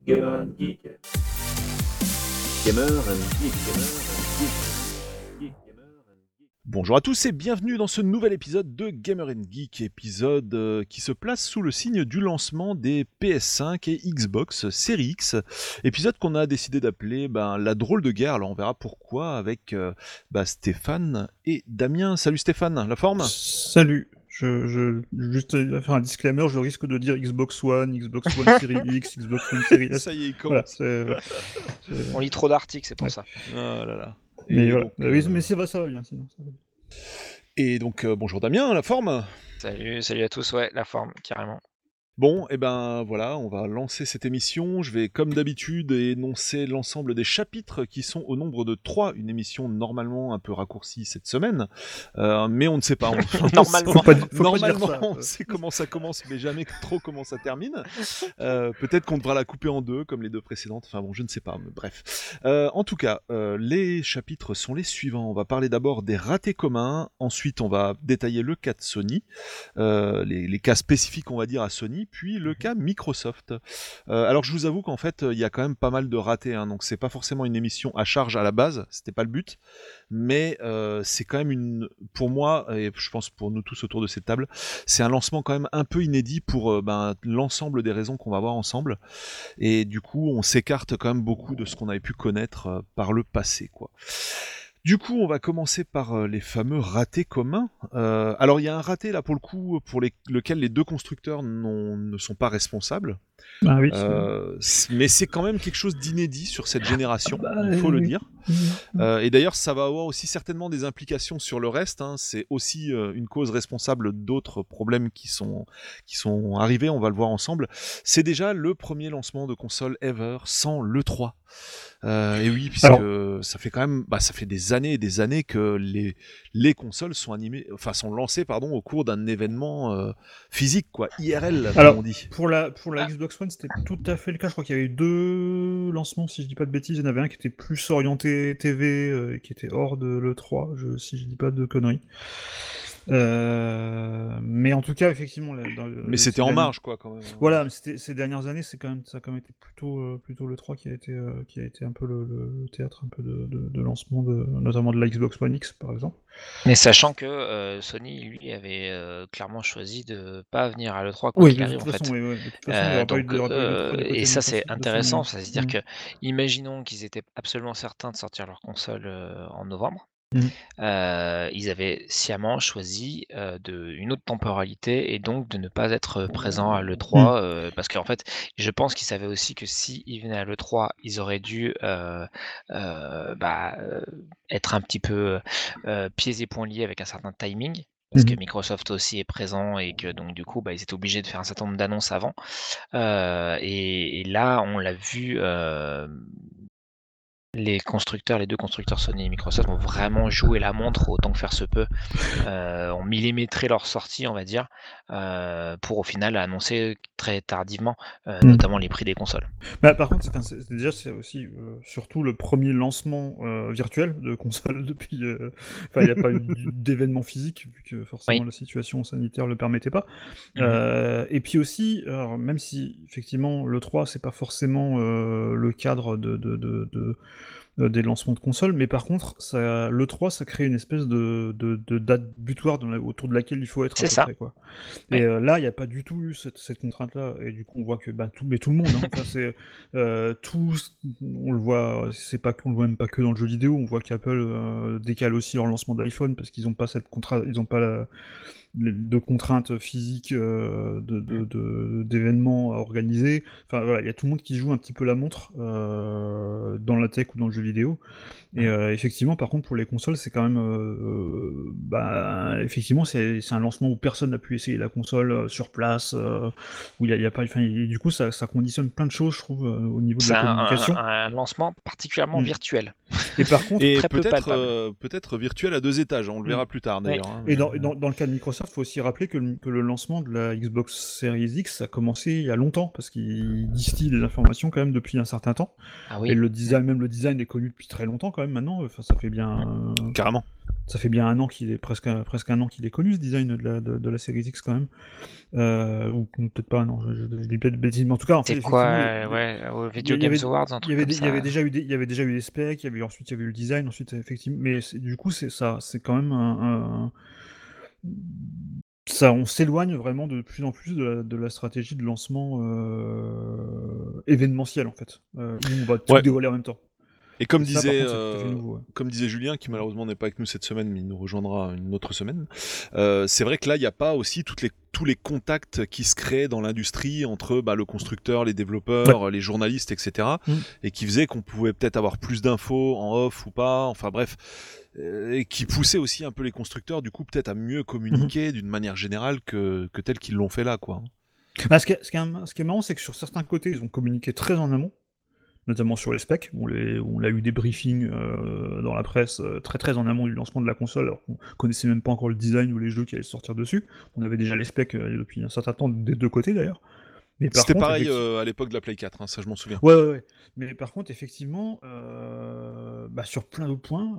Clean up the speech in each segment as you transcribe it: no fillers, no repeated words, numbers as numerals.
Gamer and Geek. Gamer and Geek. Gamer and Geek. Bonjour à tous et bienvenue dans ce nouvel épisode de Gamer and Geek, épisode qui se place sous le signe du lancement des PS5 et Xbox Series X, épisode qu'on a décidé d'appeler la drôle de guerre. Alors on verra pourquoi avec Stéphane et Damien. Salut Stéphane, la forme ? Salut. Juste faire un disclaimer, je risque de dire Xbox One Series X, Xbox One Series S. Ça y est, il Voilà, commence. On lit trop d'articles, c'est pour Ouais. ça. Oh là là. Mais Et voilà. donc, Oui, mais ça va bien sinon. Ça va bien. Et donc bonjour Damien, la forme ? Salut à tous, ouais, la forme, carrément. Bon, et voilà, on va lancer cette émission. Je vais, comme d'habitude, énoncer l'ensemble des chapitres qui sont au nombre de 3. Une émission normalement un peu raccourcie cette semaine, mais on ne sait pas. Normalement. Faut pas dire Normalement, ça. on sait comment ça commence, mais jamais trop comment ça termine. Peut-être qu'on devra la couper en deux, comme les deux précédentes. Enfin bon, je ne sais pas, mais bref. En tout cas, les chapitres sont les suivants. On va parler d'abord des ratés communs. Ensuite, on va détailler le cas de Sony, les cas spécifiques, on va dire, à Sony, puis le cas Microsoft. Alors, je vous avoue qu'en fait, il y a quand même pas mal de ratés, hein, donc c'est pas forcément une émission à charge à la base, c'était pas le but, mais c'est quand même pour moi, et je pense pour nous tous autour de cette table, c'est un lancement quand même un peu inédit pour l'ensemble des raisons qu'on va voir ensemble, et du coup, on s'écarte quand même beaucoup de ce qu'on avait pu connaître par le passé, quoi. Du coup, on va commencer par les fameux ratés communs. Alors, il y a un raté, là, pour le coup, lequel les deux constructeurs ne sont pas responsables. Ah oui. Mais c'est quand même quelque chose d'inédit sur cette génération, il faut le oui. dire. Et d'ailleurs, ça va avoir aussi certainement des implications sur le reste, hein. C'est aussi une cause responsable d'autres problèmes qui sont arrivés, on va le voir ensemble. C'est déjà le premier lancement de console ever sans l'E3. Et oui, puisque ça fait quand même, ça fait des années et des années que les consoles sont lancées au cours d'un événement physique, quoi, IRL, Alors, comme on dit. Pour la Xbox One, c'était tout à fait le cas. Je crois qu'il y avait eu 2 lancements, si je dis pas de bêtises. Il y en avait un qui était plus orienté TV, qui était hors de l'E3, si je dis pas de conneries. Mais en tout cas, effectivement, Mais c'était en marge, quoi, quand même. Voilà, mais ces dernières années, ça a quand même été plutôt le 3 qui a été un peu le théâtre un peu de lancement, notamment de la Xbox One X, par exemple. Mais sachant que Sony, lui, avait clairement choisi de pas venir à l'E3 quoi qu'il de arrive, toute en façon, fait. oui. De toute façon, il n'y aura pas eu de Donc, l'E3 du côté et ça, de c'est Sony. intéressant, c'est-à-dire que, imaginons qu'ils étaient absolument certains de sortir leur console en novembre. Ils avaient sciemment choisi une autre temporalité et donc de ne pas être présents à l'E3 parce qu'en fait, je pense qu'ils savaient aussi que s'ils venaient à l'E3, ils auraient dû être un petit peu pieds et poings liés avec un certain timing. Parce que Microsoft aussi est présent et que donc du coup, ils étaient obligés de faire un certain nombre d'annonces avant. Et là, on l'a vu. Les deux constructeurs Sony et Microsoft ont vraiment joué la montre autant que faire se peut, ont millimétré leur sortie, on va dire, pour au final annoncer très tardivement, notamment les prix des consoles. Par contre, c'est aussi surtout le premier lancement virtuel de console depuis. Il n'y a pas eu d'événement physique, vu que forcément la situation sanitaire ne le permettait pas. Et puis aussi, alors, même si effectivement l'E3, c'est pas forcément le cadre des lancements de consoles, mais par contre, l'E3, ça crée une espèce de date butoir autour de laquelle il faut être à peu près, quoi. Et là, il n'y a pas du tout eu cette contrainte-là, et du coup, on voit que tout le monde, hein, c'est on le voit, on le voit même pas que dans le jeu vidéo, on voit qu'Apple décale aussi leur lancement d'iPhone parce qu'ils n'ont pas cette contrainte, ils n'ont pas de contraintes physiques d'événements à organiser. Enfin voilà, il y a tout le monde qui joue un petit peu la montre dans la tech ou dans le jeu vidéo. Et effectivement, par contre, pour les consoles, c'est quand même effectivement, c'est un lancement où personne n'a pu essayer la console sur place, où il y a pas, et du coup, ça conditionne plein de choses, je trouve, au niveau de la communication. C'est un lancement particulièrement virtuel. Et par contre, très peu palpable. Peut-être virtuel à 2 étages, on le verra plus tard d'ailleurs. Hein. Et dans le cas de Microsoft, il faut aussi rappeler que le lancement de la Xbox Series X a commencé il y a longtemps, parce qu'ils distillent les informations quand même depuis un certain temps. Ah oui. Et le design est connu depuis très longtemps quand même maintenant. Enfin, ça fait bien. Carrément. Ça fait bien un an qu'il est presque un an qu'il est connu, ce design de la série X quand même. Ou peut-être pas, non, je dis peut-être bêtises, mais en tout cas, en fait, C'est quoi, effectivement, au Video Games Awards, un truc comme il y avait ça. déjà eu des specs, ensuite il y avait eu le design, ensuite effectivement, mais du coup c'est quand même ça, on s'éloigne vraiment de plus en plus de la stratégie de lancement événementiel en fait, où on va tout dévoiler en même temps. Et comme Et ça, par disait, contre, c'est tout à fait nouveau, ouais. comme disait Julien, qui malheureusement n'est pas avec nous cette semaine, mais il nous rejoindra une autre semaine, c'est vrai que là, il n'y a pas aussi tous les contacts qui se créent dans l'industrie entre le constructeur, les développeurs, les journalistes, etc. Et qui faisaient qu'on pouvait peut-être avoir plus d'infos en off ou pas, enfin bref, et qui poussaient aussi un peu les constructeurs, du coup, peut-être à mieux communiquer d'une manière générale que tels qu'ils l'ont fait là, quoi. Bah, ce qui est marrant, c'est que sur certains côtés, ils ont communiqué très en amont, notamment sur les specs. On a eu des briefings dans la presse très très en amont du lancement de la console, alors qu'on connaissait même pas encore le design ou les jeux qui allaient sortir dessus. On avait déjà les specs depuis un certain temps des deux côtés d'ailleurs. C'était pareil à l'époque de la Play 4, hein, ça je m'en souviens. Ouais. Mais par contre, effectivement, sur plein d'autres points,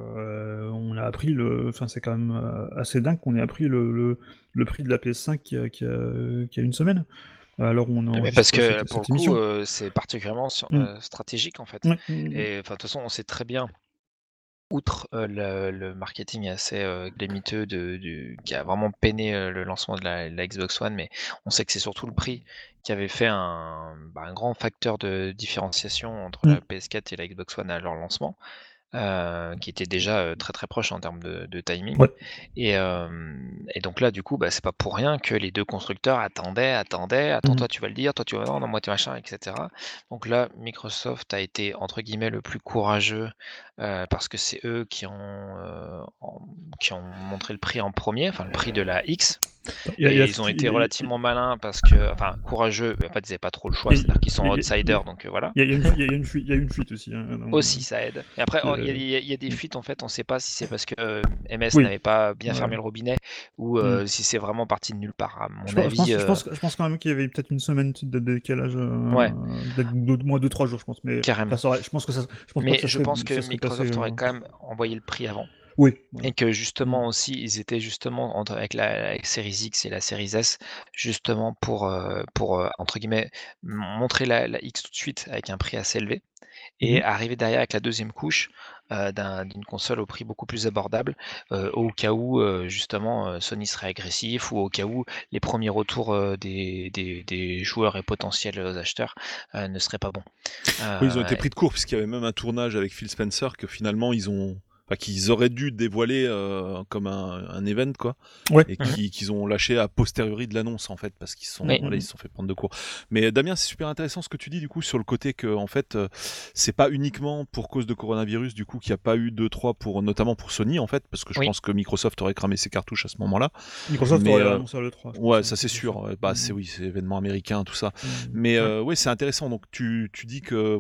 on a appris Enfin, c'est quand même assez dingue qu'on ait appris le prix de la PS5 qui a une semaine. Alors on Mais parce que pour le coup, c'est particulièrement stratégique en fait. Et de toute façon, on sait très bien, outre le marketing assez glamiteux qui a vraiment peiné le lancement de la Xbox One, mais on sait que c'est surtout le prix qui avait fait un grand facteur de différenciation entre la PS4 et la Xbox One à leur lancement. Qui était déjà très très proche en termes de timing. Et donc là, du coup, c'est pas pour rien que les deux constructeurs attendaient. Attends, toi tu vas le dire, toi tu vas non, moi tu machin, etc. Donc là, Microsoft a été entre guillemets le plus courageux parce que c'est eux qui ont montré le prix en premier, enfin le prix de la X. Ils ont été relativement malins parce que, enfin, courageux, en fait, ils n'avaient pas trop le choix, c'est-à-dire qu'ils sont outsiders, donc voilà. Il y a une fuite aussi. Aussi, ça aide. Et après, il y a des fuites, en fait, on ne sait pas si c'est parce que MS n'avait pas bien fermé le robinet ou si c'est vraiment parti de nulle part, à mon avis. Je pense quand même qu'il y avait peut-être une semaine de décalage, peut-être moins 2-3 jours, je pense. Mais carrément. Je pense que Microsoft aurait quand même envoyé le prix avant. Oui. Et que justement aussi, ils étaient justement avec la Series X et la Series S, justement pour entre guillemets, montrer la X tout de suite avec un prix assez élevé et arriver derrière avec la deuxième couche d'une console au prix beaucoup plus abordable, au cas où justement Sony serait agressif ou au cas où les premiers retours des joueurs et potentiels acheteurs ne seraient pas bons. Ils ont été pris de court puisqu'il y avait même un tournage avec Phil Spencer que finalement qu'ils auraient dû dévoiler comme un event, quoi, et qu'ils ont lâché a posteriori de l'annonce, en fait, parce qu'ils se sont fait prendre de court. Mais Damien, c'est super intéressant ce que tu dis, du coup, sur le côté que, en fait, c'est pas uniquement pour cause de coronavirus, du coup, qu'il n'y a pas eu d'E3 notamment pour Sony, en fait, parce que je pense que Microsoft aurait cramé ses cartouches à ce moment-là. Microsoft aurait annoncé l'E3. Ouais, ça c'est sûr. C'est événement américain, tout ça. Mais c'est intéressant. Donc tu dis que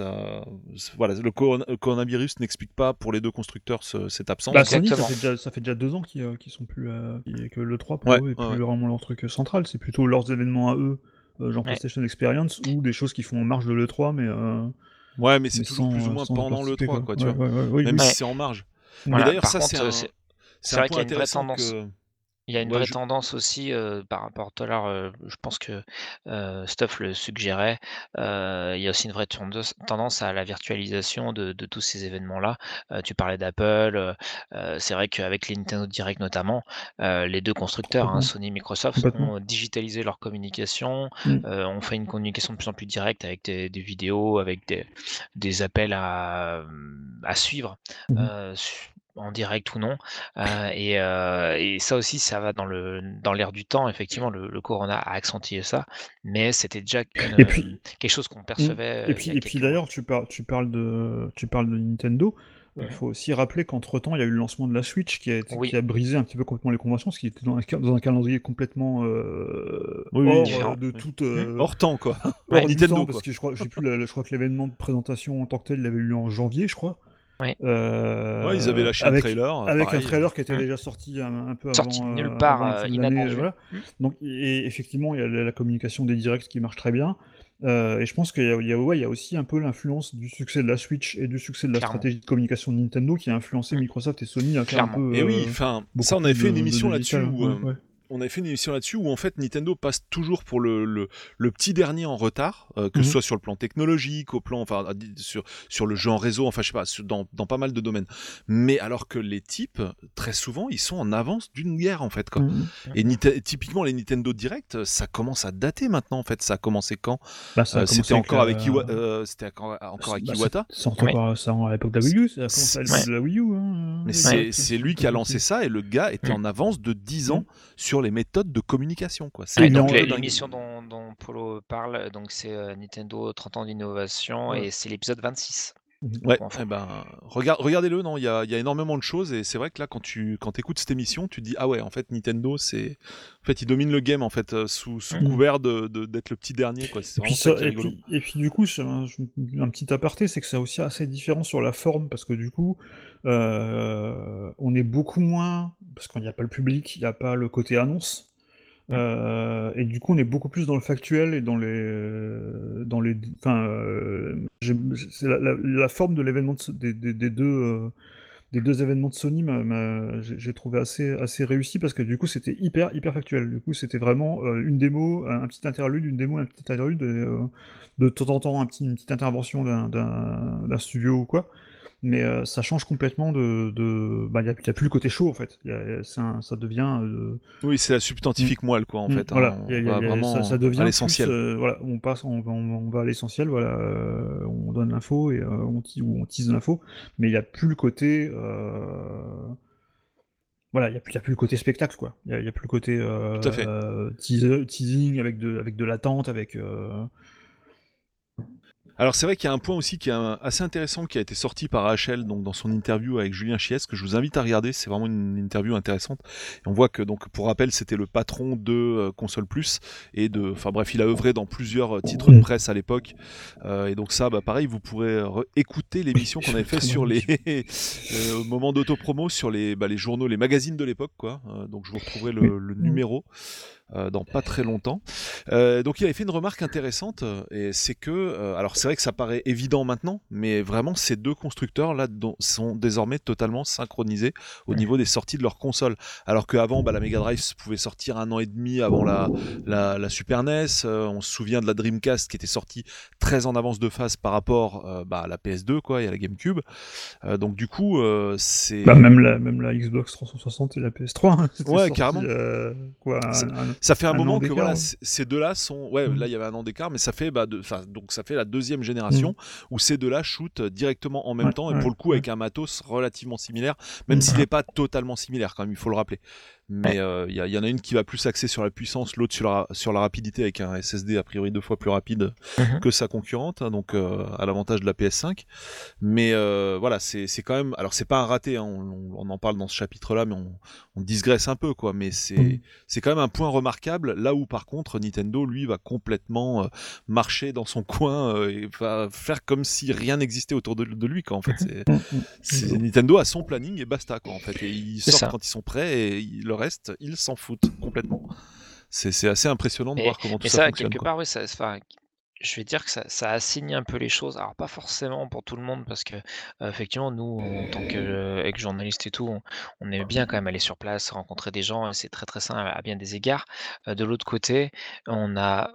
le coronavirus n'explique pas pour les deux constructeurs cette absence. Sony, ça fait déjà 2 ans qu'ils sont plus que le 3 pour eux est plus vraiment leur truc central. C'est plutôt leurs événements à eux, genre PlayStation Experience ou des choses qu'ils font en marge de l'E3, mais mais c'est toujours plus ou moins pendant l'E3, quoi, tu vois. Même si c'est en marge. Voilà, mais d'ailleurs, ça c'est vrai qu'il y a une vraie tendance. Il y a une vraie tendance aussi par rapport à l'heure, je pense que Stuff le suggérait, il y a aussi une vraie tendance à la virtualisation de tous ces événements-là. Tu parlais d'Apple, c'est vrai qu'avec les Nintendo Direct notamment, les deux constructeurs, Sony et Microsoft, ont digitalisé leur communication, ont fait une communication de plus en plus directe avec des vidéos, avec des appels à suivre. En direct ou non, et ça aussi, ça va dans l'air du temps. Effectivement, le corona a accentué ça, mais c'était déjà quelque chose qu'on percevait. Et puis d'ailleurs, tu parles de Nintendo. Il faut aussi rappeler qu'entre-temps, il y a eu le lancement de la Switch qui a brisé un petit peu complètement les conventions, parce qu'il était dans un calendrier complètement hors de toute hors temps, quoi. Hors Nintendo, temps, parce que je crois que l'événement de présentation en tant que tel, il avait eu lieu en janvier, je crois. Ils avaient lâché un trailer. Avec un trailer qui était déjà sorti un peu sorti avant. Sorti nulle part, inattendu. Voilà. Donc, et effectivement, il y a la communication des directs qui marche très bien. Et je pense qu'il y a aussi un peu l'influence du succès de la Switch et du succès de la Clairement. stratégie de communication de Nintendo qui a influencé Mmh. Microsoft et Sony à faire un Clairement. peu Et oui, enfin, beaucoup ça, on avait plus fait une de émission là-dessus digital. où, Ouais. on avait fait une émission là-dessus où en fait Nintendo passe toujours pour le petit dernier en retard, que ce Mhm. soit sur le plan technologique, au plan, enfin, sur le jeu en réseau, enfin, je sais pas, dans pas mal de domaines. Mais alors que les types, très souvent, ils sont en avance d'une guerre en fait, quoi. Mhm. Et typiquement les Nintendo Direct, ça commence à dater maintenant en fait. Ça a commencé quand? Bah, ça a commencé C'était avec encore avec la... c'était encore avec Bah, Iwata. c'est Oui. encore ça à l'époque de la Wii U, ça a commencé à l'époque C'est- de la Wii U. Hein, Mais les c'est directs, c'est si lui je qui a dis pas de lancé bêtises. ça et le gars était Mm. en avance de 10 ans sur les méthodes de communication, quoi. C'est Et Ouais, il est un donc en- truc de dingue. l'émission dont Polo parle, donc c'est Nintendo 30 ans d'innovation Ouais. et c'est l'épisode 26. Mhm. Ouais, Pour info. eh ben, regardez-le, non, il y a énormément de choses et c'est vrai que là, quand écoutes cette émission, tu te dis ah ouais, en fait, Nintendo, en fait, il domine le game en fait sous Mm. couvert d'être le petit dernier, quoi. C'est Et puis, vraiment ça qui est rigolo. et puis du coup, un petit aparté, c'est que c'est aussi assez différent sur la forme, parce que du coup, on est beaucoup moins, parce qu'il n'y a pas le public, il n'y a pas le côté annonce, et du coup, on est beaucoup plus dans le factuel et enfin, c'est la forme de l'événement des deux événements de Sony, j'ai trouvé assez réussi parce que du coup c'était hyper factuel. Du coup c'était vraiment une démo, un petit interlude, une démo, un petit interlude, et, de temps en temps une petite intervention d'un studio ou quoi. Mais ça change complètement bah, y a plus le côté show en fait. Ça devient Oui, c'est la substantifique moelle, quoi, en fait. Hein. voilà, On va vraiment ça à devient plus, l'essentiel. voilà, on va à l'essentiel, voilà, on donne l'info et on tease l'info, mais il n'y a plus le côté, voilà, il y a plus le côté spectacle, quoi. Il y a plus le côté Tout à fait. teasing avec de l'attente, avec. Alors c'est vrai qu'il y a un point aussi qui est assez intéressant qui a été sorti par HL donc dans son interview avec Julien Chies que je vous invite à regarder, c'est vraiment une interview intéressante. Et on voit que donc pour rappel c'était le patron de Console Plus et enfin bref il a œuvré dans plusieurs titres de presse à l'époque et donc ça bah pareil vous pourrez écouter l'émission qu'on avait fait sur les au moment d'autopromo sur les journaux, les magazines de l'époque quoi. Donc je vous retrouverai le numéro. Dans pas très longtemps. Donc il avait fait une remarque intéressante, et c'est que, alors c'est vrai que ça paraît évident maintenant, mais vraiment ces deux constructeurs là sont désormais totalement synchronisés au niveau des sorties de leurs consoles. Alors qu'avant, la Mega Drive pouvait sortir 1 an et demi avant la Super NES, on se souvient de la Dreamcast qui était sortie très en avance de phase par rapport à la PS2 quoi, et à la GameCube. Donc du coup, c'est... Bah, même la Xbox 360 et la PS3, hein, c'était Ouais, sorti, carrément. quoi, Ça fait un an moment que d'écart, voilà, ouais. ces deux-là sont. Ouais, là il y avait 1 an d'écart, mais ça fait donc ça fait la deuxième génération où ces deux-là shootent directement en même temps et pour le coup avec un matos relativement similaire, même s'il n'est pas totalement similaire quand même, il faut le rappeler. Mais il y en a une qui va plus axer sur la puissance, l'autre sur la rapidité avec un SSD a priori 2 fois plus rapide que sa concurrente, hein, donc à l'avantage de la PS5. Mais voilà, c'est quand même. Alors c'est pas un raté, hein, on en parle dans ce chapitre-là, mais on digresse un peu quoi. Mais c'est quand même un point remarquable. Là où par contre Nintendo lui va complètement marcher dans son coin et va faire comme si rien n'existait autour de lui quoi. En fait, Nintendo a son planning et basta quoi. En fait, et ils sortent quand ils sont prêts et le reste ils s'en foutent complètement. C'est assez impressionnant de voir comment tout ça fonctionne. Quelque part, oui, je vais dire que ça assigne un peu les choses. Alors pas forcément pour tout le monde parce que effectivement nous en tant que journaliste et tout, on aime bien quand même aller sur place, rencontrer des gens et c'est très très sain à bien des égards. De l'autre côté, on n'a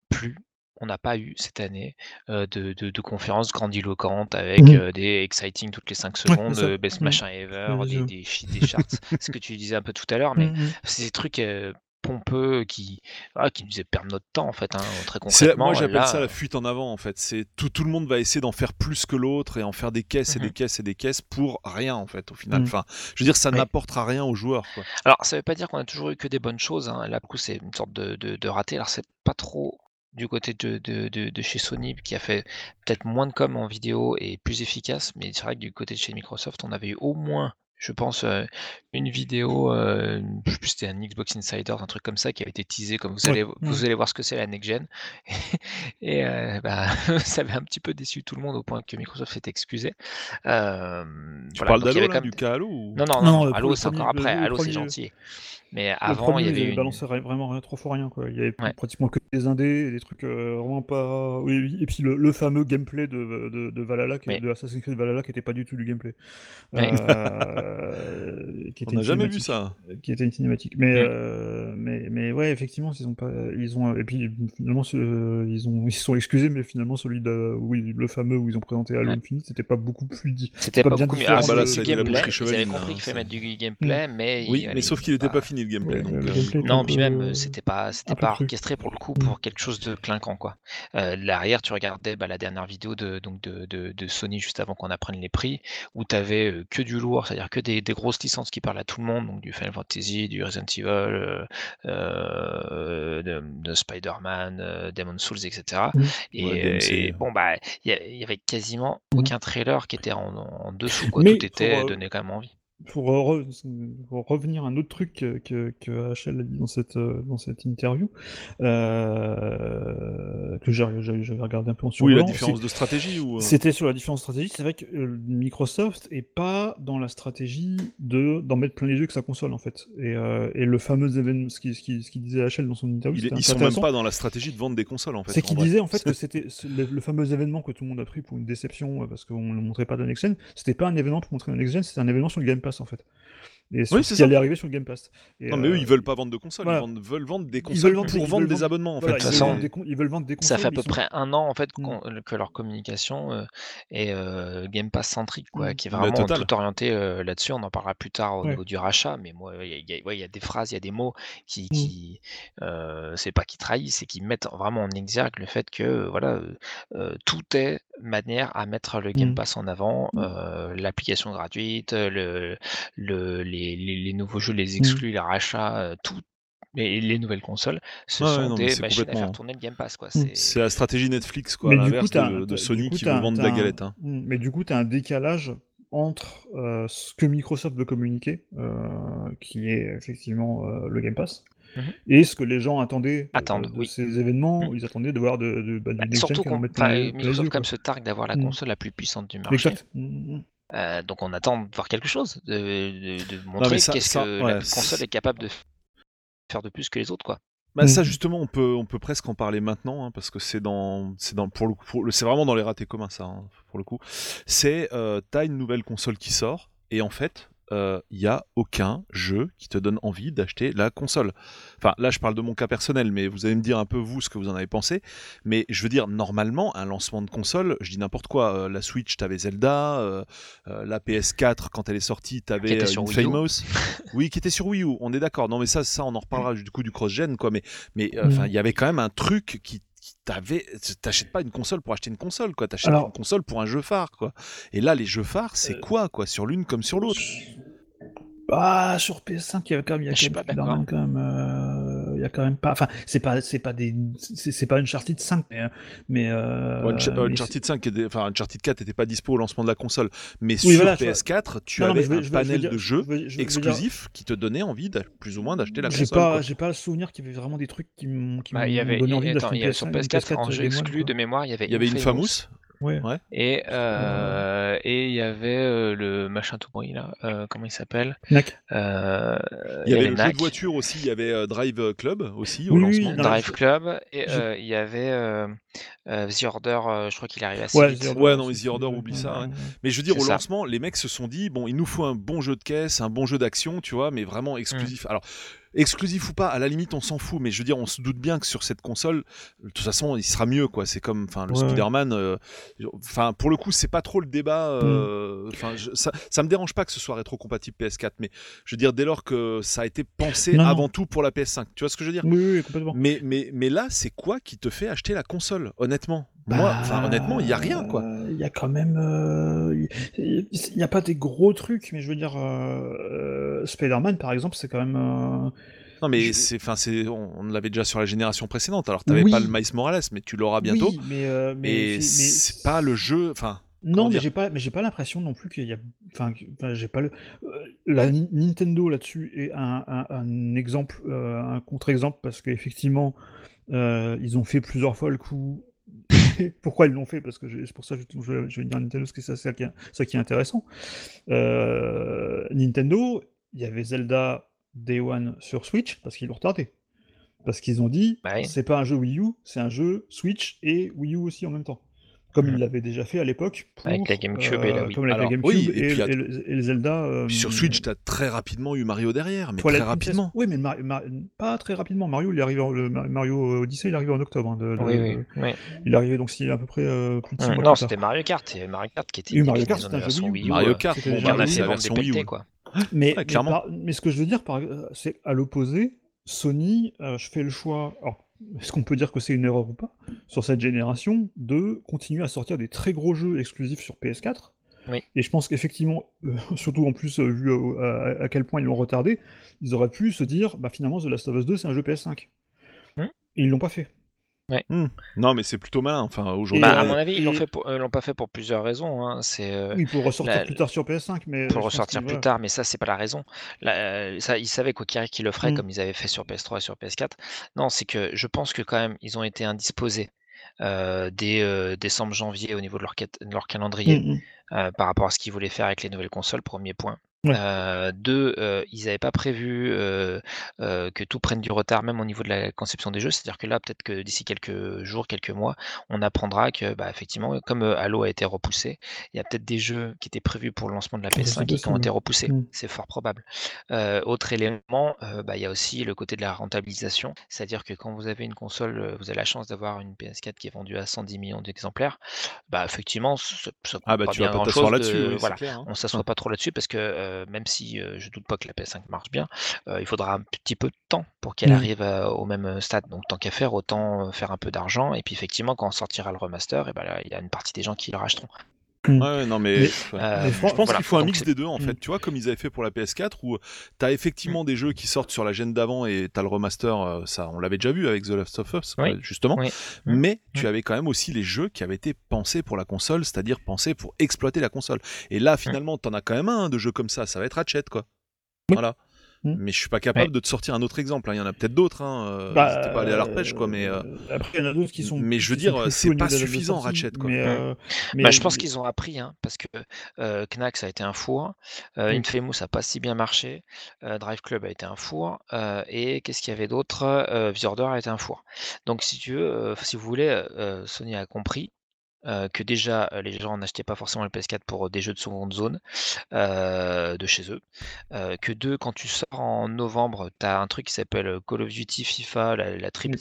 pas eu cette année de conférences grandiloquentes avec des exciting toutes les 5 secondes, best machin ever, des charts, ce que tu disais un peu tout à l'heure, mais c'est des trucs pompeux qui nous faisaient perdre notre temps en fait, hein, très concrètement. Moi j'appelle ça la fuite en avant en fait. C'est tout le monde va essayer d'en faire plus que l'autre et en faire des caisses et des caisses et des caisses pour rien en fait au final. Enfin, je veux dire ça n'apportera rien aux joueurs quoi. Alors ça veut pas dire qu'on a toujours eu que des bonnes choses, hein. Là pour coup c'est une sorte de raté. Alors c'est pas trop du côté de chez Sony qui a fait peut-être moins de com en vidéo et plus efficace, mais c'est vrai que du côté de chez Microsoft on avait eu au moins je pense, une vidéo, je sais plus, c'était un Xbox Insider, un truc comme ça, qui avait été teasé comme vous allez voir ce que c'est la next gen. Et ça avait un petit peu déçu tout le monde au point que Microsoft s'est excusé. Tu Voilà, parles donc il y avait d'Halo, quand là, même du cas Halo ou... Non, le Halo, c'est premier- encore après. le Halo, c'est premier- gentil. Mais Le avant, premier, il y avait il une... balançait vraiment rien, 3 fois rien, quoi. Il y avait Ouais. pratiquement que des indés, et des trucs vraiment pas... Oui, et puis le fameux gameplay de Valhalla, Mais- de Assassin's Creed Valhalla, qui était pas du tout du gameplay. Ouais. Qui était On n'a une jamais vu cinématique. ça. Qui était une cinématique. Mais ouais, effectivement, ils ont et puis finalement ils se sont excusés, mais finalement le fameux où ils ont présenté Halo Infinite, c'était pas beaucoup plus dit. C'était pas bien beaucoup mieux. différent Alors, bah là, de- ça a du été la gameplay, boucherie ils avaient chevaline, compris là, qu'il fallait c'est- mettre du gameplay, mais Oui, mais allez, sauf qu'il n'était bah, pas fini le gameplay. Ouais, donc, le du gameplay coup, non, un puis peu- même, c'était pas peu pas cru. orchestré pour le coup pour quelque chose de clinquant, quoi. Derrière, tu regardais la dernière vidéo de Sony juste avant qu'on apprenne les prix, où tu avais que du lourd, c'est-à-dire que des grosses licences qui parlent à tout le monde, donc du Final Fantasy, du Resident Evil, de Spider-Man, Demon's Souls, etc. Ouais, DMC. Et bon, il y avait quasiment aucun trailer qui était en dessous, quoi. Mais Tout était pour, donné quand même envie. pour revenir à un autre truc que HL a dit dans cette interview, que j'avais regardé un peu en Oui, survolant, la différence de stratégie ou... c'était sur la différence stratégique. C'est vrai que Microsoft est pas dans la stratégie d'en mettre plein les yeux que sa console, en fait. Et le fameux événement, ce qu'il disait HL dans son interview, c'était Ils sont même intéressant. pas dans la stratégie de vendre des consoles, en fait. C'est qu'il en vrai. disait en fait que c'était le fameux événement que tout le monde a pris pour une déception parce qu'on ne montrait pas de next gen. C'était pas un événement pour montrer la next gen, c'était un événement sur le Game Pass en fait. Et sur Oui, ce c'est qui ça. allait arriver sur le Game Pass. Et, Non, mais eux, ils veulent pas vendre de consoles, voilà. ils veulent vendre des Ils consoles veulent vendre- pour ils vendre veulent des vendre- abonnements, en voilà, fait. De toute ils façon, veulent vendre des consoles. Ça fait à mais peu ils sont- près un an en fait que leur communication est Game Pass centrique, quoi, qui est vraiment total. tout orienté là-dessus. On en parlera plus tard au Ouais. niveau du rachat, mais moi, il y a des phrases, il y a des mots qui c'est pas qui trahissent, c'est qui mettent vraiment en exergue le fait que tout est manière à mettre le Game Pass en avant, l'application gratuite, les nouveaux jeux, les exclus, les rachats, tout. Et les nouvelles consoles, ce Ouais, sont non, mais des c'est machines à faire complètement... tourner le Game Pass, quoi. C'est la stratégie Netflix, quoi, à Mais du l'inverse coup, de Sony qui veut vendre de la galette. Hein. Mais du coup, tu as un décalage entre ce que Microsoft veut communiquer, qui est effectivement le Game Pass, et ce que les gens attendaient Attendent, de oui. ces événements. Ils attendaient de voir du next-gen Surtout qui va en qu'on mettre plein les Microsoft yeux, quand même quoi. se targue d'avoir la console la plus puissante du marché. Exact. Donc on attend de voir quelque chose, de montrer mais ça- qu'est-ce ça, que ouais, la console est capable de faire de plus que les autres, quoi. Bah, ça justement, on peut presque en parler maintenant, hein, parce que c'est vraiment dans les ratés communs, ça, hein, pour le coup. C'est t'as une nouvelle console qui sort et en fait il y a aucun jeu qui te donne envie d'acheter la console. Enfin là je parle de mon cas personnel, mais vous allez me dire un peu vous ce que vous en avez pensé. Mais je veux dire, normalement un lancement de console, je dis n'importe quoi, la Switch t'avais Zelda, la PS4 quand elle est sortie t'avais Infamous, oui, qui était sur Wii U, on est d'accord. Non mais ça on en reparlera du coup du cross-gen, quoi. Mais il y avait quand même un truc qui t'achètes pas une console pour acheter une console, quoi. T'achètes une console pour un jeu phare, quoi. Et là, les jeux phares, c'est quoi, sur l'une comme sur l'autre. Sur PS5, il y a quand même, il y a quand même pas. Enfin, c'est pas Uncharted 5, mais Uncharted 5, Uncharted 4 n'était pas dispo au lancement de la console, mais oui, sur voilà, PS4, tu avais un panel de jeux exclusifs qui te donnaient envie, plus ou moins, d'acheter la console. J'ai pas le souvenir qu'il y avait vraiment des trucs qui m'ont donné envie d'acheter une PS5. Sur PS4, en jeu exclu de mémoire, il y avait Infamous. Ouais. Et il y avait le machin tout bruit là, comment il s'appelle? Knack. Il y avait le jeu de voiture aussi, il y avait Drive Club aussi au lancement. Drive Club, et il y avait The Order, je crois qu'il arrive assez vite. Non, mais The Order, oublie ça. Ouais. Mais je veux dire, au lancement, les mecs se sont dit, bon, il nous faut un bon jeu de caisse, un bon jeu d'action, tu vois, mais vraiment exclusif. Alors, exclusif ou pas, à la limite, on s'en fout, mais je veux dire, on se doute bien que sur cette console, de toute façon, il sera mieux, quoi. C'est comme, le Spider-Man. Pour le coup, c'est pas trop le débat. Ça me dérange pas que ce soit rétro-compatible PS4, mais je veux dire, dès lors que ça a été pensé avant tout pour la PS5, tu vois ce que je veux dire? Oui, complètement. Mais là, c'est quoi qui te fait acheter la console, honnêtement? Honnêtement, il y a rien, quoi. Il y a quand même, il y a pas des gros trucs, mais je veux dire, Spider-Man par exemple, c'est quand même. Non mais on l'avait déjà sur la génération précédente. Alors t'avais pas le Miles Morales, mais tu l'auras bientôt. Oui, mais c'est pas le jeu. Enfin, Non, mais j'ai pas l'impression non plus qu'il y a, j'ai pas la Nintendo là-dessus est un exemple, un contre-exemple parce qu'effectivement, ils ont fait plusieurs fois le coup. Pourquoi ils l'ont fait? Parce que c'est pour ça que je vais dire Nintendo, parce que c'est ça qui est intéressant. Nintendo, il y avait Zelda Day One sur Switch parce qu'ils l'ont retardé. Parce qu'ils ont dit, Bah oui. c'est pas un jeu Wii U, c'est un jeu Switch et Wii U aussi en même temps. Comme ils l'avaient déjà fait à l'époque Avec la GameCube et la Wii. comme avec la Alors, GameCube oui, et puis le Zelda. Puis sur Switch, t'as très rapidement eu Mario derrière, mais Twilight très Princess. rapidement. Oui, mais pas très rapidement. Mario, il est arrivé Mario Odyssey, il est arrivé en octobre. Oui. Il est arrivé donc s'il est à peu près plus de 6 mois Non, plus tard. c'était Mario Kart. Il y avait Mario Kart qui était Oui, une Mario des Kart, versions c'était un jeu Wii U. Mario Kart, c'était bon, déjà bah, un c'est jeu la Wii U. version Wii U. quoi. Mais clairement. mais ce que je veux dire, c'est à l'opposé, Sony, je fais le choix. Alors, est-ce qu'on peut dire que c'est une erreur ou pas, sur cette génération, de continuer à sortir des très gros jeux exclusifs sur PS4 ? Oui. Et je pense qu'effectivement, surtout en plus, vu à quel point ils l'ont retardé, ils auraient pu se dire, bah finalement, The Last of Us 2, c'est un jeu PS5. Et ils l'ont pas fait. Non, mais c'est plutôt malin. Enfin, aujourd'hui. Bah, à mon avis, ils l'ont pas fait pour plusieurs raisons. Hein. Oui, pour ressortir plus tard sur PS5, mais pour le ressortir plus tard, mais ça c'est pas la raison. Ça, ils savaient quoi qu'il arrive qu'ils le feraient comme ils avaient fait sur PS3 et sur PS4. Non, c'est que je pense que quand même ils ont été indisposés dès décembre-janvier au niveau de leur calendrier par rapport à ce qu'ils voulaient faire avec les nouvelles consoles. Premier point. Deux, ils n'avaient pas prévu que tout prenne du retard, même au niveau de la conception des jeux. C'est-à-dire que là, peut-être que d'ici quelques jours, quelques mois, on apprendra que, effectivement, comme Halo a été repoussé, il y a peut-être des jeux qui étaient prévus pour le lancement de la PS5 et qui ont été repoussés. C'est fort probable. Autre élément, il y a aussi le côté de la rentabilisation. C'est-à-dire que quand vous avez une console, vous avez la chance d'avoir une PS4 qui est vendue à 110 millions d'exemplaires. Effectivement, ça tu pas vas bien pas t'asseoir grand-chose. là-dessus. Oui, Voilà, clair, hein. on s'assoit pas trop là-dessus parce que même si je doute pas que la PS5 marche bien, il faudra un petit peu de temps pour qu'elle arrive au même stade. Donc tant qu'à faire, autant faire un peu d'argent. Et puis effectivement, quand on sortira le remaster, et là, il y a une partie des gens qui le racheteront. Ouais, non, mais je pense qu'il faut un mix des deux en fait. Tu vois, comme ils avaient fait pour la PS4, où t'as effectivement des jeux qui sortent sur la gen d'avant et t'as le remaster, ça on l'avait déjà vu avec The Last of Us, justement. Mais tu avais quand même aussi les jeux qui avaient été pensés pour la console, c'est-à-dire pensés pour exploiter la console. Et là, finalement, t'en as quand même un de jeux comme ça va être Ratchet, quoi. Voilà. Mais je suis pas capable de te sortir un autre exemple. Il y en a peut-être d'autres. N'hésitez pas à aller à la repêche, quoi. Mais après, il y en a d'autres qui sont. Mais je veux dire, c'est pas suffisant, Ratchet, quoi. Mais je pense qu'ils ont appris, parce que Knack ça a été un four, Infamous a pas si bien marché, Drive Club a été un four, et qu'est-ce qu'il y avait d'autre, The Order a été un four. Donc si tu veux, si vous voulez, Sony a compris. Que déjà les gens n'achetaient pas forcément le PS4 pour des jeux de seconde zone de chez eux. Que deux, quand tu sors en novembre, tu as un truc qui s'appelle Call of Duty, FIFA, la triple,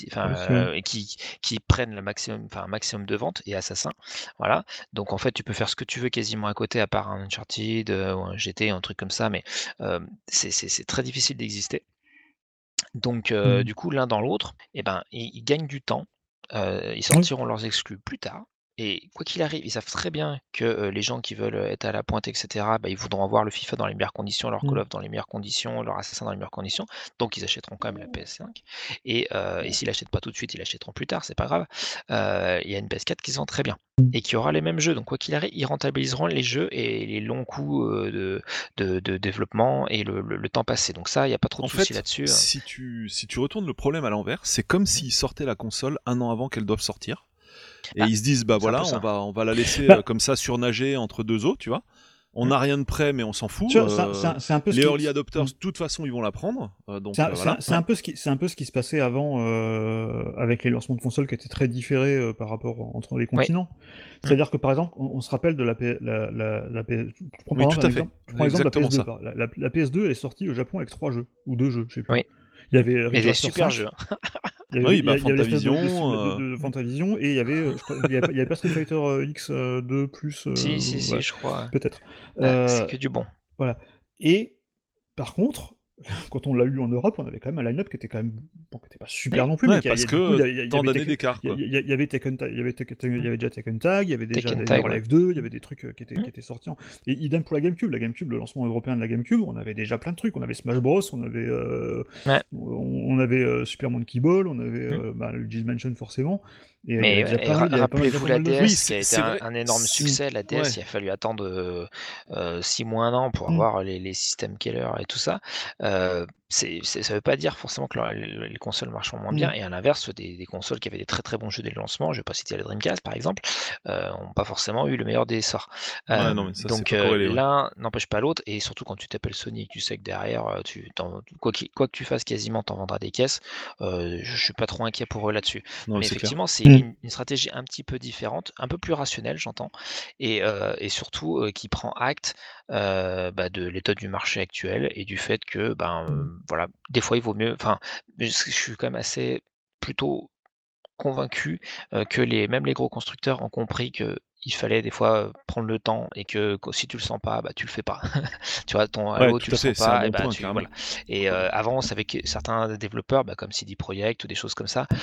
qui prennent le maximum, un maximum de ventes, et Assassin. Voilà. Donc en fait, tu peux faire ce que tu veux quasiment à côté, à part un Uncharted ou un GT, un truc comme ça, mais c'est très difficile d'exister. Donc du coup, l'un dans l'autre, ils gagnent du temps. Ils sortiront leurs exclus plus tard. Et quoi qu'il arrive, ils savent très bien que les gens qui veulent être à la pointe, etc., ils voudront avoir le FIFA dans les meilleures conditions, leur Call of dans les meilleures conditions, leur Assassin dans les meilleures conditions. Donc ils achèteront quand même la PS5. Et s'ils l'achètent pas tout de suite, ils l'achèteront plus tard, c'est pas grave. Il y a une PS4 qui se vend très bien et qui aura les mêmes jeux. Donc quoi qu'il arrive, ils rentabiliseront les jeux et les longs coûts de développement et le temps passé. Donc ça, il n'y a pas trop de soucis là-dessus. Si tu retournes le problème à l'envers, c'est comme s'ils sortaient la console un an avant qu'elle doive sortir. Et ils se disent, voilà, on va la laisser comme ça surnager entre deux eaux, tu vois. On n'a rien de prêt, mais on s'en fout. C'est un peu les early adopters, de toute façon, ils vont la prendre. C'est un peu ce qui se passait avant avec les lancements de consoles qui étaient très différés par rapport entre les continents. C'est-à-dire que par exemple, on se rappelle de la PS2. Je prends par exemple la PS2. La PS2, elle est sortie au Japon avec 3 jeux ou 2 jeux, je sais plus. Il y avait des super jeux. Il y avait Fantavision de Fantavision et il y avait pas Street Fighter X2 plus. Si, je crois. Peut-être. C'est que du bon. Voilà. Et par contre, quand on l'a eu en Europe, on avait quand même un line-up qui était quand même qui était pas super non plus, mais parce que tant d'années d'écart. Il y avait Tekken Tag, il y avait déjà Tekken Tag, il y avait déjà Live 2, il y avait des trucs qui étaient sortis. Et idem pour la GameCube. La GameCube, le lancement européen de la GameCube, on avait déjà plein de trucs. On avait Smash Bros, on avait Super Monkey Ball, on avait Luigi's Mansion forcément. Et il y avait Mais déjà ouais, et pas mal, il y avait pas mal, déjà rappelez-vous pas la mal de jeux. Oui, DS qui a c'est été c'est vrai. un énorme succès. La DS, Ouais. il a fallu attendre 6 mois, 1 an pour Mmh. avoir les systèmes Keller et tout ça. Ça veut pas dire forcément que les consoles marchent moins bien. Mmh. Et à l'inverse, des consoles qui avaient des très très bons jeux dès le lancement, je vais pas citer la Dreamcast par exemple, ont pas forcément eu le meilleur des sorts. Ouais, non, mais ça, c'est Donc pas corrélé, ouais. l'un n'empêche pas l'autre. Et surtout quand tu t'appelles Sony et que tu sais que derrière, quoi que tu fasses quasiment, t'en vendras des caisses. Je suis pas trop inquiet pour eux là-dessus. Non, mais Mais c'est clair. effectivement, c'est Mmh. une stratégie un petit peu différente, un peu plus rationnelle, j'entends, et surtout qui prend acte de l'état du marché actuel et du fait que, voilà, des fois il vaut mieux. Enfin, je suis quand même assez plutôt convaincu que même les gros constructeurs ont compris que il fallait des fois prendre le temps et que si tu le sens pas, bah, tu le fais pas. Tu vois, ton Ouais, Halo, tu tout le à fait, sens c'est un pas, et bon bah point, tu carrément. voilà. Et avant, c'est avec certains développeurs, comme CD Projekt ou des choses comme ça,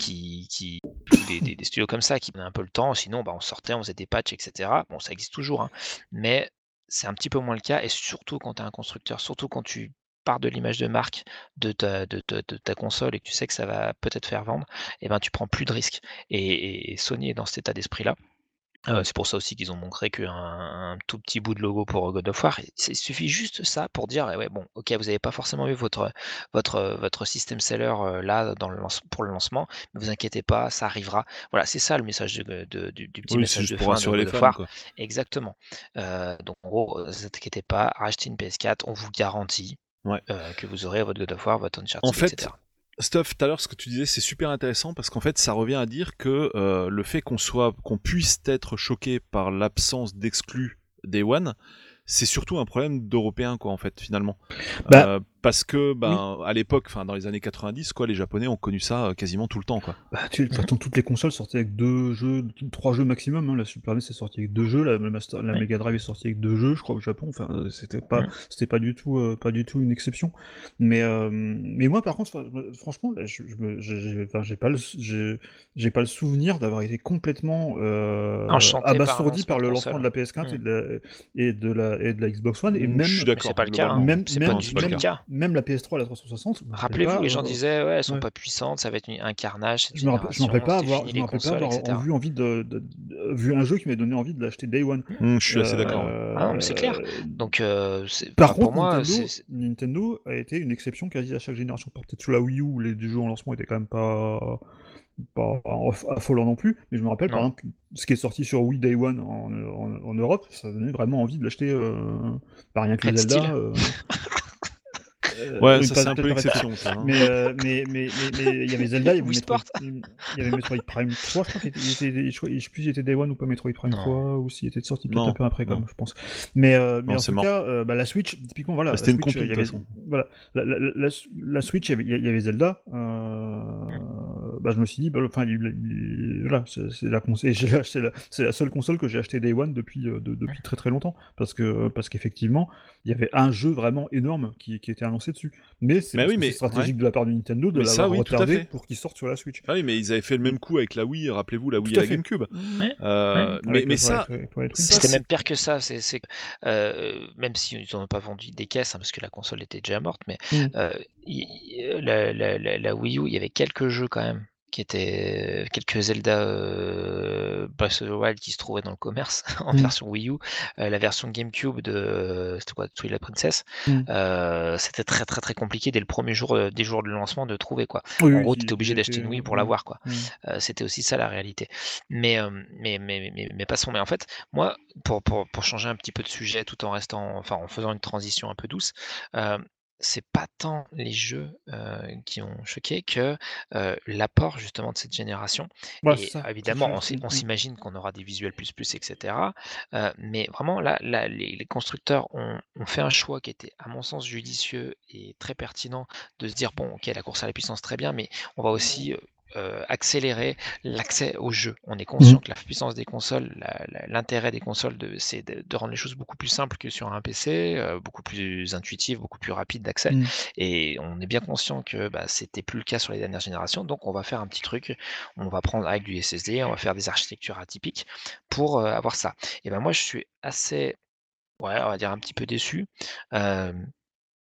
ou des studios comme ça qui prenaient un peu le temps. Sinon, on sortait, on faisait des patchs, etc. Bon, ça existe toujours, hein, mais c'est un petit peu moins le cas. Et surtout quand tu es un constructeur, surtout quand tu pars de l'image de marque de ta console et que tu sais que ça va peut-être faire vendre, et ben tu prends plus de risques. Et Sony est dans cet état d'esprit-là. C'est pour ça aussi qu'ils ont montré qu'un tout petit bout de logo pour God of War. Il suffit juste ça pour dire: «Eh ouais, bon, OK, vous avez pas forcément eu votre système seller, là, pour le lancement, mais vous inquiétez pas, ça arrivera». Voilà, c'est ça le message du petit Oui, c'est message juste de pour fin de rassurer les God of fans, War. quoi. Exactement. Donc en gros, vous inquiétez pas, rachetez une PS4, on vous garantit, Ouais. que vous aurez votre God of War, votre En Uncharted, et fait, cetera. Stuff, tout à l'heure, ce que tu disais, c'est super intéressant parce qu'en fait, ça revient à dire que le fait qu'on puisse être choqué par l'absence d'exclus Day One, c'est surtout un problème d'Européens, quoi, en fait, finalement. Bah, Parce que, oui. à l'époque, dans les années 90, quoi, les Japonais ont connu ça quasiment tout le temps, quoi. Bah, de toute façon, toutes les consoles sortaient avec 2 jeux, 3 jeux maximum, hein. La Super NES est sortie avec 2 jeux, la Oui. Mega Drive est sortie avec 2 jeux, je crois, au Japon. Enfin, c'était pas, Mmh. c'était pas du tout, pas du tout une exception. Mais moi, par contre, franchement, là, j'ai pas le souvenir d'avoir été complètement Enchanté par un abasourdi lancement par de le lancement de console. la PS4 Mmh. et de la Xbox One, et Je suis même, Mais c'est d'accord. pas le cas, hein. même, C'est pas même, Non, du c'est pas tout le le cas. cas. même la PS3 et la 360, je me rappelle Rappelez-vous, pas. les gens disaient: «Ouais, elles sont Ouais. pas puissantes, ça va être un carnage cette Je me rappelle génération, pas c'était avoir, fini je me les rappelle pas consoles, et avoir cetera». vu un jeu qui m'a donné envie de l'acheter Day One. Mmh. Je suis assez d'accord, ouais. Ah non, mais c'est clair. Euh, Donc Par pour contre, moi, Nintendo a été une exception quasi à chaque génération. Peut-être sous la Wii U, où les jeux en lancement étaient quand même pas affolants non plus. Mais je me rappelle, par non. exemple, ce qui est sorti sur Wii Day One en Europe, ça donnait vraiment envie de l'acheter. Pas rien que les Red Zelda. Steel? Ouais, Oui, ça, c'est un peu peut-être pas Red Steel. l'exception, ça, hein. Mais il y avait Zelda, Wii Sport? il y avait Metroid Prime 3, je crois, je sais plus s'il était Day One ou pas Metroid Prime Non. 3, ou s'il était sorti peut-être un Non, peu après, quand non. même, je pense. Mais Non, en c'est tout mort. cas, la Switch, typiquement, voilà, Bah, la c'était une Switch, compile, il y de toute avait, façon. voilà, la Switch, il y avait Zelda. Je me suis dit, enfin, voilà, c'est la console, c'est la seule console que j'ai acheté Day One depuis très très longtemps, parce qu'effectivement, il y avait un jeu vraiment énorme qui était annoncé dessus. Mais c'est Mais parce oui, que c'est mais stratégique de la part de Nintendo de Mais ça, l'avoir oui, tout à retardé fait. pour qu'il sorte sur la Switch. Ah oui, mais ils avaient fait le Mm. même coup avec la Wii, rappelez-vous, la Wii Tout et à la fait. GameCube. Ouais, ouais. Mais ça, Toilette, oui. ça C'était c'est... même pire que ça. Même s'ils n'en ont pas vendu des caisses, hein, parce que la console était déjà morte, mais Mm. la Wii U, il y avait quelques jeux quand même qui étaient quelques Zelda Breath of the Wild qui se trouvaient dans le commerce en Mm. version Wii U. La version GameCube de c'était quoi, Twilight Princess, Mm. c'était très très très compliqué dès le premier jour des jours de lancement de trouver, quoi. Oui, En oui, gros, tu étais obligé il d'acheter était. une Wii pour Mm. l'avoir, quoi. Mm. C'était aussi ça la réalité. Mais passons. Mais en fait, moi, pour changer un petit peu de sujet tout en restant, enfin en faisant une transition un peu douce, c'est pas tant les jeux qui ont choqué que l'apport justement de cette génération. Voilà, c'est Et ça. évidemment, on Mm. s'imagine qu'on aura des visuels plus plus, etc. Mais vraiment, là, les constructeurs ont fait un choix qui était, à mon sens, judicieux et très pertinent, de se dire, bon, ok, la course à la puissance, très bien, mais on va aussi accélérer l'accès au jeu. On est conscient Mm. que la puissance des consoles, l'intérêt des consoles, c'est de rendre les choses beaucoup plus simples que sur un PC, beaucoup plus intuitif, beaucoup plus rapide d'accès. Mm. Et on est bien conscient que c'était plus le cas sur les dernières générations. Donc on va faire un petit truc. On va prendre avec du SSD, on va faire des architectures atypiques pour avoir ça. Et ben moi je suis assez, ouais, on va dire un petit peu déçu. Euh,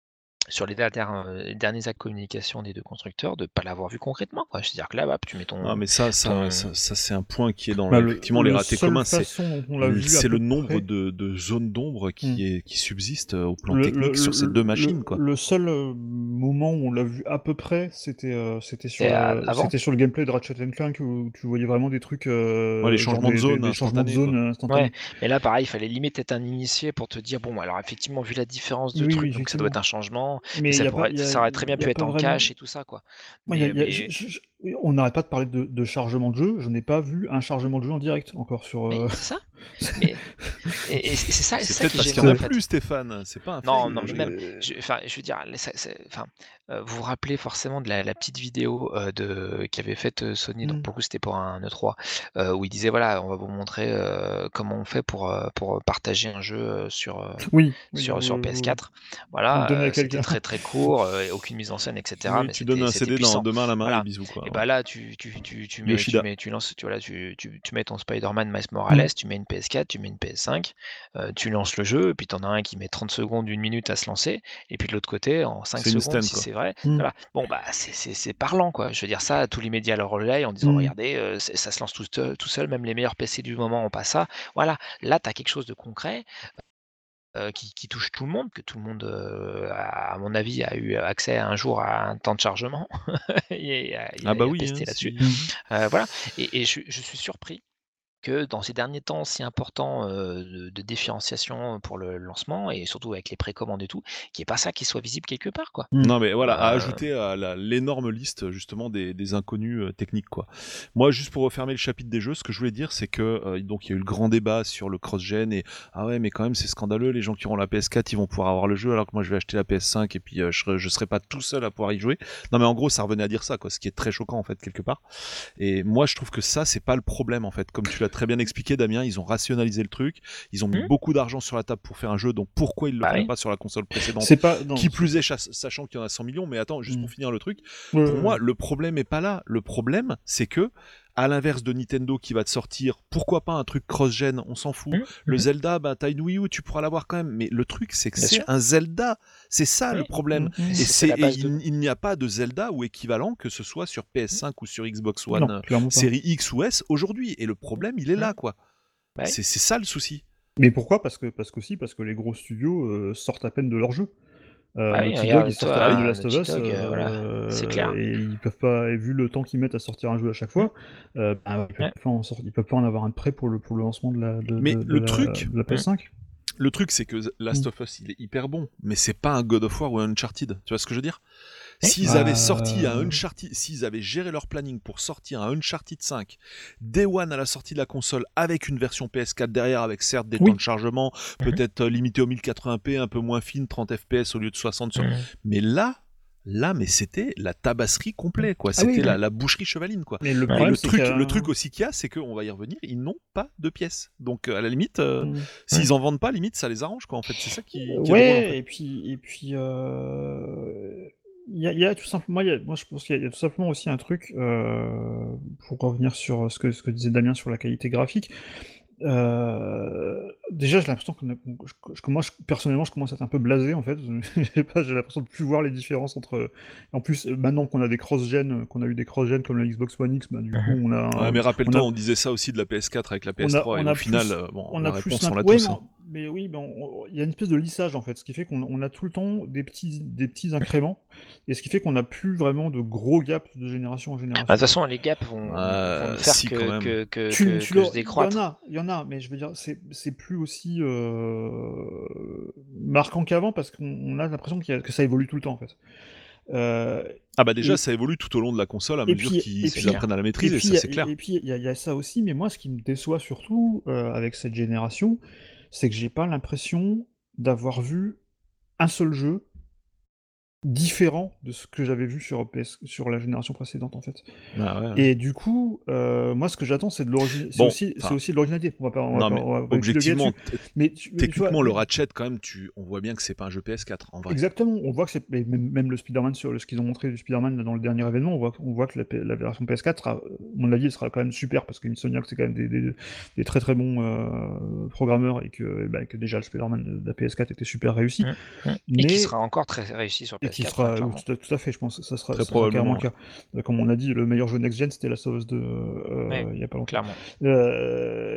sur les derniers actes de communication des 2 constructeurs, de pas l'avoir vu concrètement, quoi. C'est-à-dire que là, hop, tu mets Ah, mais ça c'est un point qui est dans Bah, effectivement les ratés communs, seule façon dont on l'a vu à c'est le peu nombre près, de zones d'ombre qui subsistent au plan le, technique sur ces 2 machines, quoi. le seul moment où on l'a vu à peu près, c'était avant. sur le gameplay de Ratchet Clank où tu voyais vraiment des trucs, Ouais, les genre changements de zone des changements de instantanés, zone quoi. instantanés. Ouais, mais là, pareil, il fallait limite être un initié pour te dire: «Bon, alors effectivement, vu la différence de Oui, trucs, donc ça doit effectivement. être un changement», mais Mais ça aurait très bien y pu a être pas en vraiment. cache et tout ça, quoi. Moi, Mais on n'arrête pas de parler de chargement de jeu. Je n'ai pas vu un chargement de jeu en direct encore sur. mais c'est ça, mais et c'est ça C'est qui peut-être est parce qu'il gênant, y en en a fait. plus, Stéphane, c'est pas un Non, fail, non, mais je même, rigole. je veux dire, vous vous rappelez forcément de la petite vidéo, qu'avait faite, Sony, donc pour le coup, c'était pour un E3, où il disait: «Voilà, on va vous montrer, comment on fait pour partager un jeu, Oui, sur PS4». on le donnait Voilà, à c'était quelqu'un. très, très court, et aucune mise en scène et cetera, Oui, mais tu donnes un c'était CD puissant. de main à la main et Voilà, bisous, quoi, et ouais. bah, là, tu Yoshida. mets tu lances tu voilà, tu mets ton Spider-Man Miles Mm. Morales, tu mets une PS4, tu mets une PS5, tu lances le jeu et puis tu en as un qui met 30 secondes, 1 minute à se lancer et puis de l'autre côté, en 5 C'est secondes, instant, si quoi. c'est vrai, Mm. voilà. Bon, bah, c'est parlant, quoi. Je veux dire ça, tous les médias le relayent en disant: Mm. «Regardez, ça se lance tout seul, même les meilleurs PC du moment ont pas ça». Voilà, là, tu as quelque chose de concret, qui touche tout le monde, que tout le monde, à mon avis, a eu accès un jour à un temps de chargement et Ah bah a oui, hein, pesté là-dessus. si. Voilà, et je suis surpris que dans ces derniers temps si importants, de différenciation pour le lancement et surtout avec les précommandes et tout, qu'il y ait pas ça qui soit visible quelque part, quoi. Mm. Non mais voilà, à Heu, ajouter à l'énorme liste justement des inconnus techniques, quoi. Moi, juste pour refermer le chapitre des jeux, ce que je voulais dire, c'est que donc il y a eu le grand débat sur le cross-gen et ah ouais, mais quand même c'est scandaleux, les gens qui auront la PS4 ils vont pouvoir avoir le jeu alors que moi je vais acheter la PS5 et puis je serai pas tout seul à pouvoir y jouer. Non mais en gros ça revenait à dire ça, quoi, ce qui est très choquant en fait quelque part. Et moi je trouve que ça c'est pas le problème en fait, comme tu l'as très bien expliqué Damien, ils ont rationalisé le truc, ils ont mis mmh, beaucoup d'argent sur la table pour faire un jeu, donc pourquoi ils le bah feraient oui, pas sur la console précédente? C'est pas. Non, Qui plus est, sachant qu'il y en a 100 millions, mais attends, juste Mm. pour finir le truc, Ouais, pour ouais, moi, ouais. le problème est pas là. Le problème, c'est que, à l'inverse de Nintendo qui va te sortir, pourquoi pas un truc cross-gen, on s'en fout. Le mmh, Zelda, bah t'as une Wii U, tu pourras l'avoir quand même. Mais le truc, c'est que bien c'est sûr, un Zelda. C'est ça le oui, problème. Mm. Et c'est la base de il n'y a pas de Zelda ou équivalent, que ce soit sur PS5 ou sur Xbox One Non, clairement pas. série X ou S aujourd'hui. Et le problème, il est là, quoi. bah oui, C'est ça le souci. Mais pourquoi? Parce que les gros studios sortent à peine de leur jeu. bah oui, Naughty Dog, ils regarde sortent à peine de toi, Last of Naughty Us, Dog, voilà, c'est clair. et ils peuvent pas. Et vu le temps qu'ils mettent à sortir un jeu à chaque Mmh, fois, bah, ouais, ils peuvent pas en avoir un de prêt pour le lancement Mais de la mmh, PS5. le truc, c'est que Last Mm. of Us, il est hyper bon, mais c'est pas un God of War ou un Uncharted. Tu vois ce que je veux dire? oui, S'ils avaient sorti un Uncharted, s'ils avaient géré leur planning pour sortir un Uncharted 5 Day One à la sortie de la console avec une version PS4 derrière, avec certes des Oui. temps de chargement, mmh, peut-être limité au 1080p, un peu moins fine, 30 FPS au lieu de 60 sur... mmh, Mais là, mais c'était la tabasserie complète, quoi. Ah oui, C'était oui. la boucherie chevaline, quoi. Mais le Et problème, le c'est truc aussi qu'il y a, c'est qu'on va y revenir, ils n'ont pas de pièces. Donc à la limite, Mm. s'ils en vendent pas, limite ça les arrange, quoi. En fait, c'est ça qui est drôle, en Ouais, fait. et puis, il y a tout simplement, moi je pense qu'il y a tout simplement aussi un truc, pour revenir sur ce que disait Damien sur la qualité graphique. Déjà, j'ai l'impression personnellement, je commence à être un peu blasé en fait. J'ai l'impression de plus voir les différences entre. En plus, maintenant qu'on a des cross-gen, qu'on a eu des cross-gen comme la Xbox One X, bah, du coup, mmh, Ouais, mais on rappelle-toi, a, on disait ça aussi de la PS4 avec la on a, PS3, et on au a final, plus, bon, on la a plus réponse, on l'a ouais, tous. Hein. mais oui, mais il y a une espèce de lissage en fait, ce qui fait qu'on a tout le temps des petits incréments, et ce qui fait qu'on n'a plus vraiment de gros gaps de génération en bah, de toute génération. façon, les gaps vont ne faire Si, quand même. que se décroître. Il y en a, mais je veux dire, c'est plus aussi marquant qu'avant parce qu'on a l'impression que ça évolue tout le temps en fait. Euh, Ah bah déjà, et, ça évolue tout au long de la console à et mesure puis, qu'ils C'est clair. apprennent à la maîtriser, ça c'est clair. et puis il y a ça aussi, mais moi ce qui me déçoit surtout avec cette génération, c'est que j'ai pas l'impression d'avoir vu un seul jeu différent de ce que j'avais vu sur la génération précédente en fait. Ah ouais, ouais. Et du coup, moi ce que j'attends c'est de l'originalité. Bon, c'est enfin, aussi de l'originalité. On va pas non, mais objectivement, mais tu vois, techniquement, le Ratchet, quand même, on voit bien que c'est pas un jeu PS4 en vrai. exactement, on voit que c'est même le Spider-Man sur ce qu'ils ont montré du Spider-Man dans le dernier événement, on voit que la version PS4 sera, à mon avis, elle sera quand même super parce que Insomniac c'est quand même des très très bons programmeurs et que déjà le Spider-Man de la PS4 était super réussi. Et qui sera encore très réussi sur PS4. Et qui sera tout à fait, je pense, ça sera probablement carrément le cas. Comme on a dit, le meilleur jeu next-gen c'était Last of Us 2 il y a pas longtemps. Clairement.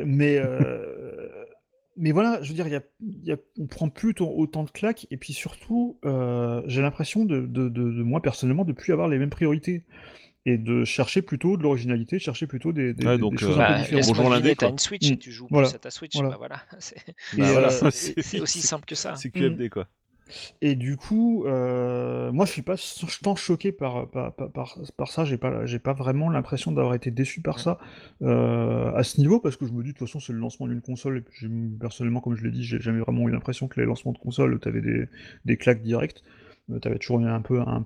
Mais voilà, je veux dire, on prend plus autant de claques, et puis surtout, j'ai l'impression de moi personnellement de plus avoir les mêmes priorités, et de chercher plutôt de l'originalité, chercher plutôt des choses un peu différentes. Bonjour l'indé, t'as une Switch et tu joues plus à ta Switch, voilà. C'est aussi simple que ça. C'est QFD quoi. Et du coup, moi je suis pas tant choqué par ça, j'ai pas vraiment l'impression d'avoir été déçu par ça à ce niveau, parce que je me dis de toute façon c'est le lancement d'une console, et personnellement, comme je l'ai dit, j'ai jamais vraiment eu l'impression que les lancements de console, t'avais des claques directes. T'avais toujours un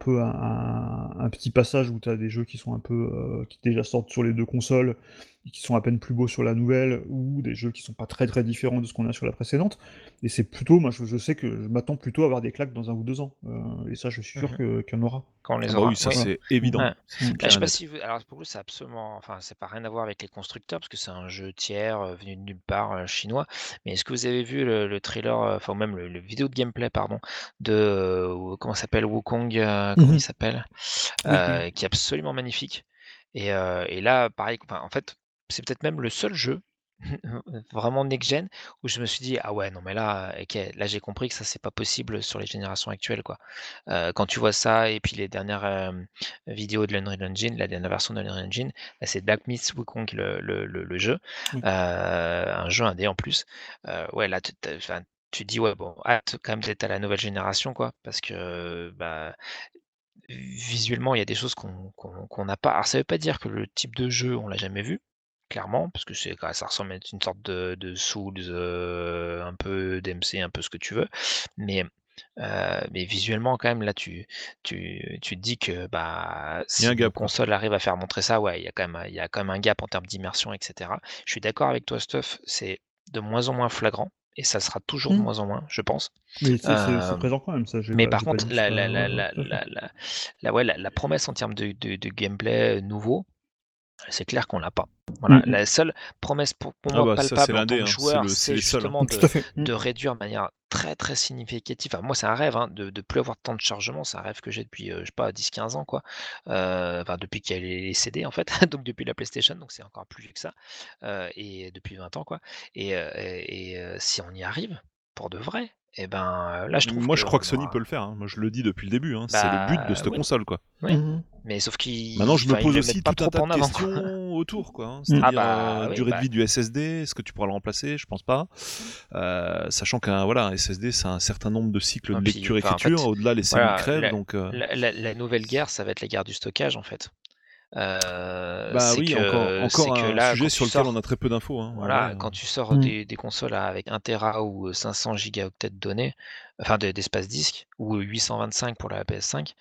petit passage où t'as des jeux qui sont un peu qui déjà sortent sur les deux consoles et qui sont à peine plus beaux sur la nouvelle, ou des jeux qui sont pas très très différents de ce qu'on a sur la précédente. Et c'est plutôt, moi je sais que je m'attends plutôt à avoir des claques dans 1 ou 2 ans. Et ça, je suis sûr qu'il y en aura. Quand on les aura. Oui, ça c'est évident. Ouais. Je sais pas si alors pour vous c'est absolument, enfin c'est pas rien à voir avec les constructeurs parce que c'est un jeu tiers venu de nulle part chinois. Mais est-ce que vous avez vu le trailer, enfin même le vidéo de gameplay pardon de comment s'appelle Wukong, comment il s'appelle, qui est absolument magnifique. Et là pareil, en fait c'est peut-être même le seul jeu vraiment next-gen où je me suis dit: «Ah ouais, non mais là, OK, là j'ai compris que ça c'est pas possible sur les générations actuelles quoi». Quand tu vois ça et puis les dernières, vidéos de l'Unreal Engine, la dernière version de l'Unreal Engine, bah, c'est Black Myth Wukong le jeu, un jeu indé en plus. Ouais là tu te dis: «Ouais bon, hâte quand même d'être à la nouvelle génération quoi», parce que, bah, visuellement il y a des choses qu'on n'a pas. Alors ça veut pas dire que le type de jeu on l'a jamais vu. Clairement, parce que ça ressemble à une sorte de Souls, un peu DMC, un peu ce que tu veux. Mais visuellement quand même là tu te dis que, bah, Il y a un si nos gap, quoi. consoles arrivent à faire montrer ça, ouais, il y a quand même un gap en termes d'immersion et cetera. Je suis d'accord avec toi Stuff, c'est de moins en moins flagrant et ça sera toujours de moins en moins, je pense. Mais c'est présent quand même, ça. Mais par contre la promesse en termes de gameplay nouveau, c'est clair qu'on l'a pas. Voilà, la seule promesse pour moi palpable en tant que joueur, c'est justement de réduire de manière très, très significative. Enfin, moi, c'est un rêve, de plus avoir de temps de chargement. C'est un rêve que j'ai depuis, je sais pas, 10-15 ans, quoi. Enfin, depuis qu'il y a les CD, en fait, donc depuis la PlayStation, donc c'est encore plus vieux que ça, et depuis 20 ans, quoi. Et si on y arrive, pour de vrai, et ben, là, je trouve Moi, je crois que Sony peut le faire. Moi, je le dis depuis le début. C'est le but de cette console, quoi. Oui. Mais sauf qu'il. Maintenant, je me pose aussi tout un tas de questions autour, quoi. C'est-à-dire durée de vie du SSD, est-ce que tu pourras le remplacer? Je pense pas. Sachant qu'un SSD, c'est un certain nombre de cycles de lecture-écriture. En fait, au-delà, les cellules crèvent. Donc, la nouvelle guerre, ça va être la guerre du stockage, en fait. Oui, encore un sujet sur lequel on a très peu d'infos. Voilà, quand tu sors des consoles avec 1 Tera ou 500 gigaoctets de données, enfin d'espace disque, ou 825 pour la PS5,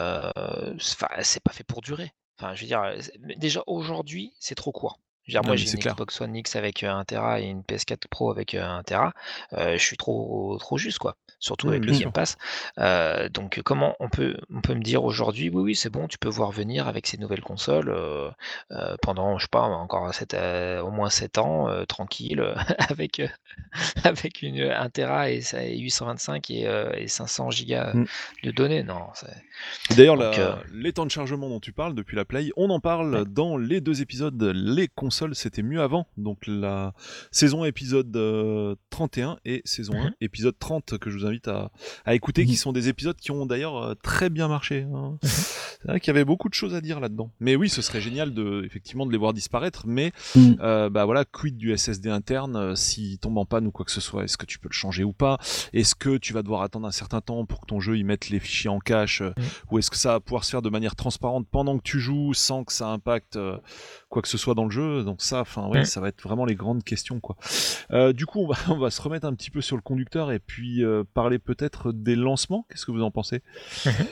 c'est pas fait pour durer. Enfin, je veux dire, déjà aujourd'hui, c'est trop court. Je veux dire, moi j'ai une Xbox One X avec 1 Tera et une PS4 Pro avec 1 Tera, je suis trop juste quoi. Surtout avec le Game Pass. Donc comment on peut me dire aujourd'hui, oui, c'est bon, tu peux voir venir avec ces nouvelles consoles pendant, je sais pas, encore au moins 7 ans, tranquille, avec une 1 Tera et 825 et 500 gigas de données. Non, d'ailleurs, les temps de chargement dont tu parles depuis la Play, on en parle dans les 2 épisodes. Les consoles, c'était mieux avant. Donc la saison épisode 31 et saison 1 épisode 30 que je vous invite à écouter, qui sont des épisodes qui ont d'ailleurs très bien marché. C'est vrai qu'il y avait beaucoup de choses à dire là-dedans. Mais oui, ce serait génial effectivement de les voir disparaître. Mais voilà, quid du SSD interne s'il tombe en panne ou quoi que ce soit? Est-ce que tu peux le changer ou pas? Est-ce que tu vas devoir attendre un certain temps pour que ton jeu y mette les fichiers en cache, ou est-ce que ça va pouvoir se faire de manière transparente pendant que tu joues sans que ça impacte quoi que ce soit dans le jeu? Donc ça, ça va être vraiment les grandes questions, quoi. Du coup, on va se remettre un petit peu sur le conducteur et puis parler peut-être des lancements. Qu'est-ce que vous en pensez?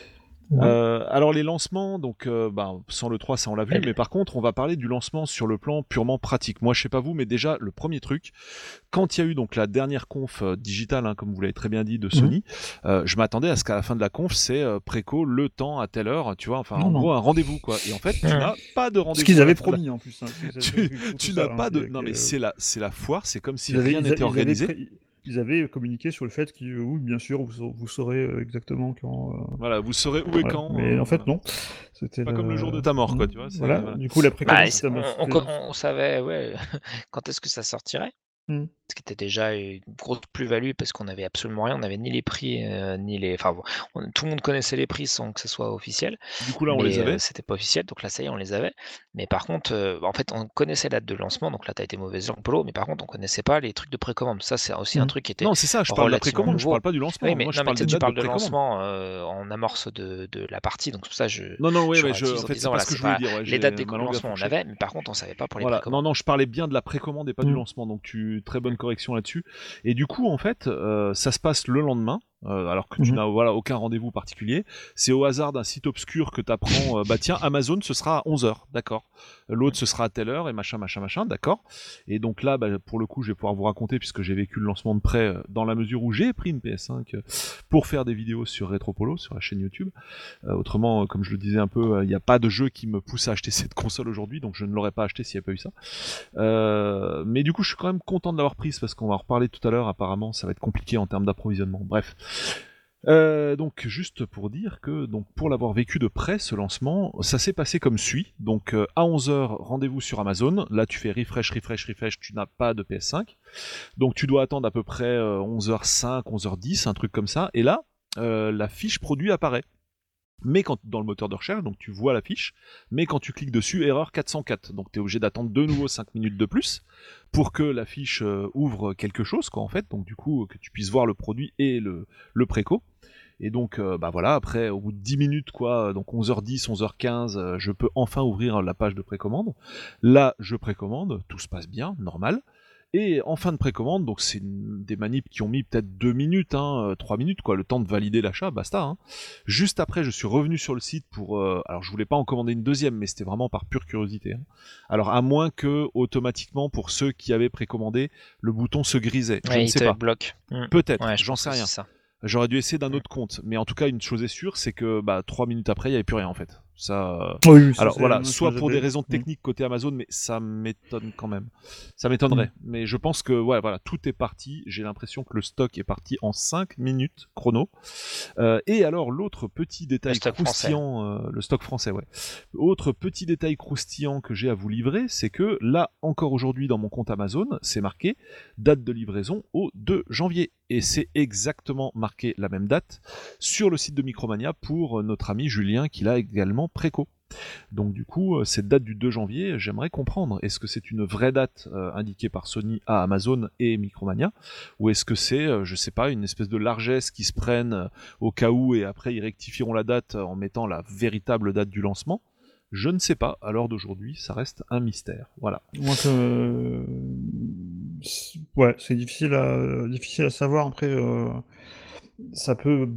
Ouais. Alors les lancements, donc sans le 3, ça on l'a vu, mais par contre on va parler du lancement sur le plan purement pratique. Moi je sais pas vous, mais déjà le premier truc, quand il y a eu donc la dernière conf digitale, comme vous l'avez très bien dit, de Sony, je m'attendais à ce qu'à la fin de la conf, c'est préco, le temps à telle heure, tu vois, enfin en gros un rendez-vous quoi. Et en fait tu n'as pas de rendez-vous. Ce qu'ils avaient promis en plus. Tu n'as pas de... Non mais c'est la foire, c'est comme si rien n'était organisé. Ils avaient communiqué sur le fait que, oui, bien sûr, vous saurez exactement quand. Voilà, vous saurez où et quand. Mais en fait, non. C'était pas comme le jour de ta mort, quoi, tu vois. Voilà. Du coup, la précommande. On savait, quand est-ce que ça sortirait. Ce qui était déjà une grosse plus-value parce qu'on n'avait absolument rien, on n'avait ni les prix, ni les. Enfin, tout le monde connaissait les prix sans que ce soit officiel. Du coup, là, on les avait. C'était pas officiel, donc là, ça y est, on les avait. Mais par contre, en fait, on connaissait la date de lancement, donc là, t'as été mauvaise langue, Polo, mais par contre, on connaissait pas les trucs de précommande. Ça, c'est aussi un truc qui était. Non, c'est ça, je parle de la précommande, je parle pas du lancement. Oui, mais moi, je parle tu parles de lancement en amorce de la partie, donc ça, Non, oui, mais en fait, c'est pas ce que je voulais dire. Les dates des lancements, on avait, mais par contre, on savait pas pour les précommandes. Non, je parlais bien de la précommande et pas du lancement, donc très bonne correction là-dessus. Et du coup, en fait, ça se passe le lendemain, alors que tu n'as aucun rendez-vous particulier. C'est au hasard d'un site obscur que tu apprends, tiens, Amazon, ce sera à 11h, d'accord. L'autre, ce sera à telle heure, et machin, d'accord. Et donc là, pour le coup, je vais pouvoir vous raconter, puisque j'ai vécu le lancement de près, dans la mesure où j'ai pris une PS5 pour faire des vidéos sur Retropolo, sur la chaîne YouTube. Autrement, comme je le disais un peu, il n'y a pas de jeu qui me pousse à acheter cette console aujourd'hui, donc je ne l'aurais pas acheté s'il n'y avait pas eu ça. Mais du coup, je suis quand même content de l'avoir prise, parce qu'on va en reparler tout à l'heure, apparemment, ça va être compliqué en termes d'approvisionnement. Bref. Donc juste pour dire que pour l'avoir vécu de près ce lancement, ça s'est passé comme suit. Donc à 11h, rendez-vous sur Amazon. Là tu fais refresh, tu n'as pas de PS5. Donc tu dois attendre à peu près 11h05, 11h10, un truc comme ça. Et là, la fiche produit apparaît. Mais quand dans le moteur de recherche, donc tu vois la fiche, mais quand tu cliques dessus, erreur 404. Donc tu es obligé d'attendre de nouveau 5 minutes de plus pour que la fiche ouvre quelque chose, quoi, en fait. Donc du coup, que tu puisses voir le produit et le préco. Et donc, voilà, après, au bout de 10 minutes, quoi, donc 11h10, 11h15, je peux enfin ouvrir la page de précommande. Là, je précommande, tout se passe bien, normal. Et en fin de précommande, donc c'est des manips qui ont mis peut-être 2 minutes, 3 minutes, quoi, le temps de valider l'achat, basta. Juste après, je suis revenu sur le site pour... alors, je voulais pas en commander une deuxième, mais c'était vraiment par pure curiosité. Alors, à moins que, automatiquement, pour ceux qui avaient précommandé, le bouton se grisait. Je ne sais pas. Bloque. Peut-être, Ouais, j'en sais rien. J'aurais dû essayer d'un autre compte. Mais en tout cas, une chose est sûre, c'est que 3 minutes après, il n'y avait plus rien, en fait. Ça... Alors voilà, soit pour des raisons techniques côté Amazon, mais ça m'étonne quand même. Ça m'étonnerait. Mais je pense que voilà, tout est parti. J'ai l'impression que le stock est parti en 5 minutes chrono. Et alors l'autre petit détail croustillant, le stock français, ouais. Autre petit détail croustillant que j'ai à vous livrer, c'est que là encore aujourd'hui dans mon compte Amazon, c'est marqué date de livraison au 2 janvier. Et c'est exactement marqué la même date sur le site de Micromania pour notre ami Julien qui l'a également préco. Donc du coup, cette date du 2 janvier, j'aimerais comprendre, est-ce que c'est une vraie date indiquée par Sony à Amazon et Micromania, ou est-ce que c'est, je sais pas, une espèce de largesse qui se prennent au cas où et après ils rectifieront la date en mettant la véritable date du lancement? Je ne sais pas, à l'heure d'aujourd'hui, ça reste un mystère. Voilà. Ouais, c'est difficile à savoir. Après, ça peut,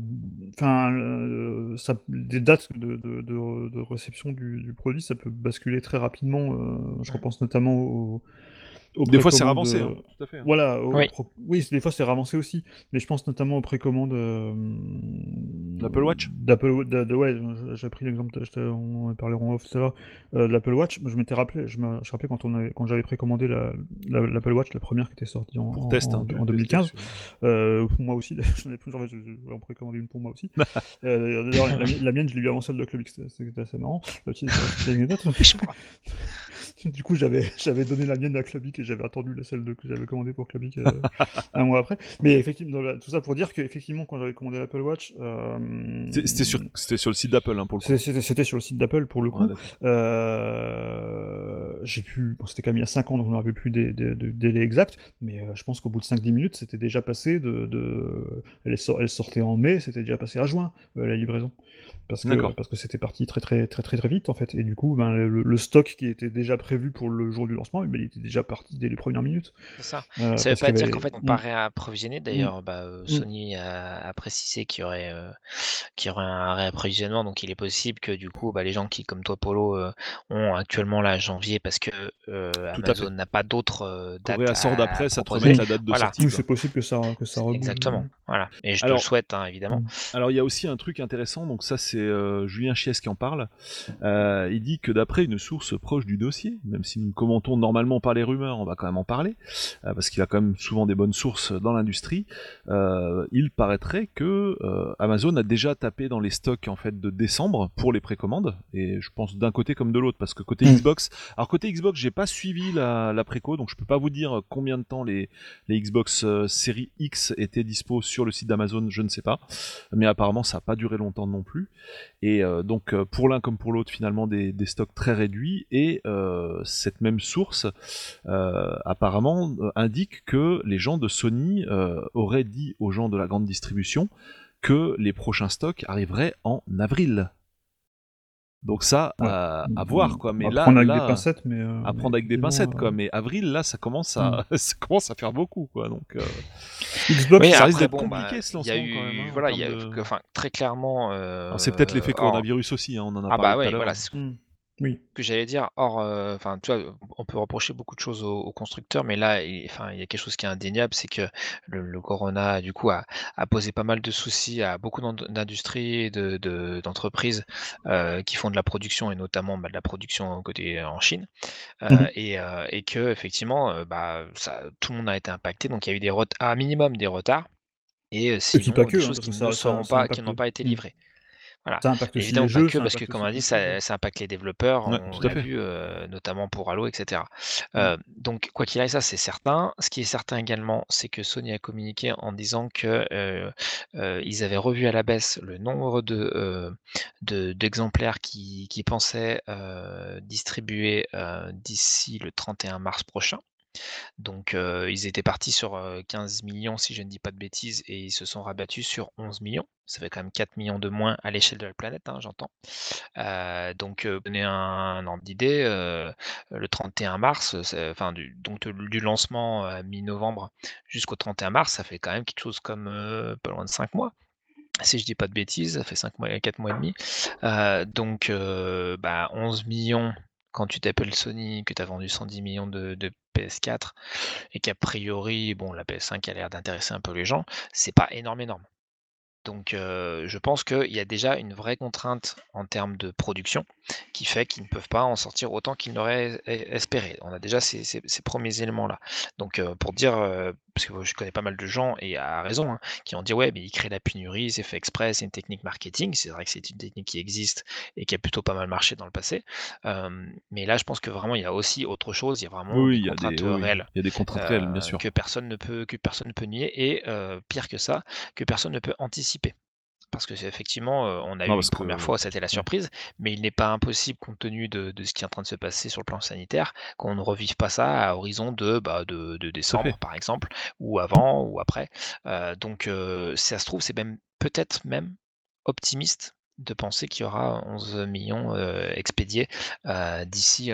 des dates de réception du produit, ça peut basculer très rapidement. Je repense notamment aux des fois c'est ravancé, tout à fait. Voilà, oui, des fois c'est ravancé aussi, mais je pense notamment aux précommandes d'Apple Watch. Ouais, j'ai pris l'exemple, on parleront off tout à l'heure, de l'Apple Watch. Je m'étais rappelé, je me rappelais quand j'avais précommandé l'Apple Watch, la première qui était sortie en 2015. Moi aussi, j'en ai en précommandé une pour moi aussi. D'ailleurs, la mienne, je l'ai eu avant celle de Club X, c'était assez marrant. Du coup, j'avais donné la mienne à Clubic et j'avais attendu celle que j'avais commandée pour Clubic un mois après. Mais effectivement, tout ça pour dire qu'effectivement, quand j'avais commandé l'Apple Watch... C'était sur le site d'Apple, pour le coup. C'était sur le site d'Apple, pour le coup. C'était quand même il y a 5 ans, donc on n'avait plus des délais exacts, mais je pense qu'au bout de 5-10 minutes, c'était déjà passé Elle sortait en mai, c'était déjà passé à juin, la livraison. Parce que c'était parti très vite, en fait. Et du coup, le stock qui était déjà prévu pour le jour du lancement, il était déjà parti dès les premières minutes. C'est ça. Ça veut Parce pas qu'il y dire avait... qu'en fait on pas réapprovisionné. Mm. D'ailleurs, Sony a précisé qu'il y aurait un réapprovisionnement, donc il est possible que du coup, les gens qui, comme toi, Polo, ont actuellement là janvier parce que Amazon n'a pas d'autres dates Corée sort d'après, ça te proposer. remet la date de Voilà. sortie. Oui, quoi. c'est possible que ça rebouge. Exactement. Voilà. Et je te Alors- le souhaite, hein, évidemment. Alors il y a aussi un truc intéressant, donc ça c'est Julien Chies qui en parle. Il dit que d'après une source proche du dossier, même si nous commentons normalement pas les rumeurs, on va quand même en parler, parce qu'il a quand même souvent des bonnes sources dans l'industrie, il paraîtrait que Amazon a déjà tapé dans les stocks en fait de décembre pour les précommandes, et je pense d'un côté comme de l'autre, parce que côté Xbox, alors côté Xbox j'ai pas suivi la préco, donc je peux pas vous dire combien de temps les Xbox série X étaient dispo sur le site d'Amazon, je ne sais pas, mais apparemment ça n'a pas duré longtemps non plus, et donc pour l'un comme pour l'autre finalement des stocks très réduits, et cette même source apparemment indique que les gens de Sony auraient dit aux gens de la grande distribution que les prochains stocks arriveraient en avril. Donc ça, à voir quoi. Mais à là, prendre avec des pincettes, mais à prendre avec des pincettes quoi. Mais avril, là, ça commence à, ça commence à faire beaucoup quoi. Donc Xbox, Oui, ça risque après, d'être compliqué ce il y a lancement quand même. eu, hein, voilà, en il y a termes de- enfin, très clairement. Alors, c'est peut-être l'effet coronavirus aussi. Hein, on en a Ah parlé bah tout à ouais, l'heure. voilà, c'est Oui. ce que j'allais dire. Enfin, tu vois, on peut reprocher beaucoup de choses aux constructeurs, mais là, il y a quelque chose qui est indéniable, c'est que le corona, du coup, a posé pas mal de soucis à beaucoup d'industries et d'entreprises qui font de la production, et notamment de la production côté en Chine, et que effectivement, tout le monde a été impacté, donc il y a eu à minimum des retards, et puis sinon pas que, des hein, choses parce qui que ne ça impactent, qui impacte. n'ont pas été livrées. Voilà. Ça impacte aussi Évidemment les pas jeux, que, ça parce que impacte comme aussi on dit, d'autres choses. ça impacte les développeurs, Ouais, on tout à l'a fait. vu, notamment pour Halo, etc. Donc quoi qu'il arrive, ça c'est certain. Ce qui est certain également, c'est que Sony a communiqué en disant que ils avaient revu à la baisse le nombre d'exemplaires qu'ils pensaient distribuer d'ici le 31 mars prochain. Donc ils étaient partis sur 15 millions, si je ne dis pas de bêtises, et ils se sont rabattus sur 11 millions. Ça fait quand même 4 millions de moins à l'échelle de la planète, hein, j'entends. Donc pour donner un ordre d'idée, le 31 mars, du lancement à mi-novembre jusqu'au 31 mars, ça fait quand même quelque chose comme pas loin de 5 mois. Si je dis pas de bêtises, ça fait 5 mois, 4 mois et demi. Donc 11 millions quand tu t'appelles Sony, que tu as vendu 110 millions de PS4, et qu'a priori, la PS5 a l'air d'intéresser un peu les gens, c'est pas énorme. Donc je pense qu'il y a déjà une vraie contrainte en termes de production qui fait qu'ils ne peuvent pas en sortir autant qu'ils n'auraient espéré. On a déjà ces premiers éléments-là. Donc pour dire, parce que je connais pas mal de gens, et à raison, hein, qui ont dit ouais, mais ils créent la pénurie, c'est fait exprès, c'est une technique marketing. C'est vrai que c'est une technique qui existe et qui a plutôt pas mal marché dans le passé. Mais là, je pense que vraiment, il y a aussi autre chose. Il y a vraiment Oui, des il y a contraintes des, oui, réelles. il y a des contraintes réelles, bien sûr. Que personne ne peut nier, et pire que ça, que personne ne peut anticiper. Parce que c'est effectivement, on a eu une première fois, c'était la surprise, mais il n'est pas impossible, compte tenu de ce qui est en train de se passer sur le plan sanitaire, qu'on ne revive pas ça à horizon de décembre, par exemple, ou avant, ou après. Donc si ça se trouve, c'est peut-être même optimiste de penser qu'il y aura 11 millions expédiés d'ici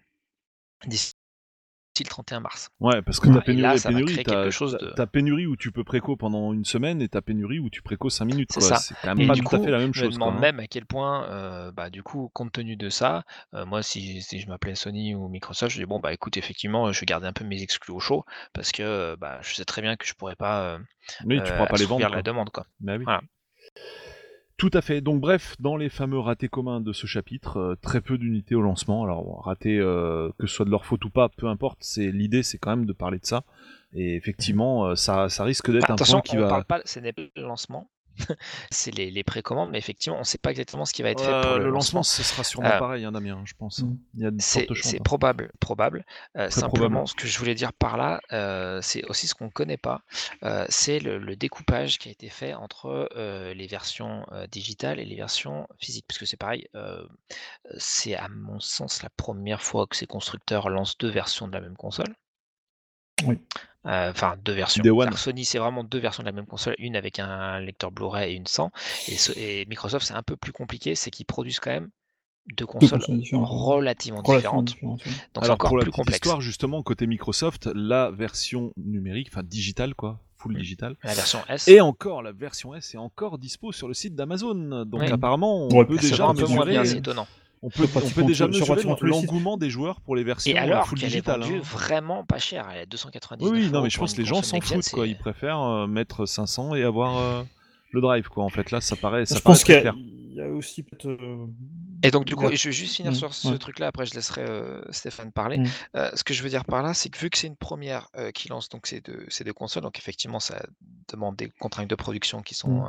le 31 mars. Ouais, parce que t'as Et pénurie là, et ça va pénurie. créer quelque chose de... T'as pénurie où tu peux préco pendant une semaine, et t'as pénurie où tu préco 5 minutes. C'est Quoi. ça. C'est quand même Et pas du tout à coup, fait la même je me chose. demande Quoi, hein. même à quel point, du coup, compte tenu de ça, moi, si je m'appelais Sony ou Microsoft, je dis bon, écoute, effectivement, je vais garder un peu mes exclus au chaud, parce que je sais très bien que je pourrais pas Oui, tu pourras pas les vendre. assouvir la demande, quoi. Bah oui. Voilà. Tout à fait. Donc bref, dans les fameux ratés communs de ce chapitre, très peu d'unités au lancement. Alors bon, ratés, que ce soit de leur faute ou pas, peu importe. L'idée, c'est quand même de parler de ça. Et effectivement, ça risque d'être un point qui on va. parle pas, ce n'est pas le lancement. C'est les précommandes, mais effectivement, on ne sait pas exactement ce qui va être fait pour le lancement. Ce sera sûrement pareil, hein, Damien, je pense. Il y a de fortes chances. C'est probable. Simplement, probable. ce que je voulais dire par là, c'est aussi ce qu'on ne connaît pas, c'est le découpage qui a été fait entre les versions digitales et les versions physiques. Parce que c'est pareil, c'est à mon sens la première fois que ces constructeurs lancent 2 versions de la même console. Oui. Enfin, 2 versions. Day one. Sony, c'est vraiment 2 versions de la même console, une avec un lecteur Blu-ray et une sans. Et Microsoft, c'est un peu plus compliqué, c'est qu'ils produisent quand même deux consoles différentes. relativement différentes. Donc c'est Alors encore pour la plus petite complexe. histoire, justement, côté Microsoft, la version numérique, enfin digitale quoi, full digital, La version S. et encore la version S est encore dispo sur le site d'Amazon. Donc Oui. apparemment, Ouais, on peut puis ça déjà va un peu moins bien, c'est mesurer, étonnant. on peut déjà sur mesurer pratiquement tous les sites. l'engouement des joueurs pour les Et versions alors full qu'elle est digital. vendue hein. vraiment pas cher, elle est à 299 Oui, non, € mais je pour pense une que les gens console s'en next-gen, foutent quoi. c'est- Ils préfèrent mettre 500 et avoir le drive quoi. En fait, là, ça paraît Je très pense qu'il clair. y a aussi peut-être. Et donc du coup, je vais juste finir sur ce ouais. truc-là, après je laisserai Stéphane parler. Mm. Ce que je veux dire par là, c'est que vu que c'est une première qui lance donc ces deux consoles, donc effectivement ça demande des contraintes de production qui sont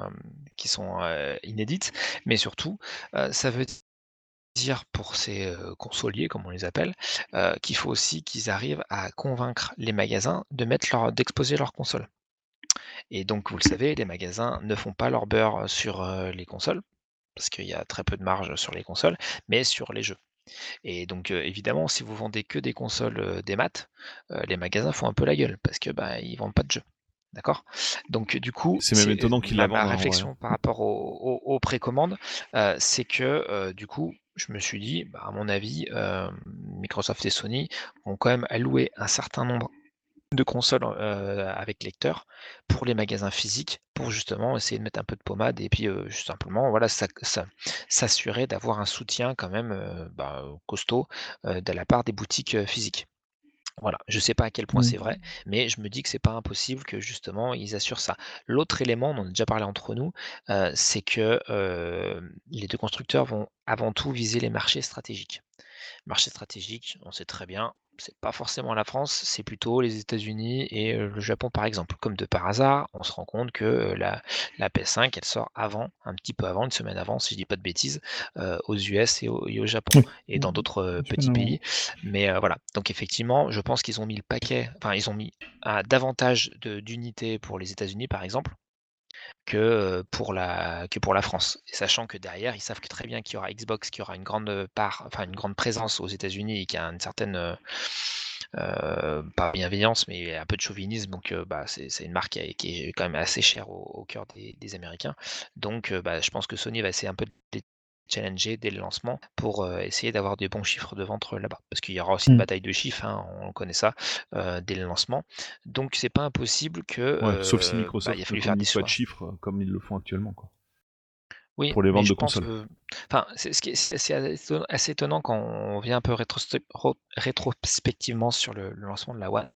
inédites, mais surtout ça veut dire pour ces consoliers, comme on les appelle, qu'il faut aussi qu'ils arrivent à convaincre les magasins d'exposer leurs consoles. Et donc vous le savez, les magasins ne font pas leur beurre sur les consoles, parce qu'il y a très peu de marge sur les consoles, mais sur les jeux. Et donc évidemment, si vous vendez que des consoles des maths, les magasins font un peu la gueule, parce que ils vendent pas de jeux. D'accord? Donc du coup, C'est même étonnant qu'ils la vendent, ma hein, en réflexion par rapport aux précommandes, c'est que du coup, je me suis dit, à mon avis, Microsoft et Sony ont quand même alloué un certain nombre de consoles avec lecteur pour les magasins physiques, pour justement essayer de mettre un peu de pommade et puis juste simplement voilà, s'assurer d'avoir un soutien quand même costaud de la part des boutiques physiques. Voilà, je sais pas à quel point c'est vrai, mais je me dis que c'est pas impossible que justement ils assurent ça. L'autre élément, on en a déjà parlé entre nous, c'est que les deux constructeurs vont avant tout viser les marchés stratégiques. Marché stratégique, on sait très bien, c'est pas forcément la France, c'est plutôt les États-Unis et le Japon par exemple. Comme de par hasard, on se rend compte que la PS5, elle sort avant, un petit peu avant, une semaine avant, si je dis pas de bêtises, aux US et au Japon et dans d'autres petits pays. Mais voilà, donc effectivement, je pense qu'ils ont mis le paquet, enfin ils ont mis davantage d'unités pour les États-Unis par exemple que pour la France. Et sachant que derrière, ils savent que très bien qu'il y aura Xbox qui aura une grande part, enfin une grande présence aux États-Unis et qui a une certaine pas bienveillance, mais un peu de chauvinisme. Donc c'est une marque qui est quand même assez chère au cœur des Américains. Donc je pense que Sony va essayer un peu de les challenger dès le lancement pour essayer d'avoir des bons chiffres de vente là-bas. Parce qu'il y aura aussi une bataille de chiffres, hein, on connaît ça, dès le lancement. Donc c'est pas impossible que Ouais, sauf si Microsoft il a ne fallu faire des communique pas de choix. chiffres comme ils le font actuellement quoi. Oui, Pour les mais ventes je de pense consoles. que enfin, c'est assez étonnant quand on vient un peu rétrospectivement sur le lancement de la One.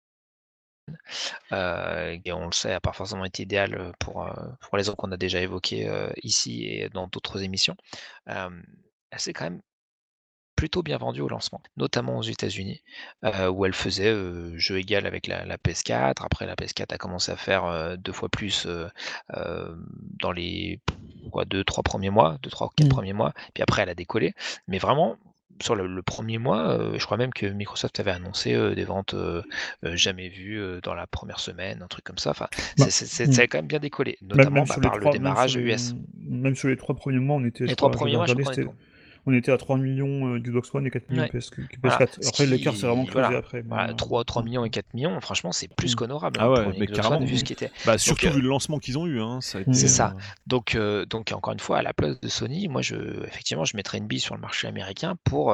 Et on le sait, n'a pas forcément été idéal pour les raisons qu'on a déjà évoquées ici et dans d'autres émissions. Elle s'est quand même plutôt bien vendue au lancement, notamment aux États-Unis, où elle faisait jeu égal avec la PS4. Après, la PS4 a commencé à faire 2 fois plus dans les 2-3 premiers mois, 2-3 ou 4 premiers mois. Puis après, elle a décollé. Mais vraiment, sur le premier mois, je crois même que Microsoft avait annoncé des ventes jamais vues dans la première semaine, un truc comme ça. Enfin, ça a quand même bien décollé, notamment par le démarrage US. Même sur les 3 premiers mois, on était, Les 3 premiers mois, je crois qu'on est on était à 3 millions Xbox One et 4 millions PS4. Voilà. Après, l'écart s'est vraiment creusé après. Voilà, 3 millions et 4 millions, franchement, c'est plus qu'honorable Ah ouais, pour une mais Xbox carrément. One, vu ce qui était. Surtout vu le lancement qu'ils ont eu, hein, ça a été. C'est ça. Donc encore une fois, à la place de Sony, moi, effectivement, je mettrais une bille sur le marché américain pour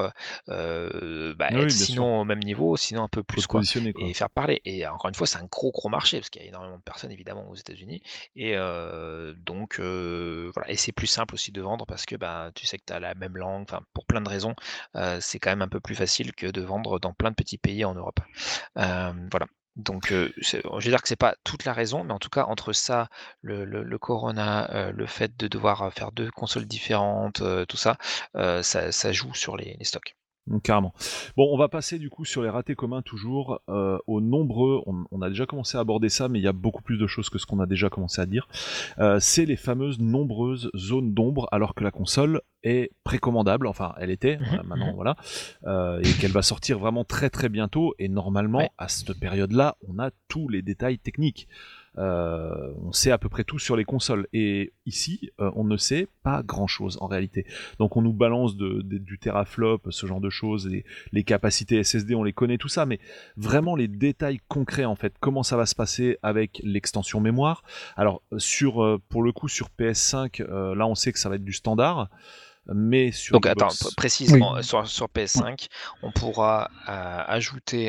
être sinon au même niveau, sinon un peu plus, quoi, et faire parler. Et encore une fois, c'est un gros marché, parce qu'il y a énormément de personnes, évidemment, aux États-Unis. Et donc, voilà. Et c'est plus simple aussi de vendre, parce que tu sais que tu as la même langue, enfin, pour plein de raisons, c'est quand même un peu plus facile que de vendre dans plein de petits pays en Europe. Voilà. Donc, je veux dire que c'est pas toute la raison, mais en tout cas, entre ça, le corona, le fait de devoir faire 2 consoles différentes, tout ça, ça joue sur les stocks. Carrément. Bon, on va passer du coup sur les ratés communs toujours aux nombreux. On a déjà commencé à aborder ça, mais il y a beaucoup plus de choses que ce qu'on a déjà commencé à dire. C'est les fameuses nombreuses zones d'ombre, alors que la console est précommandable. Enfin, elle était. Maintenant, voilà, et qu'elle va sortir vraiment très très bientôt. Et normalement, à cette période-là, on a tous les détails techniques. On sait à peu près tout sur les consoles, et ici on ne sait pas grand chose en réalité. Donc on nous balance du teraflop, ce genre de choses, les capacités SSD on les connaît, tout ça, mais vraiment les détails concrets en fait, comment ça va se passer avec l'extension mémoire. Alors pour le coup sur PS5 là on sait que ça va être du standard. mais sur Donc Xbox. attends, précise, sur PS5, on pourra ajouter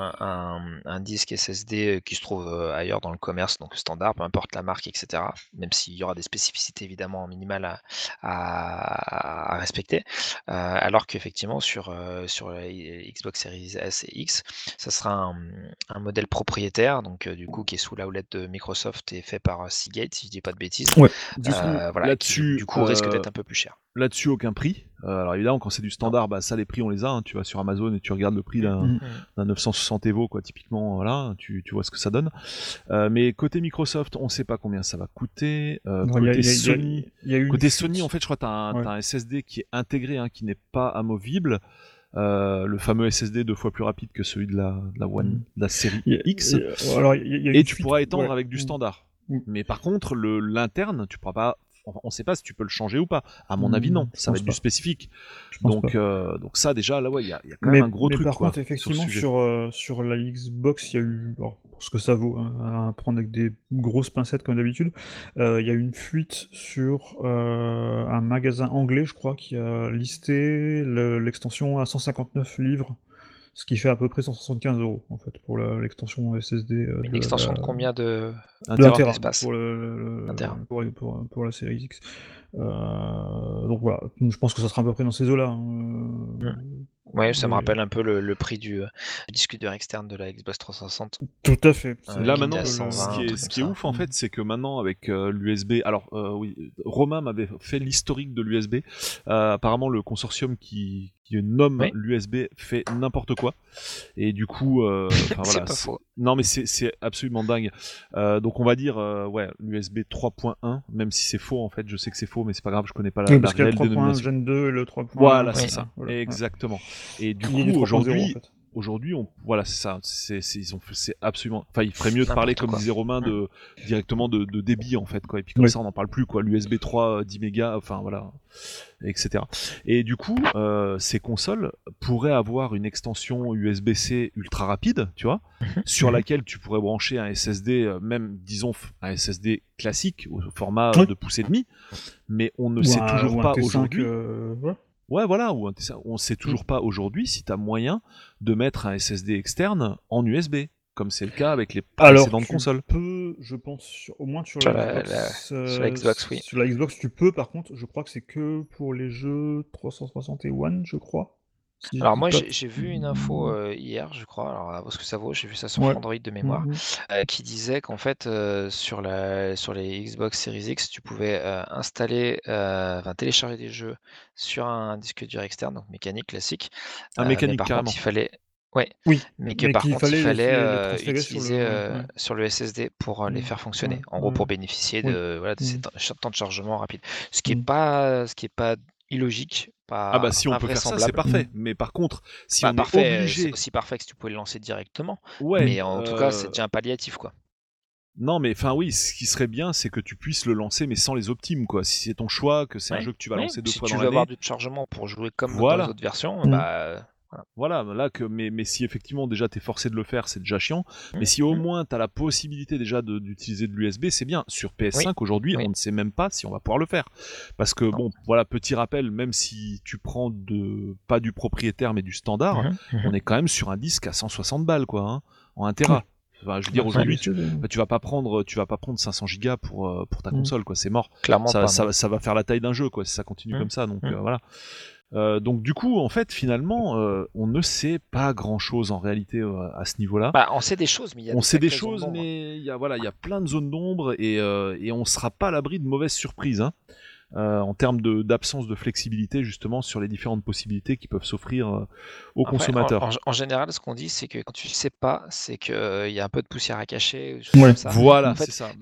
un disque SSD qui se trouve ailleurs dans le commerce, donc standard, peu importe la marque, etc. Même s'il y aura des spécificités évidemment minimales à respecter. Alors qu'effectivement sur Xbox Series S et X, ça sera un modèle propriétaire, donc du coup qui est sous la houlette de Microsoft et fait par Seagate, si je dis pas de bêtises. Ouais. Voilà, qui du coup risque d'être un peu plus cher. Là-dessus, aucun prix. Alors évidemment, quand c'est du standard, bah ça, les prix, on les a. Hein. Tu vas sur Amazon et tu regardes le prix d'un 960 Evo, quoi. Typiquement, voilà, tu vois ce que ça donne. Mais côté Microsoft, on sait pas combien ça va coûter. Côté Sony, Sony, en fait, je crois que t'as un SSD qui est intégré, hein, qui n'est pas amovible. Le fameux SSD 2 fois plus rapide que celui de la série X. Et tu pourras étendre avec du standard. Mais par contre, l'interne, tu pourras pas. On ne sait pas si tu peux le changer ou pas. À mon avis, non. Ça va être du spécifique. Donc ça, déjà, là, ouais, il y a quand même un gros truc. Par contre, effectivement, sur la Xbox, il y a eu, pour ce que ça vaut, hein, à prendre avec des grosses pincettes comme d'habitude, il y a eu une fuite sur un magasin anglais, je crois, qui a listé l'extension à 159 livres. Ce qui fait à peu près 175 € en fait pour l'extension SSD. Une extension de combien de d'espace pour la série X. Donc voilà, je pense que ça sera à peu près dans ces eaux-là. Oui, ça me rappelle un peu le prix du disque dur externe de la Xbox 360. Tout à fait. Là maintenant, ce qui est ouf en fait, c'est que maintenant avec l'USB, alors oui, Romain m'avait fait l'historique de l'USB. Apparemment, le consortium qui nomme l'USB fait n'importe quoi. Et du coup, voilà. Pas faux. Non, mais c'est absolument dingue. Donc on va dire, l'USB 3.1, même si c'est faux en fait. Je sais que c'est faux, mais c'est pas grave, je connais pas la réelle dénomination. Gen 2 et le 3.1. Voilà, c'est ça. Voilà. Exactement. Et du coup, aujourd'hui, voilà, c'est ça. C'est absolument. Enfin, il ferait mieux de parler, comme disait Romain, directement de débit en fait, quoi. Et puis comme ça, on n'en parle plus, quoi. L'USB 3, 10 mégas, enfin voilà, etc. Et du coup, ces consoles pourraient avoir une extension USB-C ultra rapide, tu vois, sur laquelle tu pourrais brancher un SSD, même disons un SSD classique au format de pouce et demi, mais on ne sait toujours pas aujourd'hui. Ouais, voilà, on sait toujours pas aujourd'hui si tu as moyen de mettre un SSD externe en USB, comme c'est le cas avec les précédentes consoles. Je pense, au moins sur la Xbox, oui. Sur la Xbox, tu peux, par contre, je crois que c'est que pour les jeux 360 et One, je crois. Alors moi j'ai vu une info hier, je crois, alors à voir ce que ça vaut, j'ai vu ça sur Android de mémoire, qui disait qu'en fait sur les Xbox Series X, tu pouvais télécharger des jeux sur un disque dur externe, donc mécanique classique. Mécanique, mais par carrément. contre, il fallait utiliser sur le SSD pour les faire fonctionner. En gros, pour bénéficier de ces temps de chargement rapide. Ce qui est pas illogique. Si on peut faire ça, c'est parfait. Mais par contre, si on est obligé... C'est aussi parfait que si tu pouvais le lancer directement. Mais en tout cas, c'est déjà un palliatif, quoi. Non, mais enfin oui, ce qui serait bien, c'est que tu puisses le lancer, mais sans les optimes, quoi. Si c'est ton choix, que c'est un jeu que tu vas lancer 2 fois dans l'année... Si tu veux avoir du chargement pour jouer comme dans les autres versions, Voilà, là mais si effectivement déjà t'es forcé de le faire, c'est déjà chiant. Mais si au moins t'as la possibilité déjà d'utiliser de l'USB, c'est bien. Sur PS5 aujourd'hui, on ne sait même pas si on va pouvoir le faire. Parce que voilà, petit rappel, même si tu prends pas du propriétaire mais du standard, on est quand même sur un disque à 160 balles, quoi, hein, en 1 Tera. Enfin, je veux dire, aujourd'hui, tu vas pas prendre 500 gigas pour ta console, quoi. C'est mort. Clairement ça va faire la taille d'un jeu, quoi, si ça continue comme ça. Donc voilà. Donc du coup, en fait, finalement, on ne sait pas grand-chose en réalité à ce niveau-là. On sait des choses, mais il y a il y a plein de zones d'ombre et on sera pas à l'abri de mauvaises surprises. Hein. En termes d'absence de flexibilité justement sur les différentes possibilités qui peuvent s'offrir aux consommateurs. En général, ce qu'on dit, c'est que quand tu ne sais pas, c'est qu'il y a un peu de poussière à cacher. Ça. Voilà, en fait, c'est ça.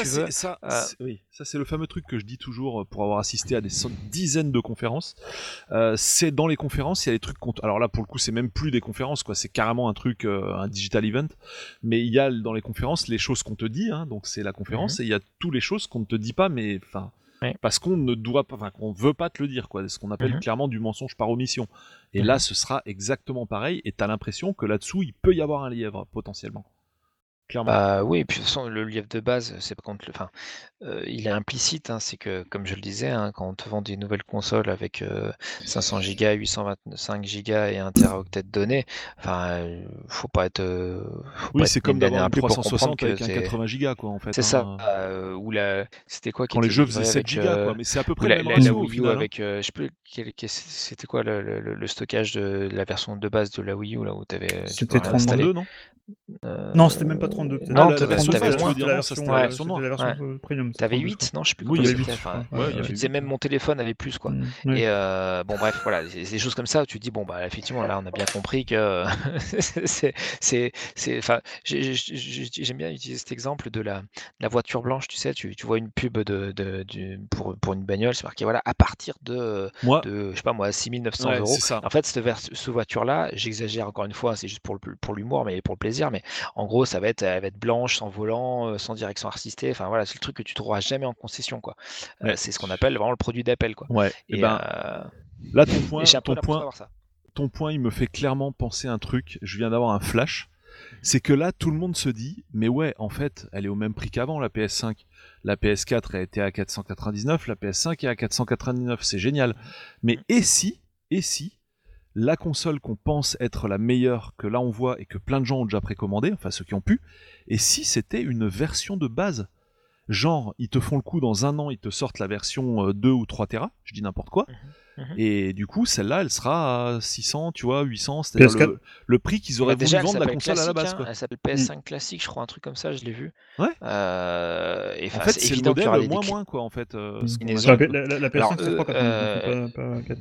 Ça, c'est le fameux truc que je dis toujours pour avoir assisté à des dizaines de conférences. C'est dans les conférences, il y a des trucs... Alors là, pour le coup, c'est même plus des conférences, quoi. C'est carrément un truc, un digital event. Mais il y a dans les conférences les choses qu'on te dit, hein, donc c'est la conférence, et il y a toutes les choses qu'on ne te dit pas, mais enfin... Parce qu'on ne doit pas, qu'on veut pas te le dire, quoi. Ce qu'on appelle clairement du mensonge par omission. Et là, ce sera exactement pareil. Et t'as l'impression que là-dessous, il peut y avoir un lièvre potentiellement. clairement. Oui, et puis de toute façon, le lièvre de base, c'est pas contre enfin, il est implicite, hein, c'est que, comme je le disais, hein, quand on te vend des nouvelles consoles avec 500 Go, 825 Go et 1 Teraoctet de données, enfin, faut pas être Oui, c'est né comme une année d'avoir un une peu pour comprendre 360 que avec un 80 Go, quoi, en fait. c'est ça, Hein. ou c'était quoi qui Quand les était jeux faisaient livré 7 avec, Go, quoi, mais c'est à peu ou près le même la ratio au Wii U final. Hein. avec, je sais plus c'était quoi le stockage de la version de base de la Wii U là où tu C'était pouvais réinstaller? 32, non? Non, c'était même pas 32. Non, la version de t'avais base, tu moins. veux dire, non, ça c'était la version C'était noire. la version Ouais. premium. T'avais 32, je crois. 8? Non, je sais plus Oui, Il y combien avait c'est 8, c'était. je crois. Enfin, Ouais, il y avait tu disais 8. même mon téléphone avait plus, quoi. Ouais. Et bon, bref, voilà, c'est des choses comme ça où tu te dis, bon, bah, effectivement, là, on a bien compris que enfin, j'aime bien utiliser cet exemple de la voiture blanche, tu sais, tu vois une pub pour une bagnole, c'est marqué, voilà, à partir Moi, je sais pas moi, 6 900 ouais, euros. c'est ça. En fait, cette voiture-là, j'exagère encore une fois, c'est juste pour l'humour, mais pour le plaisir, mais en gros, elle va être blanche, sans volant, sans direction assistée. Enfin voilà, c'est le truc que tu trouveras jamais en concession, quoi. Mais, C'est ce qu'on appelle vraiment le produit d'appel, quoi. ouais, et Et, ben, là, et j'ai un peu l'impression d'avoir ça. ton point, il me fait clairement penser à un truc. Je viens d'avoir un flash. C'est que là, tout le monde se dit, mais ouais, en fait, elle est au même prix qu'avant, la PS5. La PS4, elle était à 499, la PS5 est à 499, c'est génial. Mais et si, la console qu'on pense être la meilleure, que là on voit et que plein de gens ont déjà précommandé, enfin ceux qui ont pu, et si c'était une version de base? Genre, ils te font le coup dans un an, ils te sortent la version 2 ou 3 Tera, je dis n'importe quoi, et du coup, celle-là, elle sera à 600, tu vois, 800, c'est-à-dire le prix qu'ils auraient voulu vendre la console à la base. Quoi. Elle s'appelle PS5 classique, je crois, un truc comme ça, je l'ai vu. Ouais. Et en fait, c'est le modèle moins, quoi, en fait. La PS5, c'est 3,99, pas 4.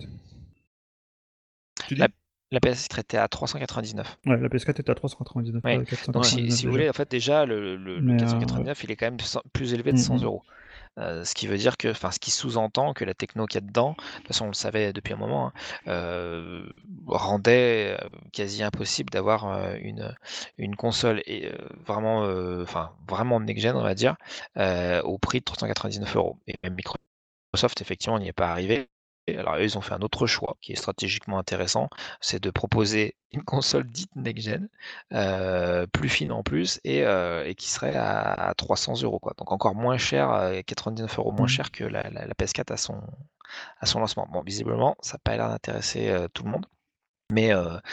Tu dis La PS4 était à 399. Ouais, la PS4 était à 399. Ouais. Pas 499 donc si vous voulez, en fait, déjà, le 499, il est quand même plus élevé de 100 euros. Ce qui veut dire que, enfin, ce qui sous-entend que la techno qu'il y a dedans, de toute façon on le savait depuis un moment, hein, rendait quasi impossible d'avoir une console vraiment, vraiment next-gen, on va dire, au prix de 399 euros. Et même Microsoft, effectivement, n'y est pas arrivé. Alors eux, ils ont fait un autre choix qui est stratégiquement intéressant, c'est de proposer une console dite next-gen, plus fine en plus, et qui serait à 300 euros, quoi. Donc encore moins cher, 99 euros moins cher que la PS4 à son lancement. Bon, visiblement, ça n'a pas l'air d'intéresser tout le monde. Mais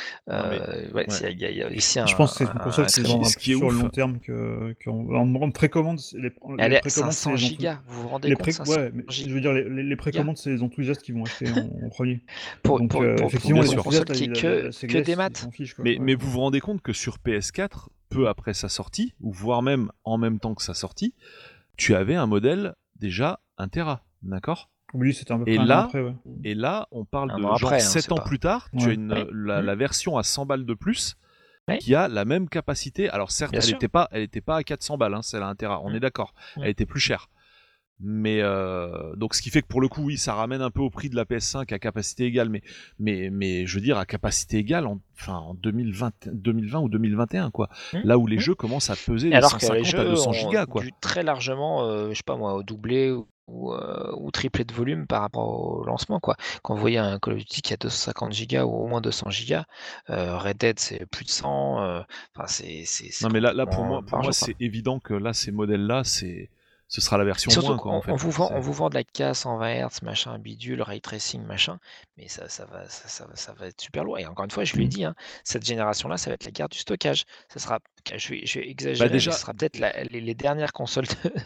il y a ici je pense que c'est une console qui se vendra plus sur le long terme qu'en précommande. Elle est 500 gigas, vous vous rendez compte, 500 je veux dire, les précommandes, c'est les enthousiastes qui vont acheter en premier. Donc, effectivement, les enthousiastes qui que des maths. Mais vous vous rendez compte que sur PS4, peu après sa sortie, ou voire même en même temps que sa sortie, tu avais un modèle déjà 1 Tera, d'accord ? Oui, c'était un peu près un an après, ouais. Et là, on parle de après, genre 7 ans plus tard, tu as la version à 100 balles de plus qui a la même capacité. Alors certes, elle n'était pas à 400 balles, hein, celle à 1 Tera, on est d'accord. Elle était plus chère. Mais donc ce qui fait que pour le coup, oui, ça ramène un peu au prix de la PS5 à capacité égale, mais je veux dire à capacité égale en 2020 ou 2021, quoi. Là où les jeux commencent à peser de 150 à 200 gigas, quoi. Dû très largement, je sais pas moi, doubler ou tripler de volume par rapport au lancement, quoi. Quand vous voyez un Call of Duty qui a 250 gigas ou au moins 200 gigas, Red Dead c'est plus de 100, enfin c'est non mais là pour moi c'est évident que là ces modèles là ce sera la version surtout moins, quoi, en fait. On vous vend de la casse en 20 Hz, machin, bidule, ray tracing, machin, mais ça va être super lourd. Et encore une fois, je lui ai dit, hein, cette génération-là, ça va être la guerre du stockage. Ça sera, je vais exagérer, mais ce sera peut-être les dernières consoles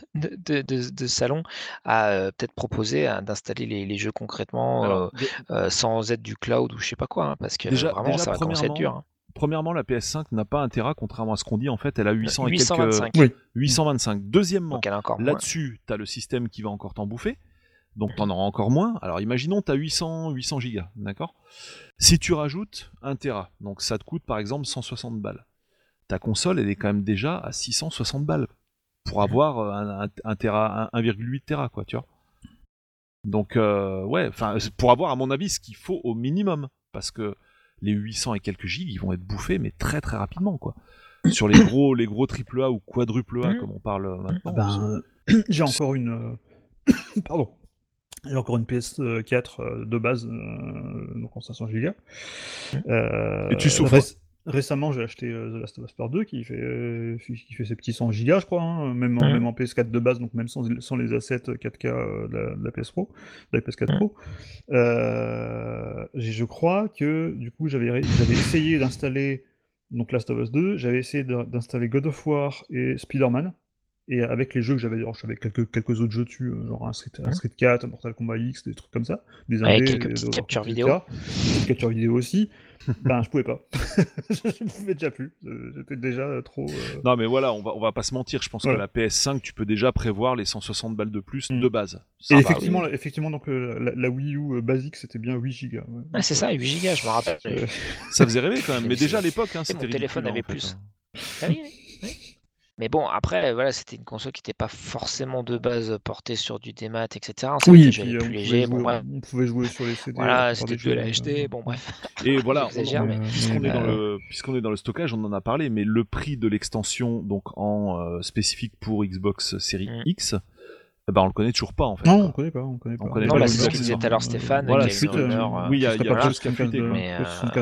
de salon à peut-être proposer d'installer les jeux concrètement sans être du cloud ou je sais pas quoi, hein, parce que vraiment, ça va commencer à être dur. Hein. Premièrement, la PS5 n'a pas 1 Tera, contrairement à ce qu'on dit. En fait, elle a 800 825. et quelques... 825. Deuxièmement, là-dessus, tu as le système qui va encore t'en bouffer. Donc, tu en auras encore moins. Alors, imaginons, tu as 800 gigas, d'accord ? Si tu rajoutes 1 Tera, donc ça te coûte, par exemple, 160 balles. Ta console, elle est quand même déjà à 660 balles pour avoir 1,8 Tera, quoi, tu vois ? Donc, pour avoir, à mon avis, ce qu'il faut au minimum. Parce que les 800 et quelques gigs, ils vont être bouffés, mais très très rapidement, quoi. Sur les gros AAA ou quadruple A, comme on parle maintenant. J'ai encore une... Pardon. J'ai encore une PS4 de base, donc en 500 Go. Et tu souffres. Récemment, j'ai acheté The Last of Us Part 2 qui fait ses petits 100 gigas, je crois, hein, même en PS4 de base, donc même sans les assets 4K de la PS Pro, de la PS4 Pro. Je crois que du coup, j'avais essayé d'installer donc Last of Us 2, j'avais essayé d'installer God of War et Spider-Man. Et avec les jeux que j'avais, j'avais quelques autres jeux dessus, genre un Street 4, un Mortal Kombat X, des trucs comme ça, des Ouais, indés, quelques petites des captures etc. vidéo. Des captures vidéo aussi. Ben, je pouvais pas. Je pouvais déjà plus. J'étais déjà trop. Non, mais voilà, on va pas se mentir. Je pense que la PS5, tu peux déjà prévoir les 160 balles de plus de base. Et effectivement, donc la Wii U basique, c'était bien 8 Go. Ouais. Ah, c'est ça, 8 Go, je me rappelle. Ça faisait rêver quand même. Mais déjà à l'époque, c'était mon ridicule. téléphone avait plus. Ah oui. Mais bon, après, voilà, c'était une console qui n'était pas forcément de base portée sur du démat, etc. Oui, et puis plus léger. on pouvait jouer sur les CD. Voilà, c'était de la HD. Bon, bref. Et voilà, puisqu'on est dans le stockage, on en a parlé, mais le prix de l'extension, donc en spécifique pour Xbox Series X, on le connaît toujours pas en fait. Non, on connaît pas. On connaît non, pas c'est ce que disait tout à l'heure Stéphane. Voilà, qui a une rumeur, oui, il y a pas plus qu'à fuiter. Mais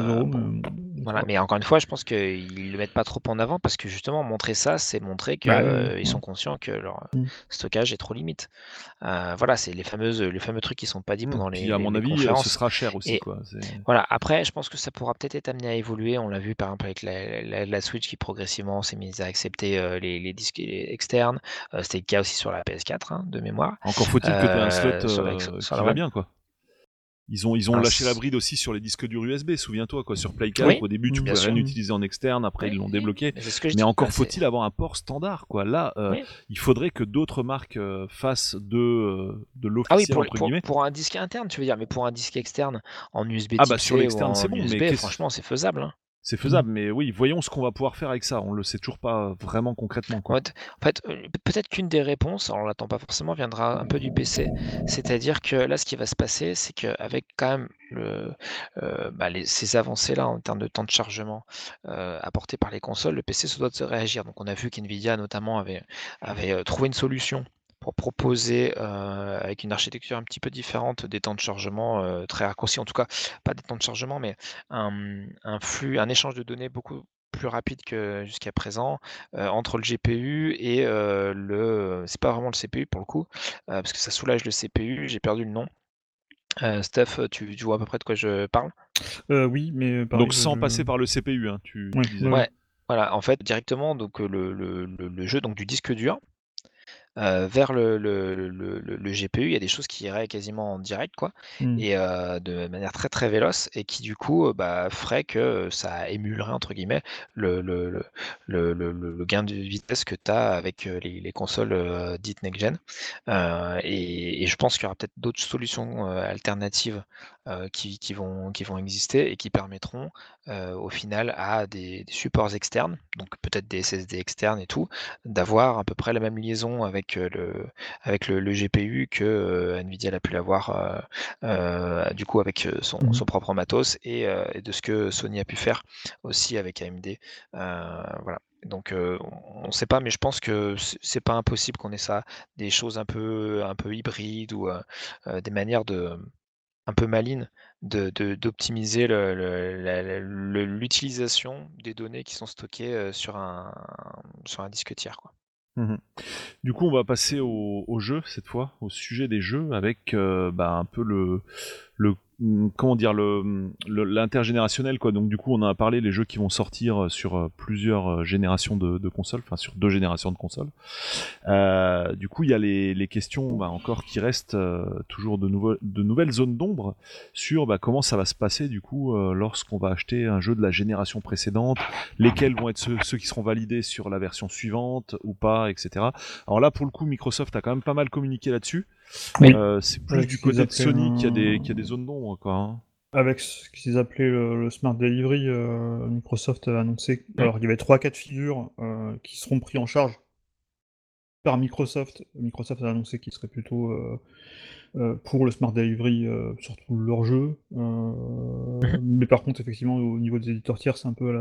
voilà, mais encore une fois, je pense qu'ils le mettent pas trop en avant parce que justement montrer ça, c'est montrer qu'ils sont conscients que leur stockage est trop limite. Voilà, c'est les fameux trucs qui sont pas dit pendant les à mon avis, conférences. ce sera cher aussi. Voilà, après, je pense que ça pourra peut-être être amené à évoluer. On l'a vu par exemple avec la Switch qui progressivement s'est mise à accepter les disques externes. C'était le cas aussi sur la PS4, de mémoire. Encore faut-il que tu aies un slot qui va bien, quoi. Ils ont lâché la bride aussi sur les disques durs USB, souviens-toi, quoi. Sur Play 4, au début, tu pouvais rien utiliser en externe, après ils l'ont débloqué. Mais encore faut-il avoir un port standard, quoi. Là, il faudrait que d'autres marques fassent de l'officiel, entre guillemets. Pour un disque interne, tu veux dire, mais pour un disque externe, en USB sur l'externe, c'est bon, USB, mais franchement, c'est faisable. Hein. C'est faisable, mais oui, voyons ce qu'on va pouvoir faire avec ça. On le sait toujours pas vraiment concrètement, quoi. En fait, peut-être qu'une des réponses, alors on l'attend pas forcément, viendra un peu du PC. C'est-à-dire que là, ce qui va se passer, c'est qu'avec quand même ces avancées-là en termes de temps de chargement apportés par les consoles, le PC se doit de réagir. Donc on a vu qu'NVIDIA notamment avait trouvé une solution pour proposer avec une architecture un petit peu différente des temps de chargement très raccourcis, en tout cas pas des temps de chargement, mais un échange de données beaucoup plus rapide que jusqu'à présent entre le GPU et c'est pas vraiment le CPU pour le coup, parce que ça soulage le CPU, j'ai perdu le nom. Steph, tu vois à peu près de quoi je parle? Oui, mais donc sans passer par le CPU, hein, tu disais. Ouais, voilà, en fait directement donc le jeu donc du disque dur vers le GPU, il y a des choses qui iraient quasiment en direct, quoi, et de manière très très véloce, et qui du coup ferait que ça émulerait entre guillemets le gain de vitesse que tu as avec les consoles dites next-gen. Et je pense qu'il y aura peut-être d'autres solutions alternatives qui vont exister et qui permettront au final à des supports externes, donc peut-être des SSD externes et tout, d'avoir à peu près la même liaison avec le GPU que Nvidia a pu l'avoir du coup avec son propre matos et de ce que Sony a pu faire aussi avec AMD. Voilà. Donc on ne sait pas, mais je pense que c'est pas impossible qu'on ait ça, des choses un peu hybrides ou des manières un peu malines d'optimiser l'utilisation des données qui sont stockées sur un disque tiers, quoi. Du coup, on va passer au jeu cette fois, au sujet des jeux, avec un peu le comment dire l'intergénérationnel, quoi. Donc du coup, on en a parlé, les jeux qui vont sortir sur plusieurs générations de consoles, enfin sur 2 générations de consoles. Du coup, il y a les questions encore qui restent, toujours de nouvelles zones d'ombre sur comment ça va se passer du coup lorsqu'on va acheter un jeu de la génération précédente, lesquels vont être ceux qui seront validés sur la version suivante ou pas, etc. Alors là, pour le coup, Microsoft a quand même pas mal communiqué là-dessus. Oui. C'est plus du côté de Sony qui a des zones d'ombre, quoi. Hein. Avec ce qu'ils appelaient le Smart Delivery, Microsoft a annoncé. Alors, il y avait 3 cas de figure qui seront pris en charge par Microsoft. Microsoft a annoncé qu'il serait plutôt pour le Smart Delivery sur tous leurs jeux. Mais par contre, effectivement, au niveau des éditeurs tiers, c'est un peu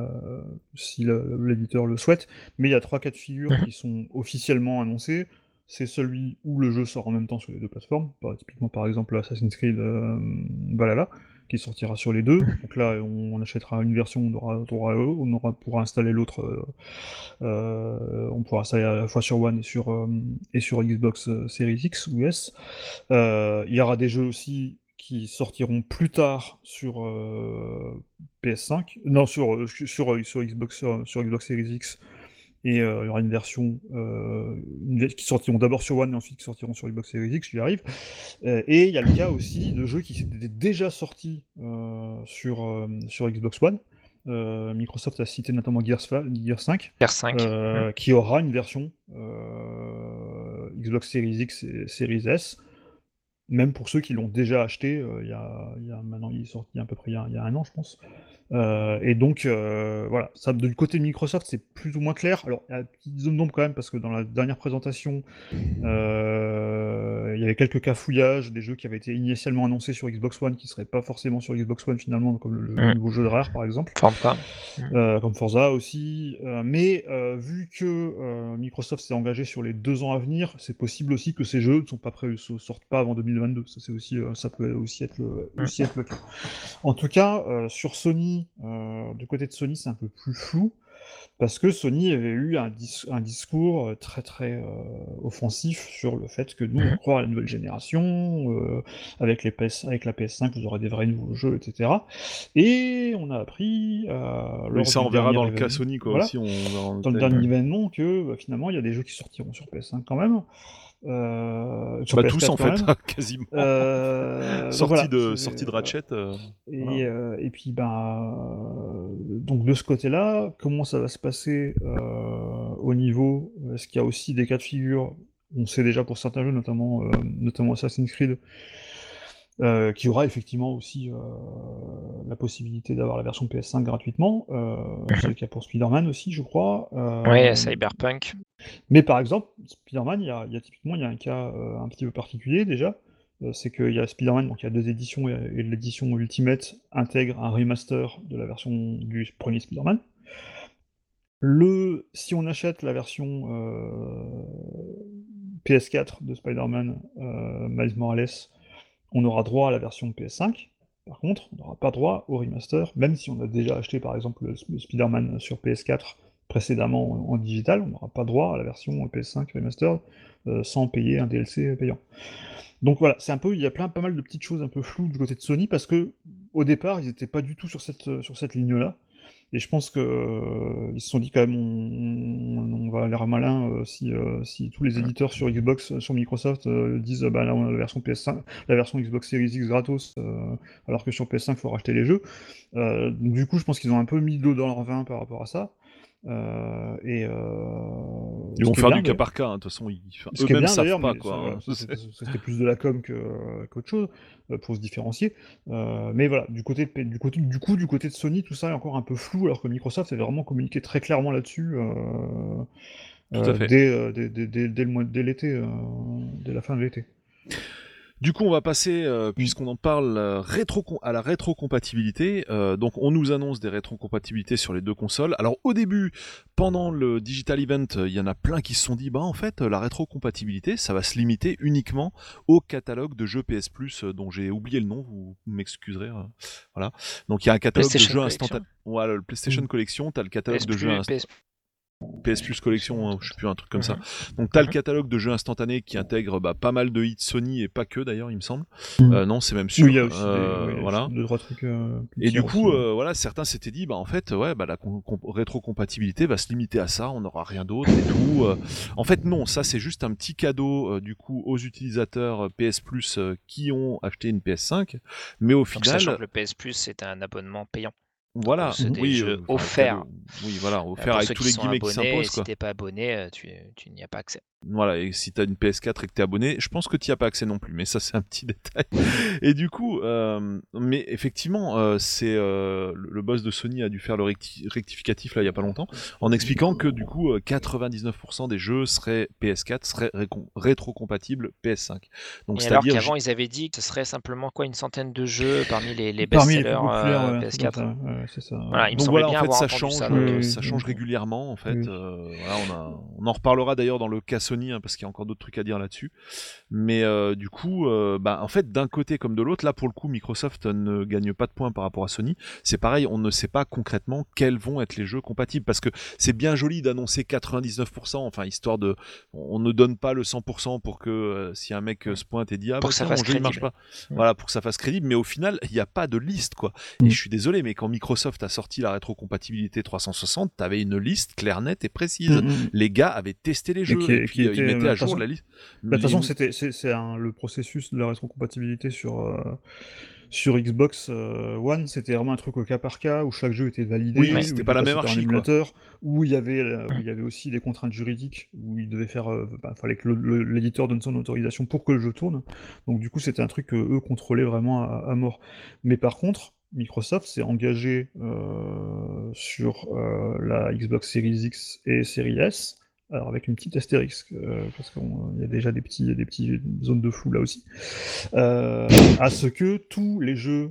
si l'éditeur le souhaite. Mais il y a 3 cas de figure qui sont officiellement annoncés. C'est celui où le jeu sort en même temps sur les 2 plateformes, typiquement par exemple Assassin's Creed Valhalla, qui sortira sur les deux. Donc là, on achètera une version, on pourra installer l'autre. On pourra installer à la fois sur One et sur Xbox Series X ou S. Il y aura des jeux aussi qui sortiront plus tard sur PS5, non sur Xbox Series X, et il y aura une version qui sortiront d'abord sur One et ensuite qui sortiront sur Xbox Series X, j'y arrive. Et il y a le cas aussi de jeux qui étaient déjà sortis sur Xbox One. Microsoft a cité notamment Gears 5, qui aura une version Xbox Series X et Series S. Même pour ceux qui l'ont déjà acheté, maintenant il est sorti à peu près il y a un an, je pense. Et donc voilà, ça, du côté de Microsoft, c'est plus ou moins clair. Alors, il y a une petite zone d'ombre quand même, parce que dans la dernière présentation, il y avait quelques cafouillages, des jeux qui avaient été initialement annoncés sur Xbox One, qui ne seraient pas forcément sur Xbox One finalement, comme le nouveau jeu de Rare par exemple. Forza. Comme Forza aussi. Mais vu que Microsoft s'est engagé sur les 2 ans à venir, c'est possible aussi que ces jeux ne sont pas prêts, ne sortent pas avant 2022. Ça, ça peut aussi être le cas. En tout cas, sur Sony, du côté de Sony, c'est un peu plus flou, parce que Sony avait eu un discours très très offensif sur le fait que nous, on croit à la nouvelle génération, avec la PS5, vous aurez des vrais nouveaux jeux, etc. Et on a appris... ça, on verra dans le cas Sony, quoi, voilà, aussi. Dans le dernier événement, que finalement, il y a des jeux qui sortiront sur PS5 quand même. Sur PS4 tous en fait, quasiment. Sortie de Ratchet. Et puis donc de ce côté-là, comment ça va se passer au niveau, est-ce qu'il y a aussi des cas de figure, on sait déjà pour certains jeux, notamment Assassin's Creed, qui aura effectivement aussi la possibilité d'avoir la version PS5 gratuitement. C'est le cas pour Spider-Man aussi, je crois. Oui, Cyberpunk. Mais par exemple, Spider-Man, il y a typiquement un cas un petit peu particulier déjà. C'est qu'il y a Spider-Man, donc il y a 2 éditions, et l'édition Ultimate intègre un remaster de la version du premier Spider-Man. Si on achète la version PS4 de Spider-Man Miles Morales, on aura droit à la version PS5. Par contre, on n'aura pas droit au remaster, même si on a déjà acheté par exemple le Spider-Man sur PS4 précédemment en digital, on n'aura pas droit à la version PS5 remaster sans payer un DLC payant. Donc voilà, il y a pas mal de petites choses un peu floues du côté de Sony, parce que au départ, ils n'étaient pas du tout sur cette ligne-là. Et je pense qu'ils se sont dit quand même, on va l'air malin si tous les éditeurs sur Xbox, sur Microsoft disent là on a la version PS5, la version Xbox Series X gratos, alors que sur PS5 il faut racheter les jeux. Donc du coup, je pense qu'ils ont un peu mis de l'eau dans leur vin par rapport à ça. Ils vont faire du cas par cas, de toute façon, eux-mêmes savent pas, quoi. C'était plus de la com qu'autre chose, pour se différencier. Mais voilà, du côté de Sony, tout ça est encore un peu flou, alors que Microsoft avait vraiment communiqué très clairement là-dessus dès l'été, dès la fin de l'été. Du coup, on va passer, puisqu'on en parle, à la rétrocompatibilité. Donc, on nous annonce des rétrocompatibilités sur les 2 consoles. Alors, au début, pendant le Digital Event, il y en a plein qui se sont dit, en fait, la rétrocompatibilité, ça va se limiter uniquement au catalogue de jeux PS Plus, dont j'ai oublié le nom, vous m'excuserez. Voilà. Donc, il y a un catalogue de jeux instantanés. Voilà, le PlayStation Collection, t'as le catalogue de jeux instantanés. PS Plus Collection, je sais plus, un truc comme ça. Donc t'as le catalogue de jeux instantanés qui intègre pas mal de hits Sony, et pas que d'ailleurs, il me semble. Non, c'est même sûr. Oui, il y a aussi voilà. 2-3 trucs. Et du coup, voilà, certains s'étaient dit, en fait, la rétrocompatibilité va se limiter à ça, on n'aura rien d'autre et tout. En fait, non, ça c'est juste un petit cadeau du coup aux utilisateurs PS Plus qui ont acheté une PS5, mais au final. Sachant que le PS Plus c'est un abonnement payant. Voilà, c'est des jeux offerts. Oui, voilà, offert avec tous les guillemets qui s'imposent. Si t'es pas abonné, tu n'y as pas accès. Voilà, et si t'as une PS4 et que t'es abonné, je pense que t'y as pas accès non plus, mais ça c'est un petit détail. Et du coup, mais effectivement, c'est le boss de Sony a dû faire le rectificatif là il y a pas longtemps, en expliquant que du coup 99% des jeux seraient PS4 seraient rétrocompatibles PS5. Donc et alors qu'avant ils avaient dit que ce serait simplement une centaine de jeux parmi les best-sellers PS4. c'est ça. Voilà, il me Donc semblait voilà, bien en fait, avoir ça entendu change, ça. ça change régulièrement, en fait. Oui. Voilà, on en reparlera d'ailleurs dans le cas Sony, parce qu'il y a encore d'autres trucs à dire là-dessus. Mais du coup, en fait, d'un côté comme de l'autre, là pour le coup, Microsoft ne gagne pas de points par rapport à Sony. C'est pareil, on ne sait pas concrètement quels vont être les jeux compatibles, parce que c'est bien joli d'annoncer 99%, enfin histoire de, on ne donne pas le 100% pour que si un mec se pointe et dit Pour que ça fasse mon jeu il marche crédible. pas, voilà, pour que ça fasse crédible. Mais au final, il n'y a pas de liste, quoi. Et je suis désolé, mais quand Microsoft a sorti la rétrocompatibilité 360, t'avais une liste claire, nette et précise. Les gars avaient testé les jeux et puis ils mettaient à jour la liste. De toute façon, le processus de la rétrocompatibilité sur Xbox One, c'était vraiment un truc au cas par cas où chaque jeu était validé. Oui, où c'était il pas la passait même par un archi, quoi. émulateur, où il y avait aussi des contraintes juridiques, où il devait faire, fallait que l'éditeur donne son autorisation pour que le jeu tourne. Donc du coup, c'était un truc que eux contrôlaient vraiment à mort. Mais par contre, Microsoft s'est engagé sur la Xbox Series X et Series S. Alors avec une petite astérisque, parce qu'il y a déjà des petites zones de flou là aussi, à ce que tous les jeux,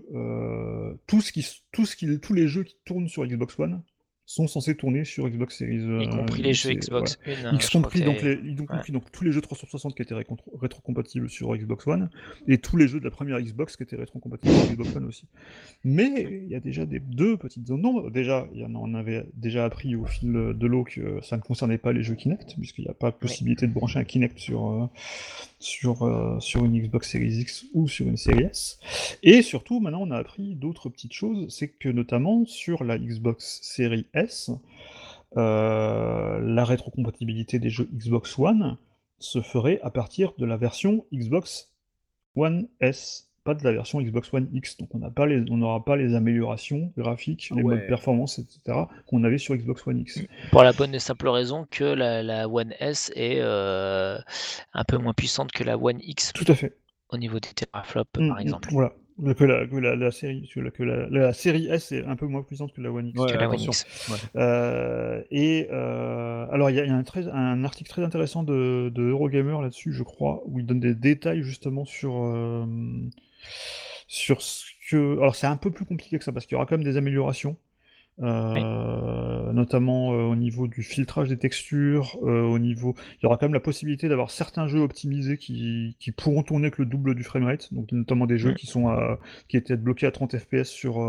tous les jeux qui tournent sur Xbox One sont censés tourner sur Xbox Series. Y compris les jeux Xbox One. Y compris donc tous les jeux 360 qui étaient rétrocompatibles sur Xbox One, et tous les jeux de la première Xbox qui étaient rétrocompatibles sur Xbox One aussi. Mais il y a déjà deux petites zones d'ombre. Déjà, on avait déjà appris au fil de l'eau que ça ne concernait pas les jeux Kinect, puisqu'il n'y a pas possibilité de brancher un Kinect sur une Xbox Series X ou sur une Series S. Et surtout, maintenant, on a appris d'autres petites choses, c'est que notamment sur la Xbox Series S, la rétrocompatibilité des jeux Xbox One se ferait à partir de la version Xbox One S, pas de la version Xbox One X. Donc on n'aura pas les améliorations graphiques, les modes performance, etc. qu'on avait sur Xbox One X. Pour la bonne et simple raison que la One S est un peu moins puissante que la One X. Tout à fait. Au niveau des teraflops, par exemple. Voilà. Que la série S est un peu moins puissante que la One X. Ouais, que la One X. Alors il y a un article très intéressant de Eurogamer là-dessus, je crois, où il donne des détails justement sur ce que... Alors c'est un peu plus compliqué que ça, parce qu'il y aura quand même des améliorations. Notamment au niveau du filtrage des textures, il y aura quand même la possibilité d'avoir certains jeux optimisés qui pourront tourner avec le double du framerate, donc notamment des jeux qui étaient bloqués à 30 fps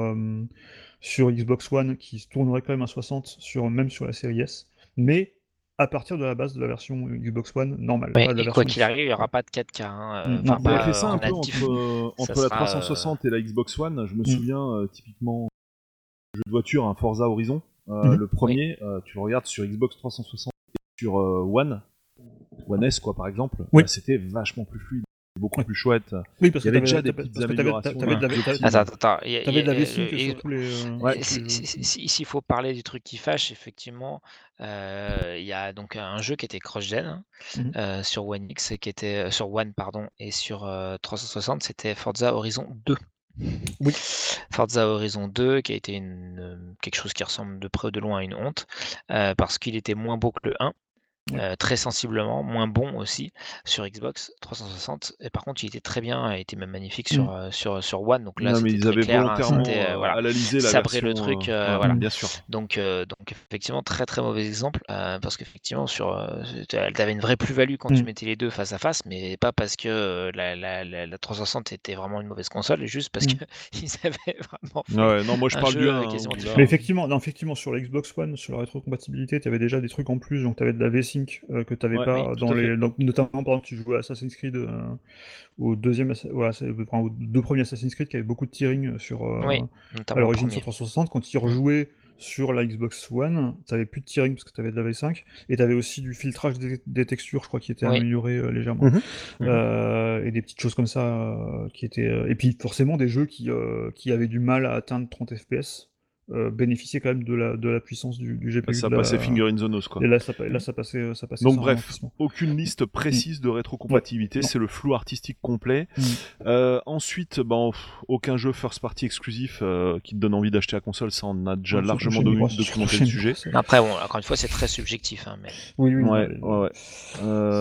sur Xbox One, qui tourneraient quand même à 60 même sur la série S, mais à partir de la base de la version Xbox One normale. Ouais, et quoi qu'il arrive, il n'y aura pas de 4K. On a fait ça un peu entre la 360 et la Xbox One. Je me souviens typiquement jeu de voiture, un Forza Horizon. Le premier, tu le regardes sur Xbox 360 et sur One S, quoi, par exemple. C'était vachement plus fluide, beaucoup plus chouette. Oui, parce il y avait déjà des petites améliorations. T'avais de la V-Sync sur tous les... S'il faut parler du truc qui fâche, effectivement, il y a donc un jeu qui était cross-gen sur One X, qui était sur One, pardon, et sur 360, c'était Forza Horizon 2. Oui. Forza Horizon 2 qui a été quelque chose qui ressemble de près ou de loin à une honte, parce qu'il était moins beau que le 1, très sensiblement, moins bon aussi sur Xbox 360, et par contre il était très bien, il était même magnifique sur One, donc là c'était très clair, analysé la sabrer version, le truc, voilà. Bien sûr. Donc effectivement très très mauvais exemple, parce qu'effectivement t'avais une vraie plus-value quand tu mettais les deux face à face, mais pas parce que la 360 était vraiment une mauvaise console, juste parce que ils avaient vraiment fait non, moi je parle du 1 quasiment différent. Mais effectivement sur la Xbox One, sur la rétrocompatibilité, tu avais déjà des trucs en plus, donc tu avais de la V-Sync que tu n'avais pas notamment par exemple tu jouais à Assassin's Creed aux deux premiers Assassin's Creed qui avaient beaucoup de tearing à l'origine sur 360, quand tu rejouais sur la Xbox One, tu n'avais plus de tearing parce que tu avais de la V5, et tu avais aussi du filtrage des textures, je crois, qui était amélioré légèrement. Et des petites choses comme ça qui étaient... Et puis forcément des jeux qui avaient du mal à atteindre 30 FPS, bénéficier quand même de la puissance du GPU. Ça passait finger in the nose, quoi. Et là, ça passait. Donc bref, aucune liste précise de rétrocompatibilité, c'est le flou artistique complet. Ensuite, aucun jeu first party exclusif qui te donne envie d'acheter la console, ça on a déjà largement documenté le sujet. Après, bon, encore une fois, c'est très subjectif, mais... Oui.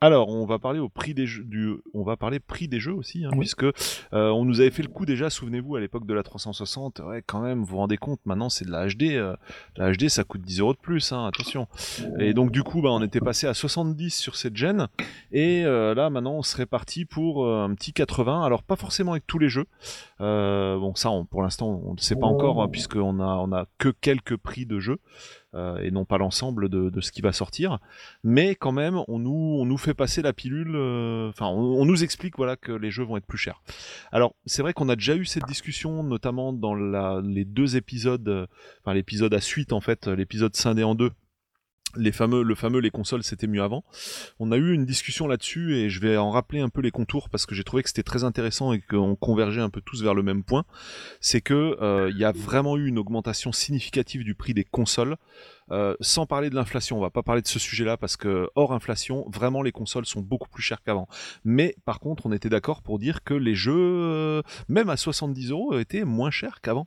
Alors, on va parler au prix des jeux, on va parler prix des jeux aussi, Oui. puisque on nous avait fait le coup déjà, souvenez-vous, à l'époque de la 360. Ouais, quand même, vous vous rendez compte, maintenant c'est de la HD. La HD, ça coûte 10 € de plus, attention. Et donc, du coup, on était passé à 70 sur cette gen. Et là, maintenant, on serait parti pour un petit 80. Alors, pas forcément avec tous les jeux. Bon, ça, pour l'instant, on ne sait pas encore, puisqu'on a que quelques prix de jeux. Et non pas l'ensemble de ce qui va sortir, mais quand même on nous fait passer la pilule, enfin on nous explique voilà que les jeux vont être plus chers. Alors c'est vrai qu'on a déjà eu cette discussion notamment dans les deux épisodes, enfin l'épisode à suite en fait, l'épisode scindé en deux. Le fameux les consoles c'était mieux avant. On a eu une discussion là-dessus et je vais en rappeler un peu les contours parce que j'ai trouvé que c'était très intéressant et qu'on convergeait un peu tous vers le même point. C'est que il y a vraiment eu une augmentation significative du prix des consoles. Sans parler de l'inflation, on va pas parler de ce sujet-là parce que hors inflation, vraiment les consoles sont beaucoup plus chères qu'avant. Mais par contre, on était d'accord pour dire que les jeux, même à 70 €, étaient moins chers qu'avant.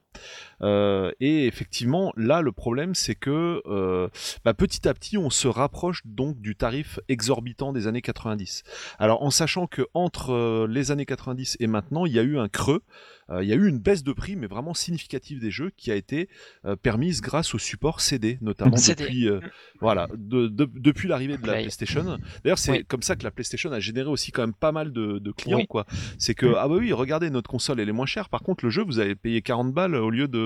Et effectivement, là, le problème, c'est que petit à petit, on se rapproche donc du tarif exorbitant des années 90. Alors, en sachant que entre les années 90 et maintenant, il y a eu un creux. Il y a eu une baisse de prix, mais vraiment significative des jeux, qui a été permise grâce au support CD, notamment CD. depuis, voilà, depuis l'arrivée de la Play. PlayStation. D'ailleurs, c'est Oui. comme ça que la PlayStation a généré aussi quand même pas mal de clients, Oui. quoi. C'est que, ah bah oui, regardez, notre console, elle est moins chère. Par contre, le jeu, vous allez payer 40 balles au lieu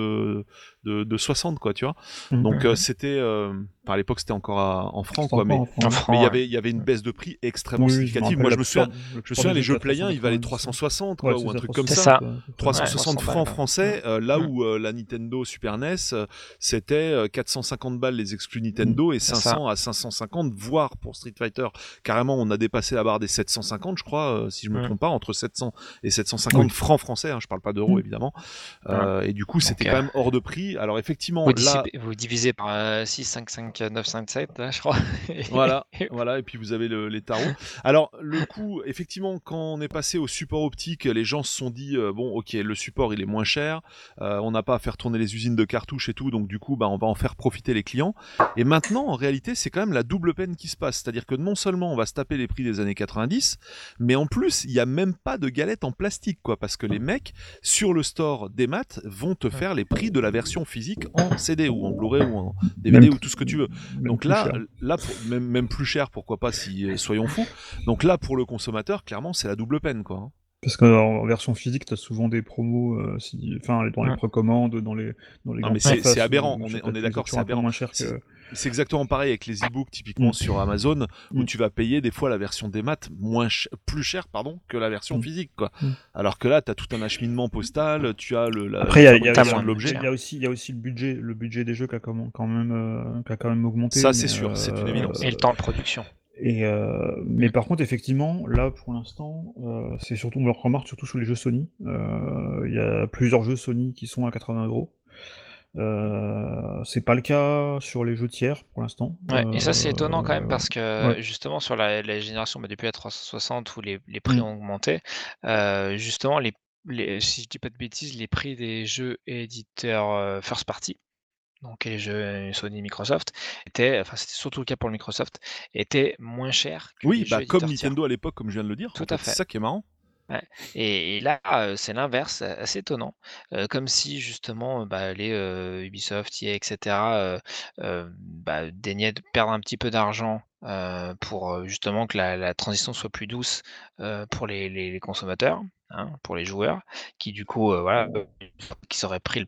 de 60, quoi, tu vois. Donc, c'était, à l'époque, c'était encore en francs, quoi, mais En francs, il y avait une baisse de prix extrêmement Oui, significative. Moi, je me souviens, les jeux Play 1, ils valaient 360, quoi, ou un truc comme C'est ça. ça. 360 300 francs balles. français, là où la Nintendo Super NES, c'était 450 balles les exclus Nintendo et C'est 500 à 550, voire pour Street Fighter, carrément on a dépassé la barre des 750, je crois, si je me trompe pas, entre 700 et 750 francs français, je parle pas d'euros évidemment. Et du coup, c'était quand même hors de prix. Alors effectivement, vous divisez par 6, 5, 5, 9, 5, 7, là, je crois. Voilà, et puis vous avez les tarots. Alors, le coup, effectivement, quand on est passé au support optique, les gens se sont dit, bon, ok, le support, il est moins cher, on n'a pas à faire tourner les usines de cartouches et tout, donc du coup, on va en faire profiter les clients. Et maintenant, en réalité, c'est quand même la double peine qui se passe. C'est-à-dire que non seulement on va se taper les prix des années 90, mais en plus, il n'y a même pas de galettes en plastique, quoi, parce que les mecs, sur le store des maths, vont te faire les prix de la version physique en CD ou en Blu-ray ou en DVD ou tout ce que tu veux. Donc là, même plus cher, pourquoi pas, si soyons fous. Donc là, pour le consommateur, clairement, c'est la double peine, quoi. Parce qu'en version physique, tu as souvent des promos, dans les précommandes, dans les Non, grandes mais c'est surfaces, aberrant, où on est d'accord, c'est aberrant. moins cher que... C'est exactement pareil avec les e-books, typiquement sur Amazon, où tu vas payer des fois la version des maths plus cher que la version physique, quoi. Alors que là, tu as tout un acheminement postal, tu as Après, il y a de l'objet. Il y a aussi le budget des jeux qui a quand même augmenté. Ça, c'est sûr, c'est une évidence. Et le temps de production. Mais par contre, effectivement, là, pour l'instant, c'est surtout, on le remarque surtout sur les jeux Sony. Il y a plusieurs jeux Sony qui sont à 80 €. C'est pas le cas sur les jeux tiers pour l'instant. Ouais, et ça c'est étonnant quand même parce que justement sur la génération depuis la 360 où les prix ont augmenté, justement si je dis pas de bêtises, les prix des jeux éditeurs first party, donc les jeux Sony, Microsoft, c'était surtout le cas pour le Microsoft, étaient moins chers que les jeux comme éditeurs Nintendo tiers. à l'époque, comme je viens de le dire. Tout à fait. C'est ça qui est marrant. Ouais. Et là, c'est l'inverse, assez étonnant. Comme si justement, les Ubisoft, EA et cetera, daignaient de perdre un petit peu d'argent, pour, justement que la transition soit plus douce, pour les consommateurs, pour les joueurs qui du coup, qui auraient pris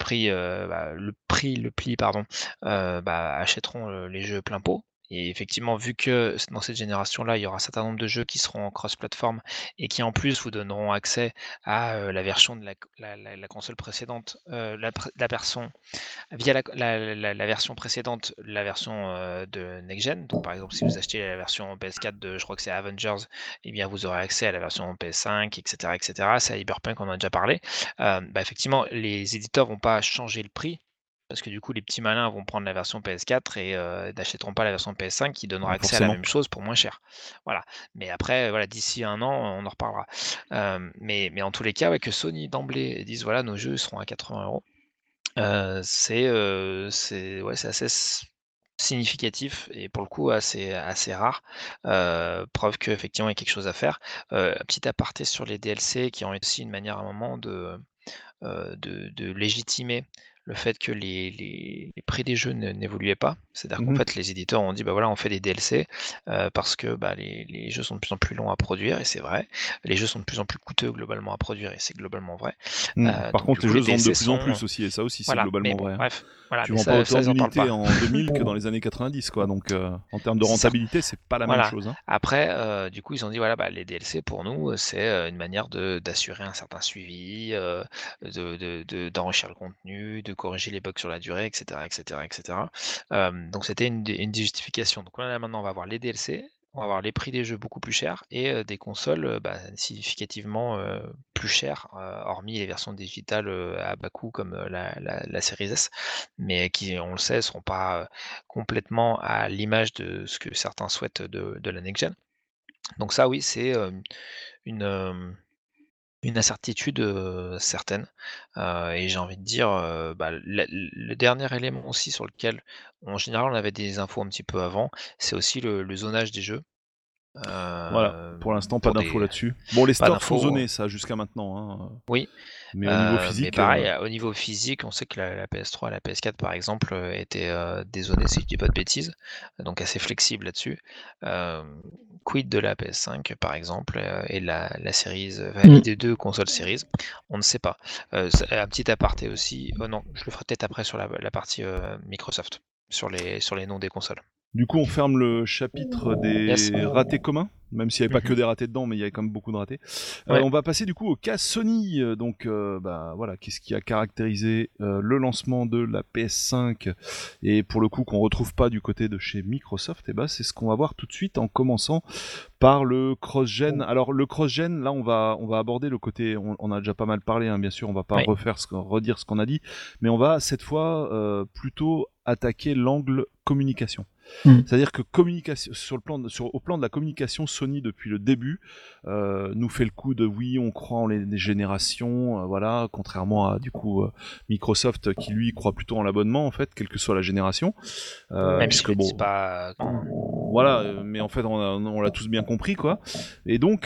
le pli pardon, achèteront, les jeux plein pot. Et effectivement, vu que dans cette génération-là, il y aura un certain nombre de jeux qui seront en cross-platform et qui en plus vous donneront accès à, la version de la console précédente, la version via la version précédente, la version, de next gen. Donc par exemple, si vous achetez la version PS4 de, je crois que c'est Avengers, eh bien vous aurez accès à la version PS5 et cetera. C'est à Cyberpunk, on en a déjà parlé. Effectivement, les éditeurs vont pas changer le prix parce que du coup, les petits malins vont prendre la version PS4 et n'achèteront pas la version PS5 qui donnera accès à la même chose pour moins cher. Voilà. Mais après, d'ici un an, on en reparlera. Mais en tous les cas, que Sony d'emblée dise voilà, nos jeux seront à 80 €. C'est assez significatif et pour le coup assez rare. Preuve qu'effectivement il y a quelque chose à faire. Petit aparté sur les DLC qui ont été aussi une manière à un moment de légitimer le fait que les prix des jeux n'évoluaient pas. C'est-à-dire qu'en Mmh. fait, les éditeurs ont dit: «Bah, voilà, on fait des DLC, parce que, bah, les jeux sont de plus en plus longs à produire» et c'est vrai. Les jeux sont de plus en plus coûteux globalement à produire et c'est globalement vrai. Par Donc du contre, les coup, jeux les se vendent de DLC plus en sont plus aussi et ça aussi, c'est voilà, mais globalement bon, vrai, hein. bref, voilà, Tu mais vends pas ça autant ils en parlent d'unités pas. en 2000 que dans les années 90, quoi, donc en termes de C'est ça. rentabilité, c'est pas la même Voilà. chose, hein. Après, du coup, ils ont dit: «Voilà, bah, les DLC pour nous, c'est, une manière d'assurer un certain suivi, d'enrichir le contenu, de corriger les bugs sur la durée» et cetera et cetera et cetera. Donc c'était une des justifications. Donc là, maintenant, on va avoir les DLC, on va avoir les prix des jeux beaucoup plus chers et des consoles, bah, significativement, plus chères, hormis les versions digitales, à bas coût comme, la Series S, mais qui, on le sait, seront pas, complètement à l'image de ce que certains souhaitent de la next gen. Donc ça oui, c'est, une, une incertitude, certaine, et j'ai envie de dire, bah, le dernier élément aussi sur lequel, en général, on avait des infos un petit peu avant, c'est aussi le zonage des jeux, Voilà, pour l'instant, pas pour d'infos des là-dessus. Bon, les pas stores sont d'infos zonés, ça, jusqu'à maintenant, hein, oui. mais au niveau Mais physique, pareil, au niveau physique, on sait que la PS3 et la PS4 par exemple, étaient, dézonées si je dis pas de bêtises, donc assez flexible là-dessus. Quid de la PS5 par exemple, et la Series, enfin et des 2 consoles Series? On ne sait pas. C'est un petit aparté aussi, non, je le ferai peut-être après sur la partie, Microsoft, sur les noms des consoles. du coup, on ferme le chapitre Yes. des ratés communs, même s'il n'y avait pas que Mmh. des ratés dedans, mais il y avait quand même beaucoup de ratés. Ouais. On va passer du coup au cas Sony. Donc, bah voilà, qu'est-ce qui a caractérisé le lancement de la PS5 et pour le coup qu'on retrouve pas du côté de chez Microsoft. Et bah, c'est ce qu'on va voir tout de suite en commençant par le cross-gen. Alors le cross-gen, là on va aborder le côté, on a déjà pas mal parlé, hein, bien sûr, on va pas Oui. redire ce qu'on a dit, mais on va cette fois plutôt attaquer l'angle communication. C'est-à-dire que communication, au plan de la communication, Sony depuis le début nous fait le coup de oui, on croit en les générations, voilà, contrairement à du coup Microsoft qui lui croit plutôt en l'abonnement en fait, quelle que soit la génération, Même s'ils puisque le disent bon, pas, voilà, mais en fait on l'a tous bien compris quoi. Et donc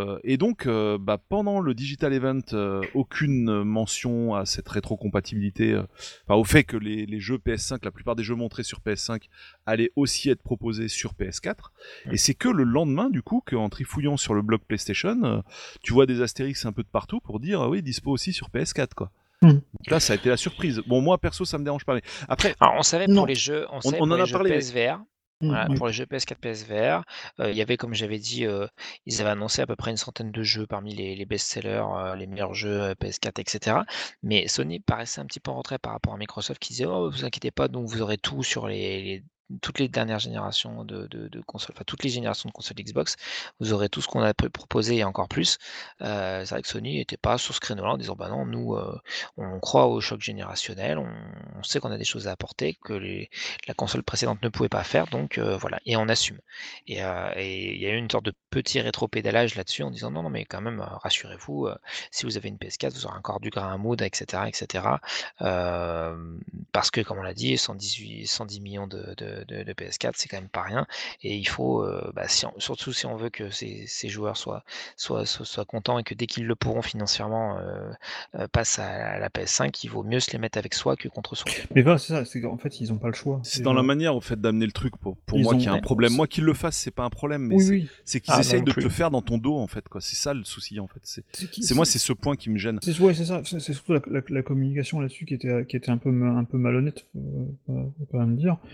bah, pendant le Digital Event, aucune mention à cette rétrocompatibilité, enfin au fait que les jeux PS5, la plupart des jeux montrés sur PS5 allaient aussi être proposés sur PS4. Et c'est que le lendemain du coup qu'en trifouillant sur le blog PlayStation, tu vois des astérix un peu de partout pour dire oui, dispo aussi sur PS4 quoi. Donc là ça a été la surprise. Bon moi perso ça me dérange pas, mais après Alors on savait Non. pour les jeux on en a parlé, mais PSVR. Voilà, Oui. pour les jeux PS4, PSVR, il y avait comme j'avais dit, ils avaient annoncé à peu près une centaine de jeux parmi les best-sellers, les meilleurs jeux, PS4 et cetera. Mais Sony paraissait un petit peu en retrait par rapport à Microsoft qui disait: «Oh vous inquiétez pas, donc vous aurez tout sur toutes les dernières générations de consoles, enfin toutes les générations de consoles Xbox. Vous aurez tout ce qu'on a proposé et encore plus». C'est vrai que Sony était pas sur ce créneau-là en disant: «Bah non, nous, on croit au choc générationnel, on sait qu'on a des choses à apporter que la console précédente ne pouvait pas faire, donc voilà, et on assume». Et il y a eu une sorte de petit rétropédalage là-dessus en disant: «Non, non, mais quand même, rassurez-vous, si vous avez une PS4, vous aurez encore du grain à moudre et cetera et cetera». Parce que comme on l'a dit, 110 millions de PS4, c'est quand même pas rien et il faut, bah, surtout si on veut que ces joueurs soient contents et que dès qu'ils le pourront financièrement, passent à la PS5, il vaut mieux se les mettre avec soi que contre soi. Mais voilà, c'est ça, c'est qu'en fait, ils ont pas le choix. c'est dans la manière au fait d'amener le truc pour moi qu'il y a un Ouais. problème. Moi qu'ils le fassent c'est pas un problème, mais Oui, oui. c'est qu'ils Ah, essayent non de te plus. le faire dans ton dos en fait quoi. C'est ça le souci en fait. C'est Moi c'est ce point qui me gêne. Ouais, c'est ça. C'est surtout la communication là-dessus qui était un peu malhonnête, faut quand même dire.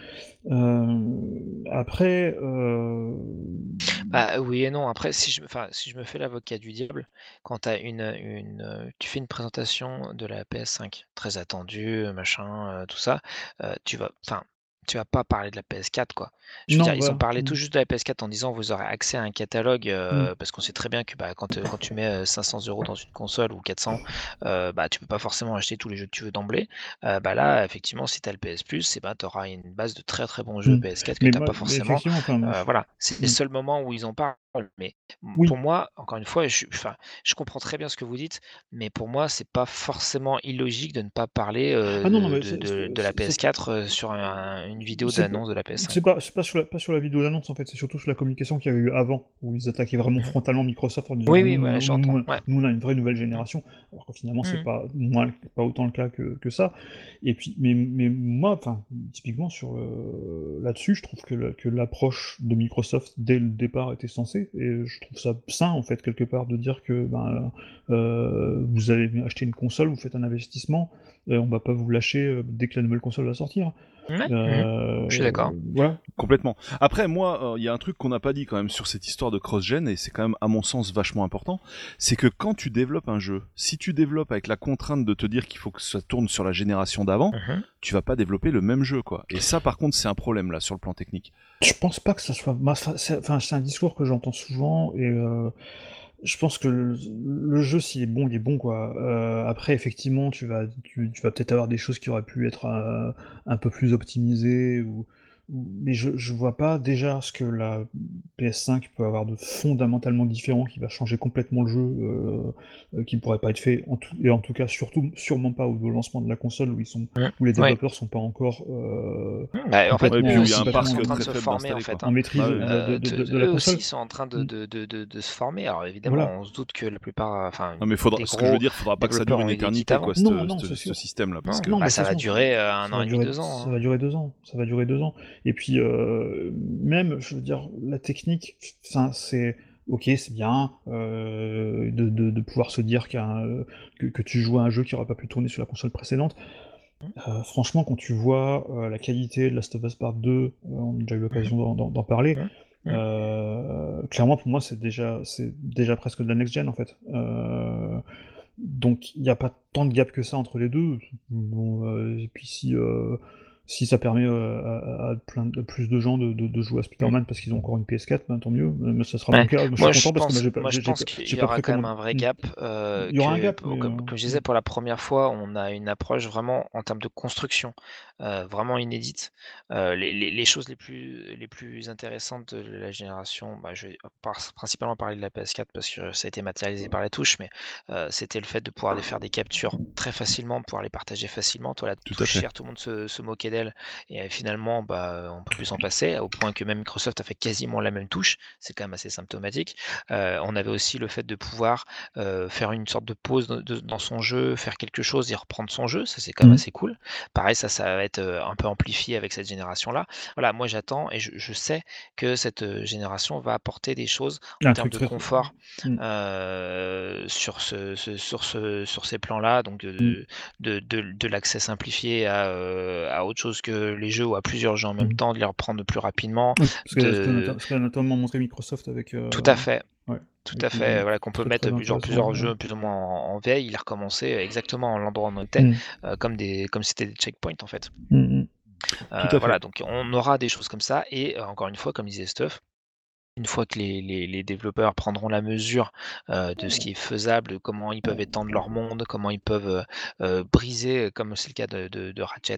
Après, Bah, oui et non. Après, si je me fais l'avocat du diable, quand tu fais une présentation de la PS5 très attendue, machin, tout ça, tu vas pas parler de la PS4, quoi. Je veux dire, non, ils ont voilà. parlé tout juste de la PS4 en disant: «Vous aurez accès à un catalogue», Mmh. parce qu'on sait très bien que, bah, quand tu mets, 500 € dans une console ou 400, bah, tu peux pas forcément acheter tous les jeux que tu veux d'emblée. Bah, là, effectivement, si tu as le PS Plus, et bah, tu auras une base de très, très bons jeux Mmh. PS4 que tu as pas Mais forcément. effectivement, enfin, Voilà, c'est les mmh. seuls moments où ils en parlent. mais pour Oui. moi, encore une fois, je comprends très bien ce que vous dites, mais pour moi, c'est pas forcément illogique de ne pas parler, Ah non, non, mais de la PS4, sur une vidéo c'est d'annonce de la PS5, c'est quoi. pas sur la vidéo d'annonce en fait, c'est surtout sur la communication qu'il y avait eu avant, où ils attaquaient vraiment Mmh. frontalement Microsoft en disant Oui, nous, oui, ouais, j'entends, ouais. nous, on a une vraie nouvelle Mmh. génération, alors que finalement c'est Mmh. pas autant le cas que ça. Et puis, mais moi, enfin, typiquement là-dessus, je trouve que l'approche de Microsoft dès le départ était sensée, et je trouve ça sain en fait quelque part de dire que vous allez acheter une console, vous faites un investissement, on va pas vous lâcher dès que la nouvelle console va sortir. Ouais, je suis d'accord. Voilà. Complètement. Après, moi, il y a un truc qu'on n'a pas dit quand même sur cette histoire de cross-gen, et c'est quand même, à mon sens, vachement important, c'est que quand tu développes un jeu, si tu développes avec la contrainte de te dire qu'il faut que ça tourne sur la génération d'avant, tu vas pas développer le même jeu, quoi. Et ça, par contre, c'est un problème, là, sur le plan technique. Je pense pas que ça soit. C'est un discours que j'entends souvent, et je pense que le jeu, s'il est bon, il est bon, quoi. Après, effectivement, tu vas peut-être avoir des choses qui auraient pu être un peu plus optimisées, mais je vois pas déjà ce que la PS5 peut avoir de fondamentalement différent qui va changer complètement le jeu, qui ne pourrait pas être fait, et en tout cas, sûrement pas au lancement de la console où les Ouais. développeurs sont pas encore Bah, en fait, Ouais, puis eux où il y a aussi, un ils parc sont en train de très se faible former, en installé, quoi. fait, en hein. maîtrise Bah oui. de la Eux console. aussi sont en train de se former. Alors évidemment, Voilà. on se doute que la plupart, enfin, Non, mais des ce que je veux gros dire, faudra pas que ça développeurs dure une ont été édité éternité, avant. quoi, Non, c'est ce sûr. système-là, parce Non, que... Non, bah, mais ça de va toute façon, durer 1 an et demi, 2 ans, ça hein. va durer 2 ans. Ça va durer 2 ans. Et puis, même, je veux dire, la technique, enfin, c'est ok, c'est bien de pouvoir se dire que tu joues à un jeu qui n'aurait pas pu tourner sur la console précédente. Franchement, quand tu vois la qualité de Last of Us Part 2, on a déjà eu Mhm. l'occasion d'en parler. Mhm. Mhm. Clairement, pour moi, c'est déjà presque de la next-gen en fait. Donc il n'y a pas tant de gap que ça entre les deux. Bon, et puis si ça permet à plus de gens de jouer à Spider-Man parce qu'ils ont encore une PS4, ben, tant mieux. Mais ça sera Ouais. mon cas. Moi, je suis content parce que Moi, je pense qu'il j'ai y pas aura quand même précommandé. un vrai gap, Il y aura un gap, mais comme je disais, pour la première fois, on a une approche vraiment en termes de construction, vraiment inédite. Les choses les plus intéressantes de la génération, bah, je vais principalement parler de la PS4 parce que ça a été matérialisé par la touche, mais c'était le fait de pouvoir faire des captures très facilement, pouvoir les partager facilement. Toi, la Tout à touche fait. chère, tout le monde se moquait d'elle, et finalement, bah, on peut plus s'en passer, au point que même Microsoft a fait quasiment la même touche. C'est quand même assez symptomatique. On avait aussi le fait de pouvoir, faire une sorte de pause dans son jeu, faire quelque chose et reprendre son jeu, ça c'est quand même Mhm. assez cool. Pareil, ça va être, un peu amplifié avec cette génération-là. Voilà, moi j'attends et je sais que cette, génération va apporter des choses en Un termes truc de très. confort, Mm. sur ces plans-là, donc Mm. de l'accès simplifié à autre chose que les jeux ou à plusieurs jeux en même Mm. temps, de les reprendre plus rapidement, Oui, de ce qu'a notamment montré Microsoft avec, tout à fait. ouais, Tout à avec fait, voilà, qu'on peut très mettre très intéressant. plusieurs Ouais. jeux plus ou moins en veille, il recommençait exactement à l'endroit où on était, Mm. comme c'était des checkpoints en fait. Mm, mm. Tout à Voilà, fait. donc on aura des choses comme ça et encore une fois, comme disait Stuff, une fois que les développeurs prendront la mesure, de ce qui est faisable, de comment ils peuvent étendre leur monde, comment ils peuvent, briser, comme c'est le cas de Ratchet,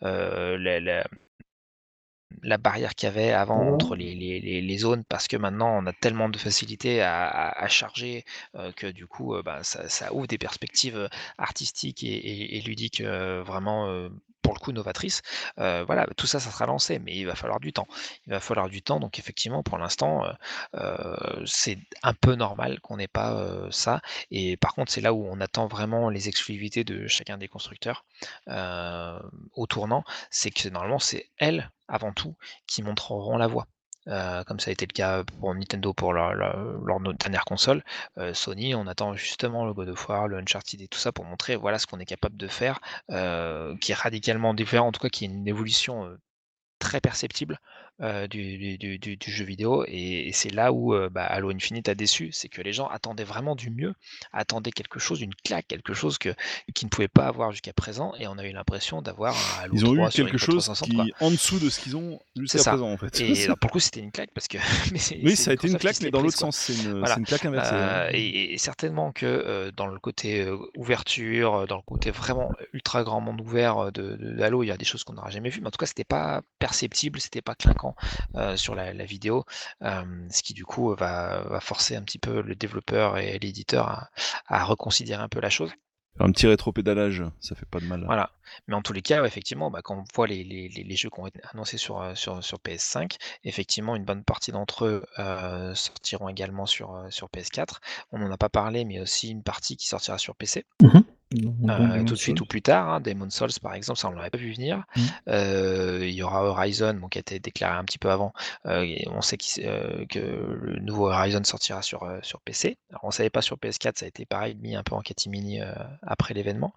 la barrière qu'il y avait avant entre les zones, parce que maintenant on a tellement de facilité à charger, que du coup, bah, ça ouvre des perspectives, artistiques et ludiques, vraiment, pour le coup novatrices. Voilà, tout ça, ça sera lancé, mais il va falloir du temps. Il va falloir du temps, donc effectivement pour l'instant, c'est un peu normal qu'on n'ait pas, ça, et par contre c'est là où on attend vraiment les exclusivités de chacun des constructeurs, au tournant. C'est que normalement c'est elles, avant tout, qui montreront la voie. Comme ça a été le cas pour Nintendo pour leur dernière console. Sony, on attend justement le God of War, le Uncharted et tout ça pour montrer voilà ce qu'on est capable de faire, qui est radicalement différent, en tout cas qui est une évolution, très perceptible, du jeu vidéo, et c'est là où, bah, Halo Infinite a déçu. C'est que les gens attendaient vraiment du mieux, attendaient quelque chose, une claque, quelque chose qu'ils ne pouvaient pas avoir jusqu'à présent, et on a eu l'impression d'avoir un Halo Ils ont eu 3 sur quelque Xbox chose 360, quoi. qui en dessous de ce qu'ils ont C'est jusqu'à ça, présent, en fait. et alors pour le coup, c'était une claque parce que mais Oui, c'est ça a été une Microsoft qui claque, se mais l'est dans prise, l'autre quoi. sens, c'est Voilà, une claque inversée, hein. et certainement que, dans le côté, ouverture, dans le côté vraiment ultra grand monde ouvert, de Halo, il y a des choses qu'on n'aura jamais vues, mais en tout cas, c'était pas perceptible, c'était pas clinquant. écran sur la vidéo, ce qui du coup va forcer un petit peu le développeur et l'éditeur à reconsidérer un peu la chose. Un petit rétro-pédalage, ça fait pas de mal. Voilà, mais en tous les cas, ouais, effectivement, quand on voit les jeux qui ont été annoncés sur PS5, effectivement, une bonne partie d'entre eux sortiront également sur PS4. On n'en a pas parlé, mais aussi une partie qui sortira sur PC. Tout de suite ou plus tard, hein, Demon's Souls par exemple, ça on l'aurait pas vu venir. Il y aura Horizon, qui a été déclaré un petit peu avant. Et on sait que le nouveau Horizon sortira sur PC. Alors on savait pas sur PS4, ça a été pareil, mis un peu en catimini après l'événement.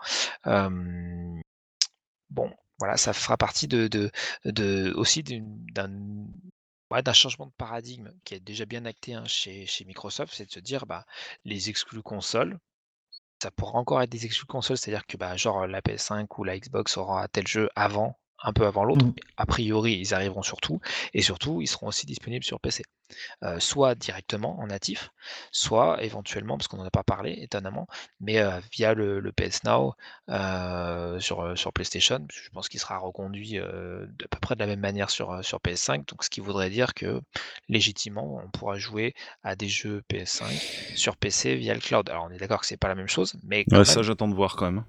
Bon, voilà, ça fera partie aussi d'un changement de paradigme qui est déjà bien acté chez Microsoft, c'est de se dire les exclus consoles. Ça pourra encore être des exclus consoles, c'est-à-dire que genre la PS5 ou la Xbox aura tel jeu un peu avant l'autre. A priori, ils arriveront sur tout, et surtout, ils seront aussi disponibles sur PC. Soit directement en natif, soit éventuellement, parce qu'on n'en a pas parlé étonnamment, mais via le PS Now sur PlayStation. Je pense qu'il sera reconduit de peu près de la même manière sur PS5, donc ce qui voudrait dire que légitimement on pourra jouer à des jeux PS5 sur PC via le cloud. Alors on est d'accord que c'est pas la même chose, mais quand même, ça j'attends de voir quand même.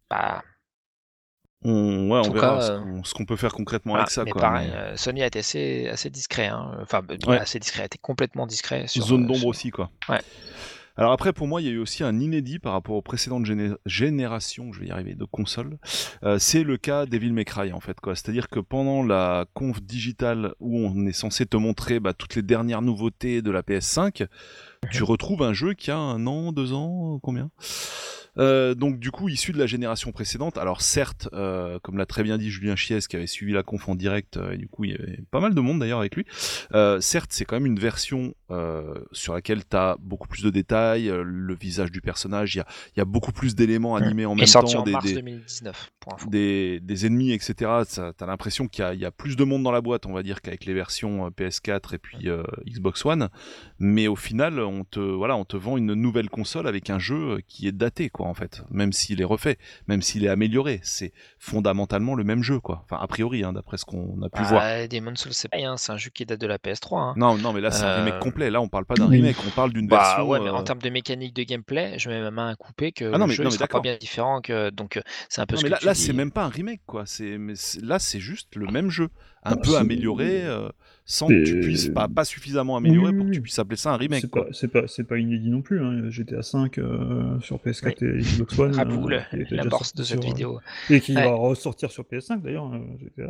En on tout verra cas, ce qu'on peut faire concrètement avec ça. mais quoi, pareil, Sony a été assez discret, assez discret, a été complètement discret sur zone d'ombre aussi, quoi. Ouais. Alors après, pour moi, il y a eu aussi un inédit par rapport aux précédentes générations, je vais y arriver, de consoles. C'est le cas Devil May Cry, en fait, quoi. C'est-à-dire que pendant la conf digitale où on est censé te montrer toutes les dernières nouveautés de la PS5, tu retrouves un jeu qui a 1 an, 2 ans, combien ? Donc du coup issu de la génération précédente. Alors certes, comme l'a très bien dit Julien Chies qui avait suivi la conf en direct, et du coup il y avait pas mal de monde d'ailleurs avec lui, certes c'est quand même une version sur laquelle t'as beaucoup plus de détails, le visage du personnage, il y a beaucoup plus d'éléments animés en même temps, en mars 2019, pour info. des ennemis, etc. T'as l'impression qu'il y a plus de monde dans la boîte, on va dire, qu'avec les versions PS4 et puis Xbox One, mais au final on te vend une nouvelle console avec un jeu qui est daté, quoi, en fait, même s'il est refait, même s'il est amélioré, c'est fondamentalement le même jeu, quoi. Enfin, a priori, d'après ce qu'on a pu voir. Demon's Souls, c'est pareil, c'est un jeu qui date de la PS3. Non, mais là, c'est un remake complet. Là, on parle pas d'un remake, on parle d'une version... Ouais, mais en termes de mécanique de gameplay, je mets ma main à couper que le jeu sera pas bien différent, donc c'est un peu ce que tu dis. Là, c'est même pas un remake, quoi. Là, c'est juste le même jeu, un peu amélioré, sans que tu puisses... Pas suffisamment amélioré pour que tu puisses appeler ça un remake, quoi. C'est pas inédit non plus, hein. GTA 5 sur PS4 et Xbox One. La borse de cette vidéo. Et qui va ressortir sur PS5 d'ailleurs, GTA.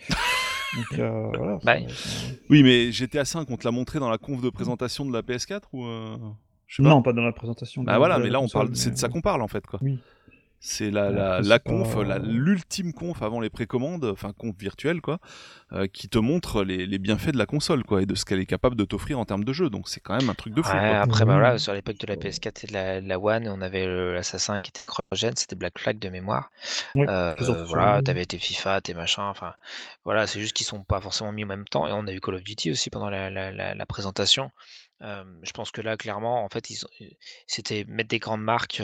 Donc voilà. Oui, mais GTA 5, on te l'a montré dans la conf de présentation de la PS4 ou Non, pas dans la présentation. Mais là on parle, c'est de ça qu'on parle en fait, quoi. Oui. C'est la conf, l'ultime conf avant les précommandes, enfin conf virtuelle, quoi, qui te montre les bienfaits de la console, quoi, et de ce qu'elle est capable de t'offrir en termes de jeu. Donc c'est quand même un truc de fou. Quoi. Après, sur l'époque de la PS4 et de la One, on avait l'Assassin qui était cross-gen, c'était Black Flag de mémoire. T'avais tes FIFA, tes machins, enfin voilà, c'est juste qu'ils sont pas forcément mis en même temps. Et on a eu Call of Duty aussi pendant la présentation. Je pense que là, clairement, en fait, c'était mettre des grandes marques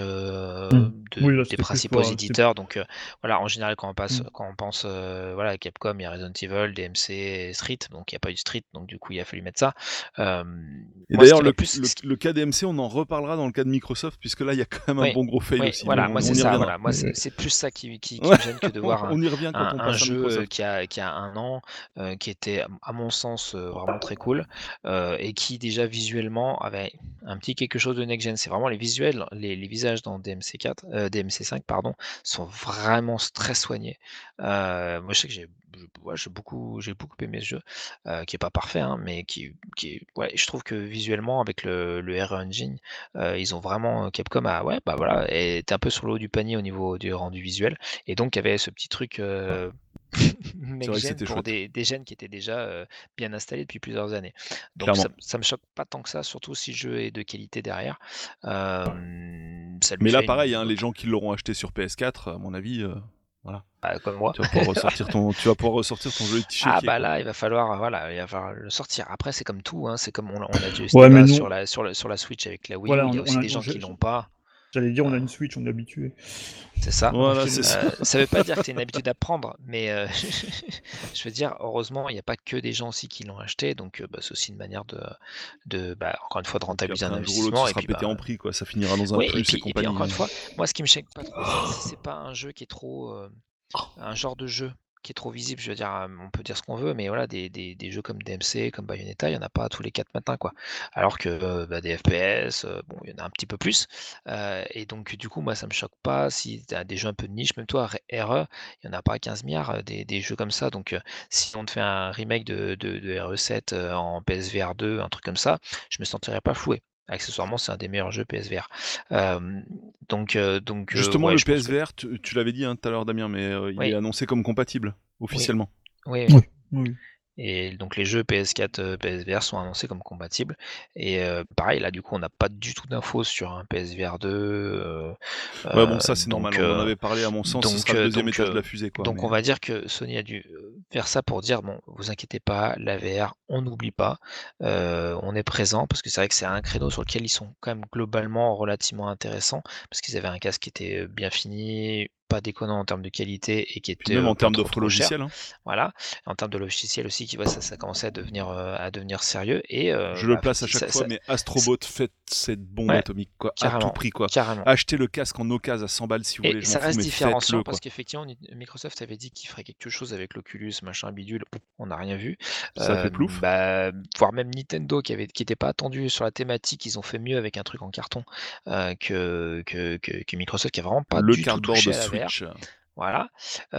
des principaux éditeurs. Donc, en général, quand on pense à Capcom, il y a Resident Evil, DMC et Street. Donc, il n'y a pas eu Street. Donc, du coup, il a fallu mettre ça. Et d'ailleurs, le cas DMC, on en reparlera dans le cas de Microsoft, puisque là, il y a quand même un bon gros fail aussi. Voilà, moi, c'est ça. Voilà. Moi, c'est plus ça qui me gêne que de voir un jeu qui a 1 an, qui était, à mon sens, vraiment très cool, et qui, déjà, visuellement avait un petit quelque chose de next-gen. C'est vraiment les visuels, les visages dans DMC5 sont vraiment très soignés. Moi je sais que j'ai beaucoup aimé ce jeu, qui est pas parfait, mais qui est, je trouve que visuellement avec le RE Engine, ils ont vraiment, Capcom était un peu sur le haut du panier au niveau du rendu visuel, et donc il y avait ce petit truc pour des gènes qui étaient déjà bien installés depuis plusieurs années. Donc ça me choque pas tant que ça, surtout si le jeu est de qualité derrière. Mais là pareil, les gens qui l'auront acheté sur PS4, à mon avis, voilà. Comme moi. Tu vas pouvoir ressortir ton joli petit chéquier. Là, il va falloir le sortir. Après, c'est comme tout, c'est comme on a dit sur la Switch avec la Wii, il y a aussi des gens qui l'ont pas. J'allais dire, on a une Switch, on est habitué. C'est ça. Voilà, c'est ça. Ça veut pas dire que tu as une habitude à prendre, mais je veux dire, heureusement, il n'y a pas que des gens aussi qui l'ont acheté, donc c'est aussi une manière encore une fois, de Puis rentabiliser après, un un jour ou l'autre, investissement. ce Et sera puis, pété en prix, quoi. Ça finira dans un oui, plus et puis compagnie. encore une fois, moi, ce qui me choque pas trop, c'est si c'est pas un jeu qui est trop, un genre de jeu qui est trop visible. Je veux dire, on peut dire ce qu'on veut, mais voilà, des jeux comme DMC, comme Bayonetta, il y en a pas tous les 4 matins, quoi. Alors que, des FPS, bon, il y en a un petit peu plus, et donc du coup, moi, ça me choque pas si tu as des jeux un peu de niche, même toi, RE, il y en a pas 15 milliards, des jeux comme ça, donc si on te fait un remake de RE7, en PSVR 2, un truc comme ça, je me sentirais pas floué. Accessoirement, c'est un des meilleurs jeux PSVR. Justement, Ouais, le je pense que PSVR, tu l'avais dit tout à l'heure, Damien, mais il est oui, annoncé comme compatible, oui, officiellement. oui. Oui. Et donc les jeux PS4, PSVR sont annoncés comme compatibles et pareil là du coup on n'a pas du tout d'infos sur un PSVR 2, Ouais, bon, ça, c'est normal. donc On en avait parlé, à mon sens, ce sera le deuxième étage de la fusée, quoi. donc Mais on va dire que Sony a dû, faire ça pour dire: «Bon, vous inquiétez pas, la VR, on n'oublie pas, on est présent». Parce que c'est vrai que c'est un créneau sur lequel ils sont quand même globalement relativement intéressants, parce qu'ils avaient un casque qui était, bien fini, pas déconnant en termes de qualité et qui puis était, même en pas termes trop, d'offres trop cher. logicielles, hein. Voilà, en termes de logiciel aussi, qui voit ça commençait à devenir sérieux et Je le place à ça chaque fois, mais Astrobot, faites cette bombe ouais, atomique, quoi, à tout carrément, prix, quoi. carrément. Achetez le casque en occasion à 100 balles si vous Et voulez, je m'en ça fous, reste mais différenciant faites-le, parce quoi. qu'effectivement, Microsoft avait dit qu'il ferait quelque chose avec l'Oculus, machin bidule, on n'a rien vu. Ça fait plouf. Voire même Nintendo qui était pas attendu sur la thématique, ils ont fait mieux avec un truc en carton, que Microsoft qui a vraiment pas Le du tout cardboard touché à la VR. Switch. Voilà,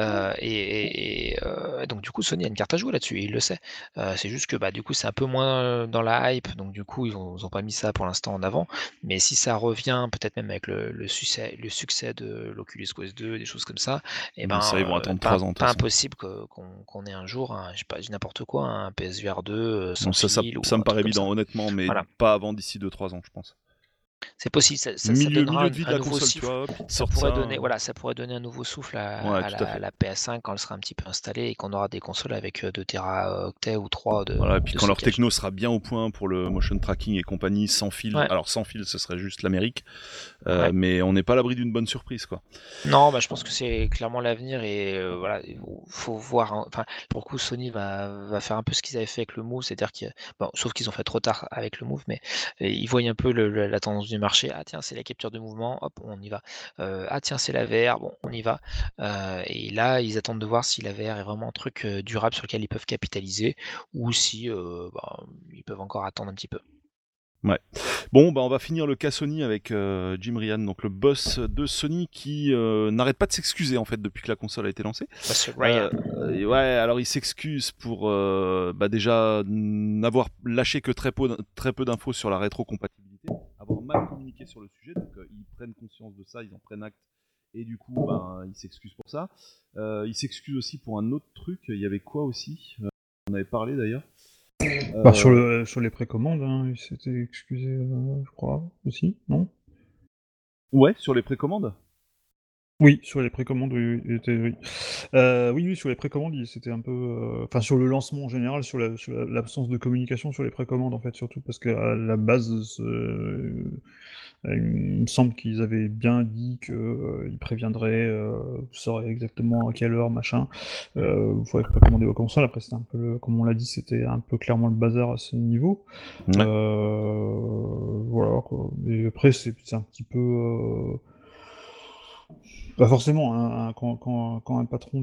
donc du coup, Sony a une carte à jouer là-dessus et il le sait. C'est juste que, du coup, c'est un peu moins, dans la hype, donc du coup, ils ont pas mis ça pour l'instant en avant. Mais si ça revient, peut-être même avec le succès de l'Oculus Quest 2, des choses comme ça, et Mais ça, ils vont attendre pas 3 ans, de toute pas façon. impossible qu'on ait un jour je sais pas, je dis n'importe quoi, un PSVR 2, sans Bon, ça fil ou me un truc paraît comme évident, ça. honnêtement, mais Voilà. pas avant d'ici 2-3 ans, je pense. C'est possible, ça Milieu donnera de vie de un la nouveau console, tu souffle. vois, puis ils Ça sortent pourrait ça. donner ça pourrait donner un nouveau souffle Ouais, à tout à fait. la PS5 quand elle sera un petit peu installée et qu'on aura des consoles avec, 2 téraoctets ou 3 Voilà, et puis de quand leur stockage. techno sera bien au point pour le motion tracking et compagnie, sans fil. Ouais, Alors, sans fil, ce serait juste l'Amérique. ouais. Mais on n'est pas à l'abri d'une bonne surprise, quoi. Non, je pense que c'est clairement l'avenir et voilà, il faut voir, hein. Enfin, pour le coup, Sony va faire un peu ce qu'ils avaient fait avec le Move, c'est-à-dire que bon, sauf qu'ils ont fait trop tard avec le Move, mais ils voient un peu la tendance du marché. «Ah tiens, c'est la capture de mouvement, hop, on y va». «Ah tiens, c'est la VR, bon, on y va». Et là, ils attendent de voir si la VR est vraiment un truc, durable sur lequel ils peuvent capitaliser ou si, ils peuvent encore attendre un petit peu. Ouais. Bon, on va finir le cas Sony avec Jim Ryan, donc le boss de Sony, qui n'arrête pas de s'excuser en fait depuis que la console a été lancée. Monsieur Ryan. Ouais, alors il s'excuse pour déjà n'avoir lâché que très peu d'infos sur la rétrocompatibilité, avoir mal communiqué sur le sujet, donc ils prennent conscience de ça, ils en prennent acte, et du coup, il s'excuse pour ça. Il s'excuse aussi pour un autre truc. Il y avait quoi aussi on avait parlé d'ailleurs. Sur les précommandes, hein, il s'était excusé, je crois, aussi, non? Ouais, sur les précommandes. Oui, sur les précommandes, oui, oui. Oui, sur les précommandes, c'était un peu, enfin, sur le lancement en général, sur l'absence de communication sur les précommandes, en fait, surtout parce qu'à la base, il me semble qu'ils avaient bien dit qu'ils préviendraient, sauraient exactement à quelle heure, machin. Il faudrait précommander aux consoles. Après, c'était un peu, comme on l'a dit, c'était un peu clairement le bazar à ce niveau. Ouais. Voilà, quoi. Et après, c'est un petit peu... Pas forcément, hein, quand un patron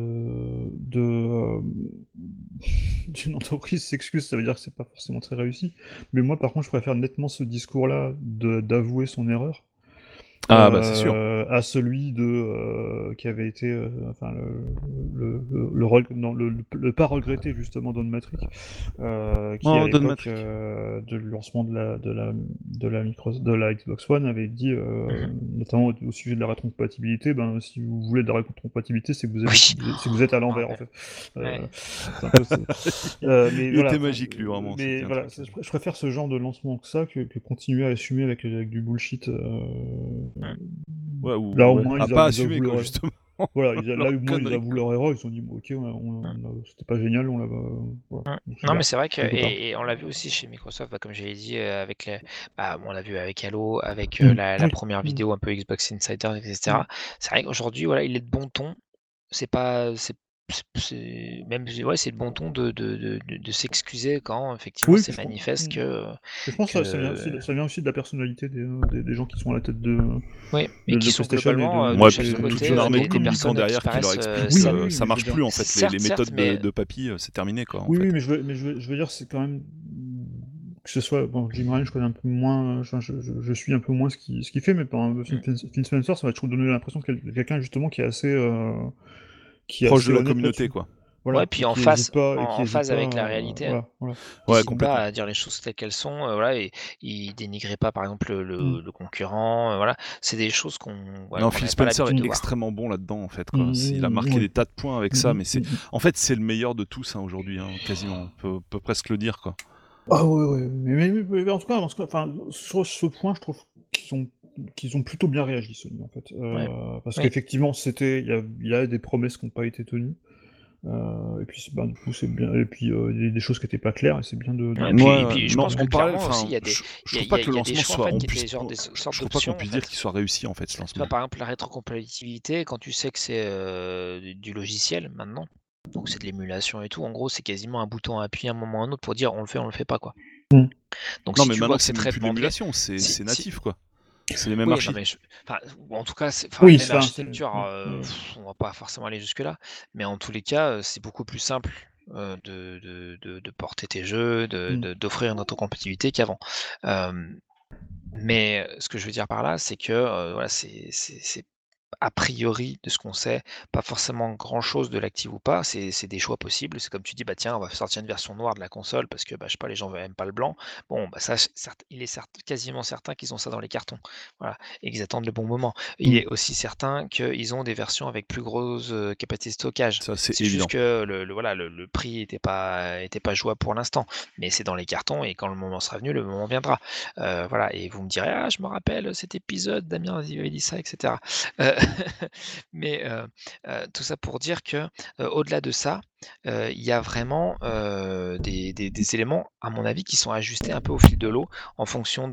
d'une entreprise s'excuse, ça veut dire que c'est pas forcément très réussi. Mais moi, par contre, je préfère nettement ce discours-là d'avouer son erreur. C'est sûr. À celui qui avait été enfin le pas regretté justement Don Matrix qui à l'époque du lancement de la Xbox One avait dit notamment au sujet de la rétrocompatibilité, si vous voulez de la rétrocompatibilité, c'est que vous êtes à l'envers en fait. C'est un peu mais il était magique lui vraiment. Mais voilà, je préfère ce genre de lancement que ça que continuer à assumer avec du bullshit. Ouais, là au moins à pas assumer quoi, justement. Voilà, là où moi ils Connerie, avouent leur erreur, ils se sont dit bon, ok, c'était pas génial, on l'a. Voilà. Donc, c'est Non, bien, mais c'est vrai que, quelque part. et on l'a vu aussi chez Microsoft, comme j'avais dit, avec on l'a vu avec Halo, avec la Oui. première vidéo un peu Xbox Insider, etc. C'est vrai qu'aujourd'hui, voilà, il est de bon ton. C'est pas, même, ouais, c'est de bon ton de s'excuser quand effectivement Oui, c'est puis manifeste je pense que ça vient aussi de la personnalité des gens qui sont à la tête de oui, et qui sont PlayStation et globalement de de Ouais, chaque puis ils ont toute côté une armée de des communicants personnes qui derrière qui leur paraissent expliquent Oui, que oui, ça mais je veux marche dire, plus en fait. Les certes, méthodes mais de papy, c'est terminé quoi. En oui, fait. mais je veux dire, c'est quand même que ce soit bon, Jim Ryan, je connais un peu moins, je suis un peu moins ce qu'il fait, mais par exemple, Phil Spencer, ça va toujours donner l'impression de quelqu'un justement qui est Proche de assez la honnête communauté là-dessus. quoi. Voilà, ouais, puis et en qui hésite phase, pas, en phase avec la réalité, hein. voilà. Il Ouais, n'hésite pas complètement. à dire les choses telles qu'elles sont, voilà, et il dénigrait pas par exemple Mm. le concurrent, voilà. C'est des choses qu'on Non, qu'on Phil n'avait pas Spencer l'habitude est de voir. extrêmement bon là-dedans en fait quoi. Il a marqué Oui. des tas de points avec ça, mais Mm. en fait c'est le meilleur de tous hein, aujourd'hui, hein, quasiment. On peut presque le dire quoi. Ah ouais. Mais en tout cas, enfin, sur ce point, je trouve qu'ils ont plutôt bien réagi, Sony, en fait. Ouais. Parce Oui. qu'effectivement, il y a des promesses qui n'ont pas été tenues. Et puis, du coup, c'est bien. Et puis, il y a des choses qui n'étaient pas claires, et c'est bien de Ouais, le et dire. puis je non, pense que en parallèle, clairement aussi, enfin, il y a des, je trouve pas que le il y a des lancement choix en soit, fait on qui puisse, étaient genre des je sortes trouve pas qu'on d'options en puisse dire fait. qu'il soit réussi en fait ce Tu vois, lancement. par exemple, la rétrocompatibilité, quand tu sais que c'est du logiciel maintenant, donc c'est de l'émulation et tout, en gros, c'est quasiment un bouton à appuyer à un moment ou à un autre pour dire on le fait pas, quoi. Mm. Donc Non, si mais tu vois maintenant que c'est c'est même très plus de demandé, l'émulation, c'est si, natif quoi. C'est les mêmes oui, non archis. mais enfin, en tout cas, Oui, même enfin, l'architecture, on va pas forcément aller jusque-là, mais en tous les cas, c'est beaucoup plus simple de porter tes jeux, d'offrir une rétrocompatibilité qu'avant. Mais ce que je veux dire par là, c'est que voilà, c'est a priori, de ce qu'on sait, pas forcément grand-chose de l'active ou pas, c'est des choix possibles. C'est comme tu dis: «Bah, tiens, on va sortir une version noire de la console parce que, bah, je sais pas, les gens aiment pas le blanc». Bon, bah, ça, il est quasiment certain qu'ils ont ça dans les cartons, voilà, et qu'ils attendent le bon moment. Il est aussi certain qu'ils ont des versions avec plus grosse, capacité de stockage. Ça c'est C'est juste évident. que voilà, le prix était pas jouable pour l'instant, mais c'est dans les cartons et quand le moment sera venu, le moment viendra. Voilà, et vous me direz: «Ah, je me rappelle cet épisode, Damien il avait dit ça» et cetera. Heu, mais tout ça pour dire que, au-delà de ça, il y a vraiment, des éléments, à mon avis, qui sont ajustés un peu au fil de l'eau en fonction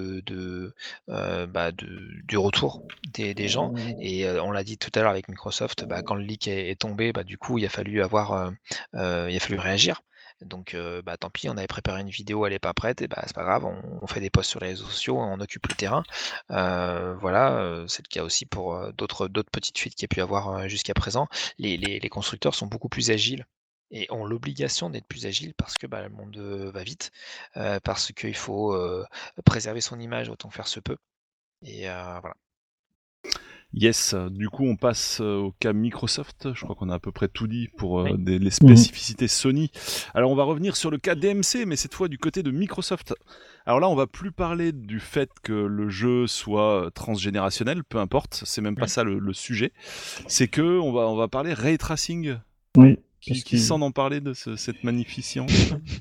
du retour des gens et on l'a dit tout à l'heure avec Microsoft, bah, quand le leak est tombé, bah, du coup, il a fallu réagir. Donc bah, tant pis, on avait préparé une vidéo, elle est pas prête et bah, c'est pas grave, on fait des posts sur les réseaux sociaux, on occupe le terrain. Voilà, c'est le cas aussi pour, d'autres petites fuites qu'il y a pu avoir, jusqu'à présent. Les constructeurs sont beaucoup plus agiles et ont l'obligation d'être plus agiles parce que, bah, le monde, va vite, parce qu'il faut, préserver son image autant que faire se peut et voilà. Yes, du coup on passe au cas Microsoft, je crois qu'on a à peu près tout dit pour Oui. les spécificités Sony. Alors on va revenir sur le cas DMC, mais cette fois du côté de Microsoft. Alors là on va plus parler du fait que le jeu soit transgénérationnel, peu importe, c'est même pas ça le sujet. C'est que on va parler ray tracing. Oui. Qui sent d'en parler de cette magnificence?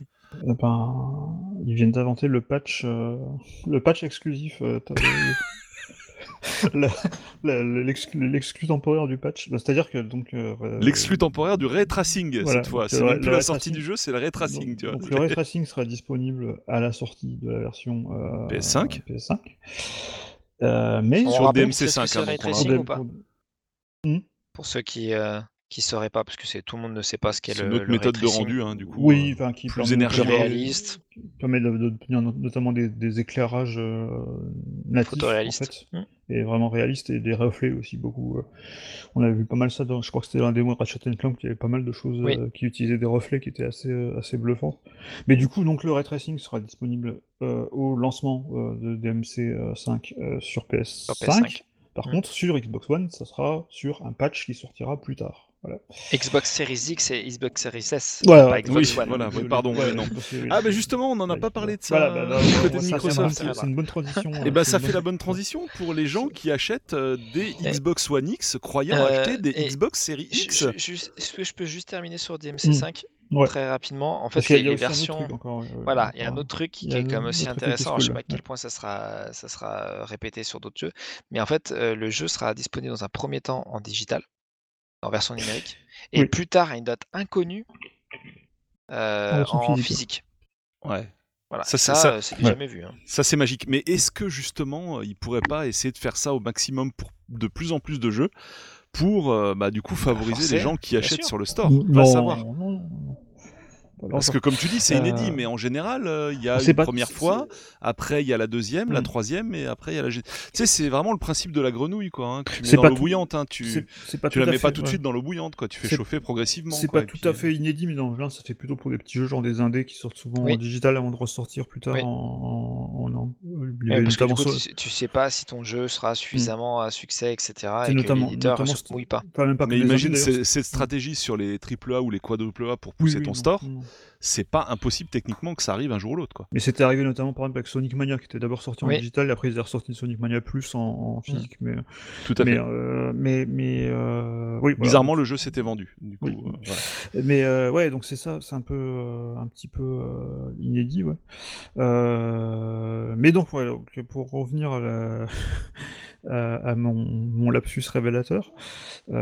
Ils viennent d'inventer le patch exclusif. L'exclu temporaire du patch. C'est-à-dire que donc l'exclu temporaire du ray tracing voilà, cette fois. donc, C'est même plus la sortie du jeu, c'est le ray tracing. Tu vois. Donc le ray tracing sera disponible à la sortie de la version PS5. Mais on sur rappelle DMC5 ce que c'est ray tracing ou pas pour ceux qui sauraient pas, parce que tout le monde ne sait pas ce qu'est c'est le une autre ray méthode de tracing. rendu, hein, du coup. Oui, qui plus énergivore. Réaliste. Qui permet d'obtenir notamment des éclairages natifs, photoréaliste. En fait, et vraiment réalistes, et des reflets aussi beaucoup. On avait vu pas mal ça je crois que c'était dans la démo de Ratchet & Clank, il y avait pas mal de choses qui utilisaient des reflets qui étaient assez bluffants. Mais du coup, donc le ray tracing sera disponible au lancement de DMC 5 sur PS5. Par contre, sur Xbox One, ça sera sur un patch qui sortira plus tard. Voilà. Xbox Series X et Xbox Series S, voilà, pas Xbox oui, One. Voilà, pardon. Non. Ah, mais justement, on n'en a pas parlé de ça du côté de Microsoft. C'est une bonne transition. Et ben, ça fait la bonne transition pour les gens qui achètent des Xbox One X, croyant acheter des Xbox Series X. Est-ce que je peux juste terminer sur DMC5 très rapidement? En fait, les versions. Voilà, il y a un autre truc qui est quand même aussi intéressant. Alors, je ne sais pas à quel point ça sera répété sur d'autres jeux, mais en fait, le jeu sera disponible dans un premier temps en digital. en version numérique, et plus tard à une date inconnue en physique. Ouais. Voilà. Ça, c'est du jamais vu. Hein. Ça, c'est magique. Mais est-ce que justement, ils pourraient pas essayer de faire ça au maximum pour de plus en plus de jeux pour du coup favoriser les gens qui achètent sur le store? Va savoir. Parce que comme tu dis, c'est inédit, mais en général, il y a une première fois, après il y a la deuxième, la troisième, et après il y a la... Tu sais, c'est vraiment le principe de la grenouille, quoi. Hein, que tu mets dans l'eau bouillante, hein, tu la mets pas tout de suite dans l'eau bouillante, quoi. Tu fais chauffer progressivement. C'est pas tout à fait inédit, mais dans le genre, ça fait plutôt pour des petits jeux, genre des indés qui sortent souvent en digital avant de ressortir plus tard en parce que du coup, tu sais pas si ton jeu sera suffisamment à succès, etc. Et que l'éditeur se mouille pas. Mais imagine cette stratégie sur les AAA ou les quadruple A pour pousser ton store. C'est pas impossible techniquement que ça arrive un jour ou l'autre, quoi. Mais c'était arrivé notamment par exemple avec Sonic Mania qui était d'abord sorti en digital et après ils ont ressorti Sonic Mania Plus en physique. Mais tout à fait. Oui, bizarrement le jeu s'était vendu. Du coup, mais donc c'est ça, c'est un petit peu inédit, ouais. Mais donc voilà, pour revenir à mon lapsus révélateur, on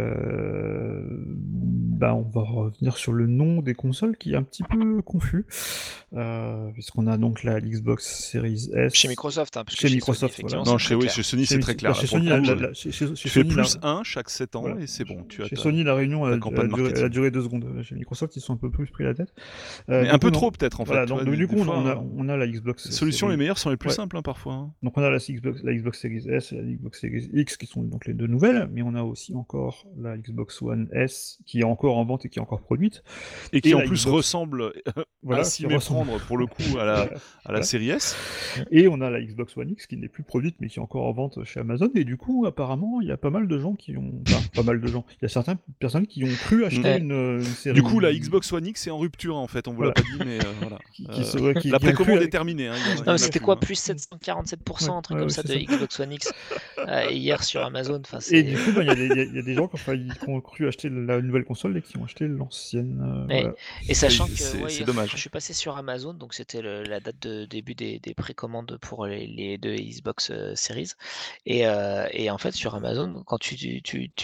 va revenir sur le nom des consoles qui est un petit peu confus, puisqu'on a donc la Xbox Series S chez Microsoft, hein, parce que chez Microsoft, Sony, voilà. Non, chez Sony c'est très clair. Chez Sony, tu fais plus 1 chaque 7 ans et c'est bon. Chez Sony, la réunion a duré 2 secondes. Chez Microsoft, ils sont un peu plus pris la tête. Mais un peu trop peut-être en fait. Donc du coup, on a la Xbox. Les solutions les meilleures sont les plus simples parfois. Donc on a la Xbox Series S et la Xbox Series X qui sont donc les deux nouvelles, mais on a aussi encore la Xbox One S qui est encore en vente et qui est encore produite. Et qui en plus ressemble à s'y méprendre pour le coup à la série S. Et on a la Xbox One X qui n'est plus produite mais qui est encore en vente chez Amazon. Et du coup, apparemment, il y a pas mal de gens qui ont... Enfin, pas mal de gens. Il y a certaines personnes qui ont cru acheter une série... Du coup, la Xbox One X est en rupture en fait, on vous l'a pas dit, mais voilà. La précommande est terminée. Hein, non, mais c'était quoi, plus 747%, un truc comme ça de Xbox One X hier sur Amazon. Et du coup, il y a des gens qui ont cru acheter la nouvelle console et qui ont acheté l'ancienne. Et sachant que c'est dommage. Je suis passé sur Amazon, donc c'était la date de début des précommandes pour les deux Xbox Series. Et en fait, sur Amazon, quand tu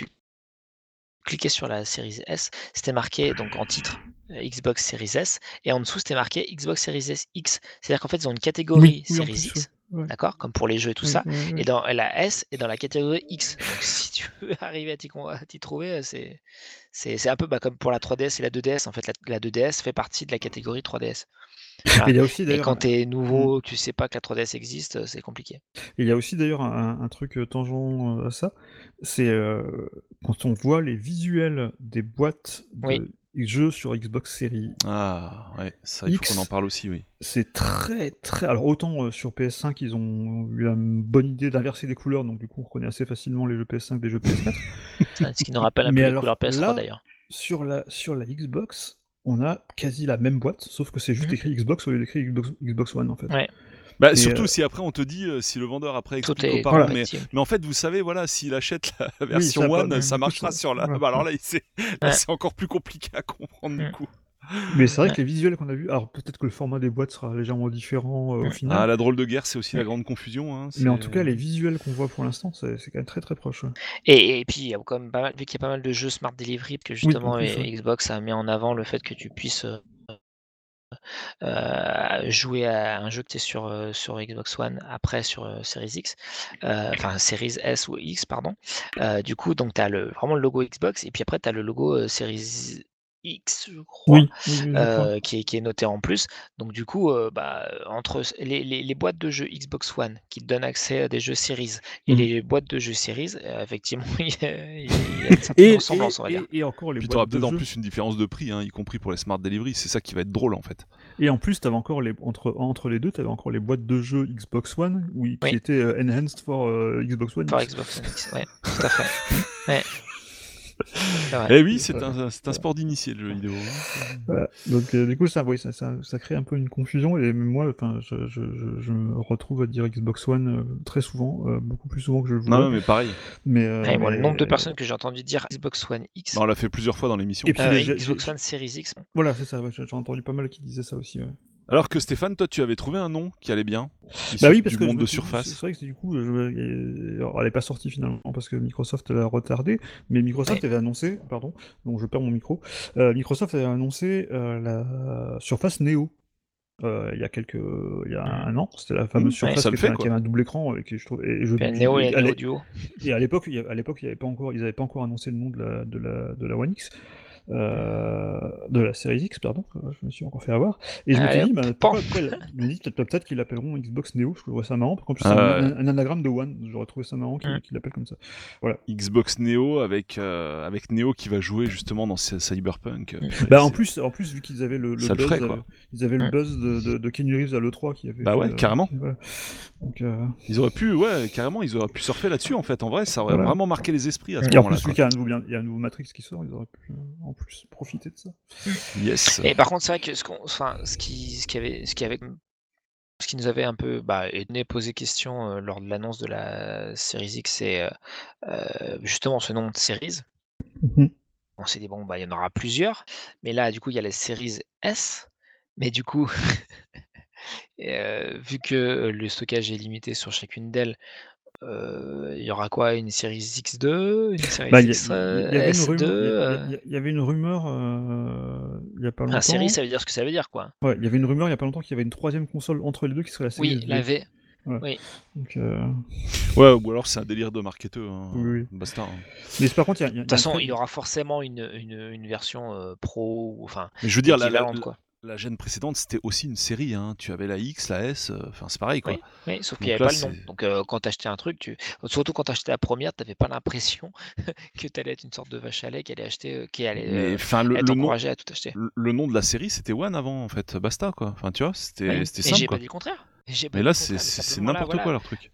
cliquais sur la Series S, c'était marqué donc en titre Xbox Series S, et en dessous c'était marqué Xbox Series S X. C'est-à-dire qu'en fait ils ont une catégorie Series X, d'accord, comme pour les jeux et tout ça, et dans la S et dans la catégorie X. Donc si tu veux arriver à t'y trouver, c'est un peu comme pour la 3DS et la 2DS. En fait, la 2DS fait partie de la catégorie 3DS. Voilà. Il y a aussi, et quand t'es nouveau, tu sais pas que la 3DS existe, c'est compliqué. Et il y a aussi d'ailleurs un truc tangent à ça, c'est quand on voit les visuels des boîtes de jeux sur Xbox Series. Ah ouais, ça il faut qu'on en parle aussi, oui. C'est très très... Alors autant sur PS5 ils ont eu la bonne idée d'inverser les couleurs, donc du coup on reconnaît assez facilement les jeux PS5 des jeux PS4. Ce qui nous rappelle un peu les couleurs PS3 d'ailleurs. Sur la Xbox, on a quasi la même boîte, sauf que c'est juste écrit Xbox au lieu d'écrire Xbox One en fait. Ouais. Surtout si après on te dit, si le vendeur après explique aux parents, mais en fait vous savez, voilà, s'il achète la version One, ça marchera sur la... Bah alors là, c'est encore plus compliqué à comprendre du coup. Mais c'est vrai que les visuels qu'on a vus, alors peut-être que le format des boîtes sera légèrement différent au final. Ah, la drôle de guerre, c'est aussi la grande confusion. Hein, mais en tout cas, les visuels qu'on voit pour l'instant, c'est quand même très très proche. Ouais. Et puis, il y a quand même vu qu'il y a pas mal de jeux Smart Delivery, que justement Xbox a mis en avant le fait que tu puisses jouer à un jeu que tu es sur Xbox One, après sur Series X, enfin Series S ou X, pardon. Du coup, donc tu as vraiment le logo Xbox, et puis après tu as le logo Series X, je crois, qui est noté en plus. Donc du coup, entre les boîtes de jeux Xbox One qui te donnent accès à des jeux Series et les boîtes de jeux Series, effectivement, il y a une certaine ressemblance, on va dire. Et encore les boîtes de jeux... peut-être en plus une différence de prix, hein, y compris pour les Smart Delivery. C'est ça qui va être drôle en fait. Et en plus, t'avais encore entre les deux, t'avais encore les boîtes de jeux Xbox One qui étaient enhanced for Xbox One. For Xbox One X, ouais, tout à fait. Ouais. Eh oui, c'est un sport d'initié le jeu vidéo. Voilà. Donc du coup ça crée un peu une confusion, et moi je me retrouve à dire Xbox One très souvent, beaucoup plus souvent que je le voulais. Non mais pareil. Le nombre de personnes que j'ai entendu dire Xbox One X. On l'a fait plusieurs fois dans l'émission. Et puis Xbox One Series X. Voilà, c'est ça, j'ai entendu pas mal qui disaient ça aussi. Alors que Stéphane, toi, tu avais trouvé un nom qui allait bien, Bah oui, parce du que monde de c'est Surface. vrai que du coup, alors, elle n'est pas sortie finalement parce que Microsoft l'a retardé, mais Microsoft avait annoncé, pardon, donc je perds mon micro, Microsoft avait annoncé la Surface Neo. Il y a un an, c'était la fameuse Surface ça le fait, qui avait un double écran avec, je trouve, Puis Neo et Neo Duo. et à l'époque, ils n'avaient pas encore annoncé le nom de la One X. De la série X, pardon, je me suis encore fait avoir. Et je m'étais dit, peut-être qu'ils l'appelleront Xbox Neo, je trouverais ça marrant, parce qu'en plus c'est un anagramme de One, j'aurais trouvé ça marrant qu'ils l'appellent comme ça. Voilà. Xbox Neo avec Neo qui va jouer justement dans Cyberpunk. En plus, vu qu'ils avaient le buzz, ils avaient le buzz de Keanu Reeves à l'E3 qui avait. Bah ouais, carrément. Voilà. Donc, ils auraient pu, carrément, ils auraient pu surfer là-dessus en fait. En vrai, ça aurait vraiment marqué les esprits à ce moment-là. Et en plus, vu qu'il y a un nouveau Matrix qui sort, ils auraient pu en plus profiter de ça. Yes. Et par contre, c'est vrai que ce qui nous avait un peu posé question lors de l'annonce de la Series X, c'est justement ce nom de Series. On s'est dit il y en aura plusieurs, mais là du coup il y a la Series S, mais du coup vu que le stockage est limité sur chacune d'elles, il y aura quoi? Une Series X2? Une Series X S2? Il y avait une rumeur il y a pas longtemps. Series, ça veut dire ce que ça veut dire, quoi. Ouais, il y avait une rumeur il y a pas longtemps qu'il y avait une troisième console entre les deux qui serait la Series V. Oui, la V. Ouais. Oui. Donc, ouais, ou alors c'est un délire de marketeur. Oui. Basta. Mais par contre, de toute façon, il y aura forcément une version pro, enfin. Mais je veux dire, quoi. La gêne précédente, c'était aussi une série. Hein. Tu avais la X, la S, c'est pareil, quoi. Oui, sauf qu'il n'y avait pas le nom. Donc, quand tu achetais un truc, surtout quand tu achetais la première, tu n'avais pas l'impression que tu allais être une sorte de vache à lait qui allait être encouragée à tout acheter. Le nom de la série, c'était One avant, en fait. Basta, quoi. Enfin, tu vois, c'était simple. Et j'ai pas dit le contraire. Mais là, c'est n'importe quoi leur truc.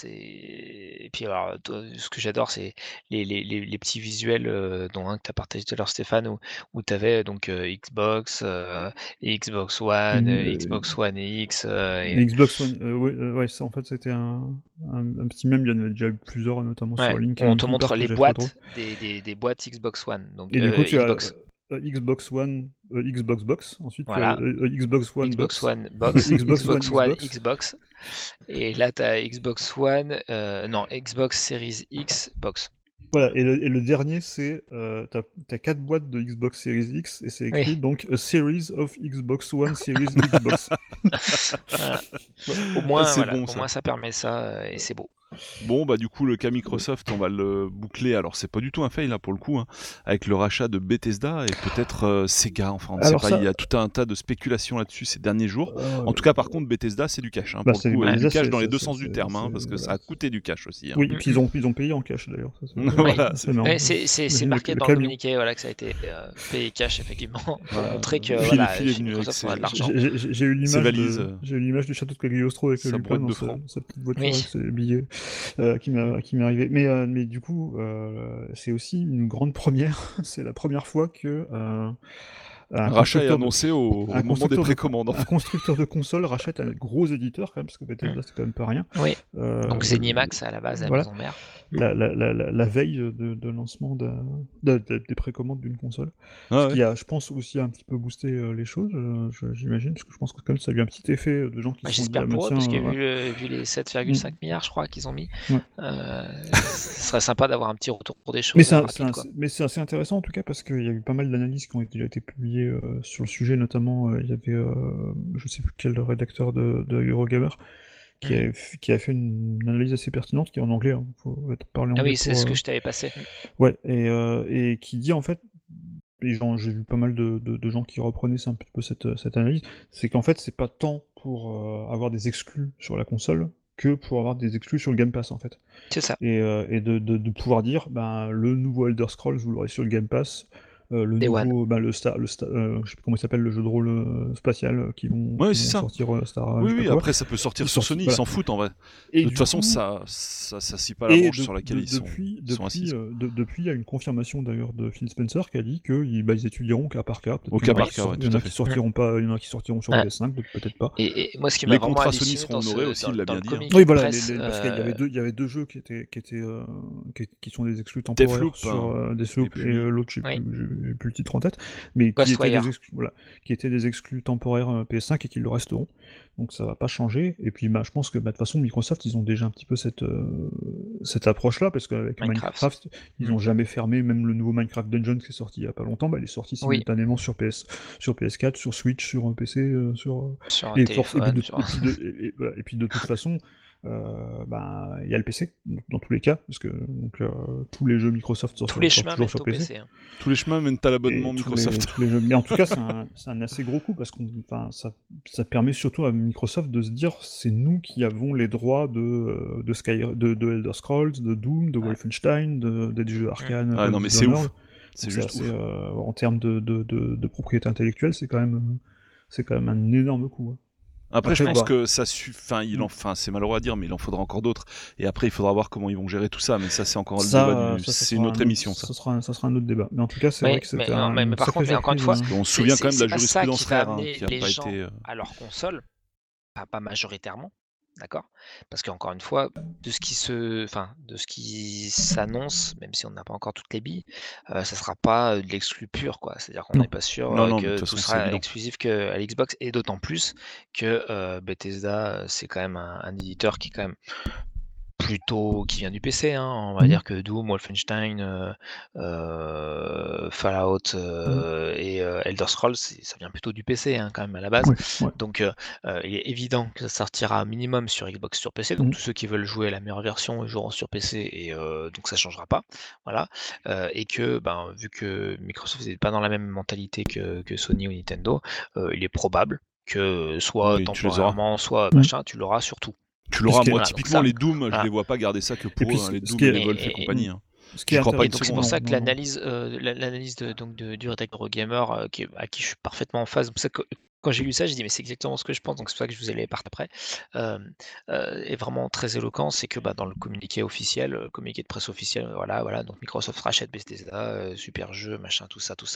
Et puis alors, ce que j'adore, c'est les petits visuels, dont un que tu as partagé tout à l'heure, Stéphane, où tu avais donc Xbox, Xbox One, Xbox One X. Xbox One, ouais, ça en fait c'était un petit mème, il y en avait déjà eu plusieurs, notamment sur LinkedIn. On te montre les boîtes des boîtes Xbox One. Donc, et du coup, tu as Xbox One, Xbox Box, ensuite Xbox One Xbox Box, One Box, Xbox One Xbox, et là tu as Xbox One, Xbox Series X Box. Voilà, et le dernier c'est, t'as 4 boîtes de Xbox Series X, et c'est écrit donc A Series of Xbox One Series Xbox. Voilà. Au moins, au moins ça permet ça, et c'est beau. Bon, du coup, le cas Microsoft, on va le boucler. Alors, c'est pas du tout un fail, là, pour le coup, hein, avec le rachat de Bethesda et peut-être Sega. Enfin, on ne sait pas, il y a tout un tas de spéculations là-dessus ces derniers jours. En tout cas, par contre, Bethesda, c'est du cash. Hein, pour le coup, du cash dans les deux sens du terme, parce que ça a coûté du cash aussi. Hein. Oui, et puis ils ont payé en cash, d'ailleurs. Voilà, c'est marqué dans le communiqué que ça a été payé cash, effectivement, pour montrer que Microsoft a de l'argent. J'ai eu l'image du château de Cagliostro avec le Lupin dans sa petite voiture avec ses billets. Qui m'est arrivé. Mais du coup, c'est aussi une grande première. C'est la première fois que un rachat est annoncé au moment des précommandes. Un constructeur de console rachète un gros éditeur, quand même, parce que Bethesda, c'est quand même pas rien. Oui. Donc ZeniMax, à la base, la maison mère. La veille de lancement des précommandes d'une console. Ce qui a, je pense, aussi un petit peu boosté les choses, j'imagine, parce que je pense que comme ça a eu un petit effet de gens qui sont... J'espère pour eux, parce que vu les 7,5 milliards, je crois, qu'ils ont mis, ce serait sympa d'avoir un petit retour pour des choses. Mais c'est assez intéressant, en tout cas, parce qu'il y a eu pas mal d'analyses qui ont déjà été publiées sur le sujet, notamment, il y avait, je sais plus quel rédacteur de Eurogamer, qui a fait une analyse assez pertinente, qui est en anglais, hein, faut parler anglais. Ah oui, c'est ce que je t'avais passé. Ouais, et qui dit en fait, j'ai vu pas mal de gens qui reprenaient un petit peu cette analyse, c'est qu'en fait c'est pas tant pour avoir des exclus sur la console que pour avoir des exclus sur le Game Pass en fait. C'est ça. Et de pouvoir dire, le nouveau Elder Scrolls vous l'aurez sur le Game Pass. Le nouveau, je sais plus comment il s'appelle, le jeu de rôle spatial qui vont sortir Star. Oui, après ça peut sortir sur Sony, ils s'en foutent en vrai. Et de toute façon, ça scie pas la branche sur laquelle ils sont assis. Depuis, il y a une confirmation d'ailleurs de Phil Spencer qui a dit qu'ils étudieront cas par cas. Au cas par cas, il y en a qui sortiront pas, il y en a qui sortiront sur PS5, peut-être pas. Et moi, ce qui m'a vraiment halluciné, les contrats Sony seront honorés aussi, il l'a bien dit. Oui, voilà, parce qu'il y avait deux jeux qui sont des exclus temporaires sur Deathloop et l'autre, je sais plus, plus le titre en tête, mais qui étaient des exclus temporaires PS5 et qui le resteront. Donc ça va pas changer. Et puis je pense que de toute façon Microsoft ils ont déjà un petit peu cette approche-là, parce qu'avec Minecraft ils n'ont jamais fermé, même le nouveau Minecraft Dungeons qui est sorti il y a pas longtemps, il est sorti simultanément sur PS4, sur Switch, sur un PC, sur un téléphone. Et puis de toute façon, il y a le PC dans tous les cas, parce que tous les jeux Microsoft sortent toujours sur PC. Hein. Tous les chemins mènent à l'abonnement Microsoft. Tous les jeux. Mais en tout cas, c'est un assez gros coup, parce que ça permet surtout à Microsoft de se dire, c'est nous qui avons les droits de Elder Scrolls, de Doom, de Wolfenstein, des jeux Arcane. Ah non, mais c'est ouf. C'est juste ouf. En termes de propriété intellectuelle, c'est quand même un énorme coup. Hein. Après, je pense que ça suffit. C'est malheureux à dire, mais il en faudra encore d'autres. Et après, il faudra voir comment ils vont gérer tout ça. Mais ça, c'est encore le débat. C'est une autre émission, ça. Ça sera un autre débat. Mais en tout cas, c'est vrai que c'était mais par contre, encore une fois, on se souvient quand même de la jurisprudence rare qui a pas été à leur console, pas majoritairement. D'accord ? Parce qu'encore une fois, de ce qui s'annonce, même si on n'a pas encore toutes les billes, ça sera pas de l'exclu pur, quoi. C'est-à-dire qu'on n'est pas sûr que tout sera exclusif qu'à l'Xbox, et d'autant plus que Bethesda, c'est quand même un éditeur qui est quand même plutôt qui vient du PC, hein. On va dire que Doom, Wolfenstein, Fallout et Elder Scrolls, ça vient plutôt du PC, hein, quand même à la base. Donc il est évident que ça sortira minimum sur Xbox, sur PC. Donc tous ceux qui veulent jouer à la meilleure version ils joueront sur PC, et donc ça changera pas. Voilà. Et que vu que Microsoft n'est pas dans la même mentalité que Sony ou Nintendo, il est probable que soit temporairement, soit machin, tu l'auras surtout. Tu l'auras, moi typiquement les Doom, je les vois pas garder ça que pour eux, les Doom, les Wolf et compagnie. C'est pour ça que l'analyse du Retech Eurogamer, à qui je suis parfaitement en phase, c'est pour ça que quand j'ai lu ça, j'ai dit mais c'est exactement ce que je pense, donc c'est pour ça que je vous ai les parts après, est vraiment très éloquent. C'est que dans le communiqué officiel, communiqué de presse officiel, voilà, donc Microsoft rachète Bethesda, super jeu, machin, tout ça,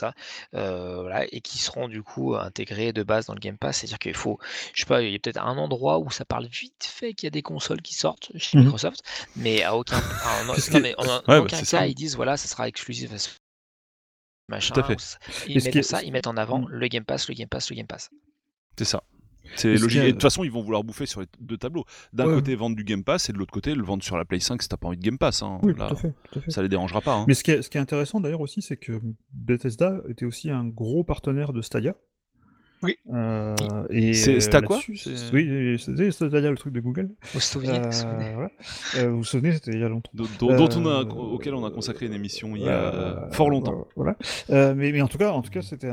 et qui seront du coup intégrés de base dans le Game Pass. C'est-à-dire qu'il faut, je sais pas, il y a peut-être un endroit où ça parle vite fait qu'il y a des consoles qui sortent chez Microsoft, mais à aucun cas ils disent voilà, ça sera exclusif. Machin, tout à fait. Ils mettent en avant le Game Pass. C'est ça. C'est logique. Et de toute façon, ils vont vouloir bouffer sur les deux tableaux. D'un côté, vendre du Game Pass, et de l'autre côté, le vendre sur la Play 5 si t'as pas envie de Game Pass. Hein. Oui, là, tout à fait. Ça les dérangera pas. Hein. Mais ce qui est intéressant d'ailleurs aussi, c'est que Bethesda était aussi un gros partenaire de Stadia. Oui. C'est à quoi ? Oui, c'était Stadia, le truc de Google. Vous vous souvenez vous vous souvenez, c'était il y a longtemps. Auquel on a consacré une émission il y a fort longtemps. Voilà. Mais en tout cas, c'était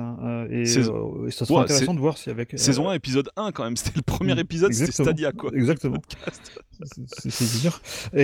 ça sera intéressant de voir si avec saison 1, épisode 1 quand même. C'était le premier épisode, c'était Stadia quoi. Exactement. C'est dire.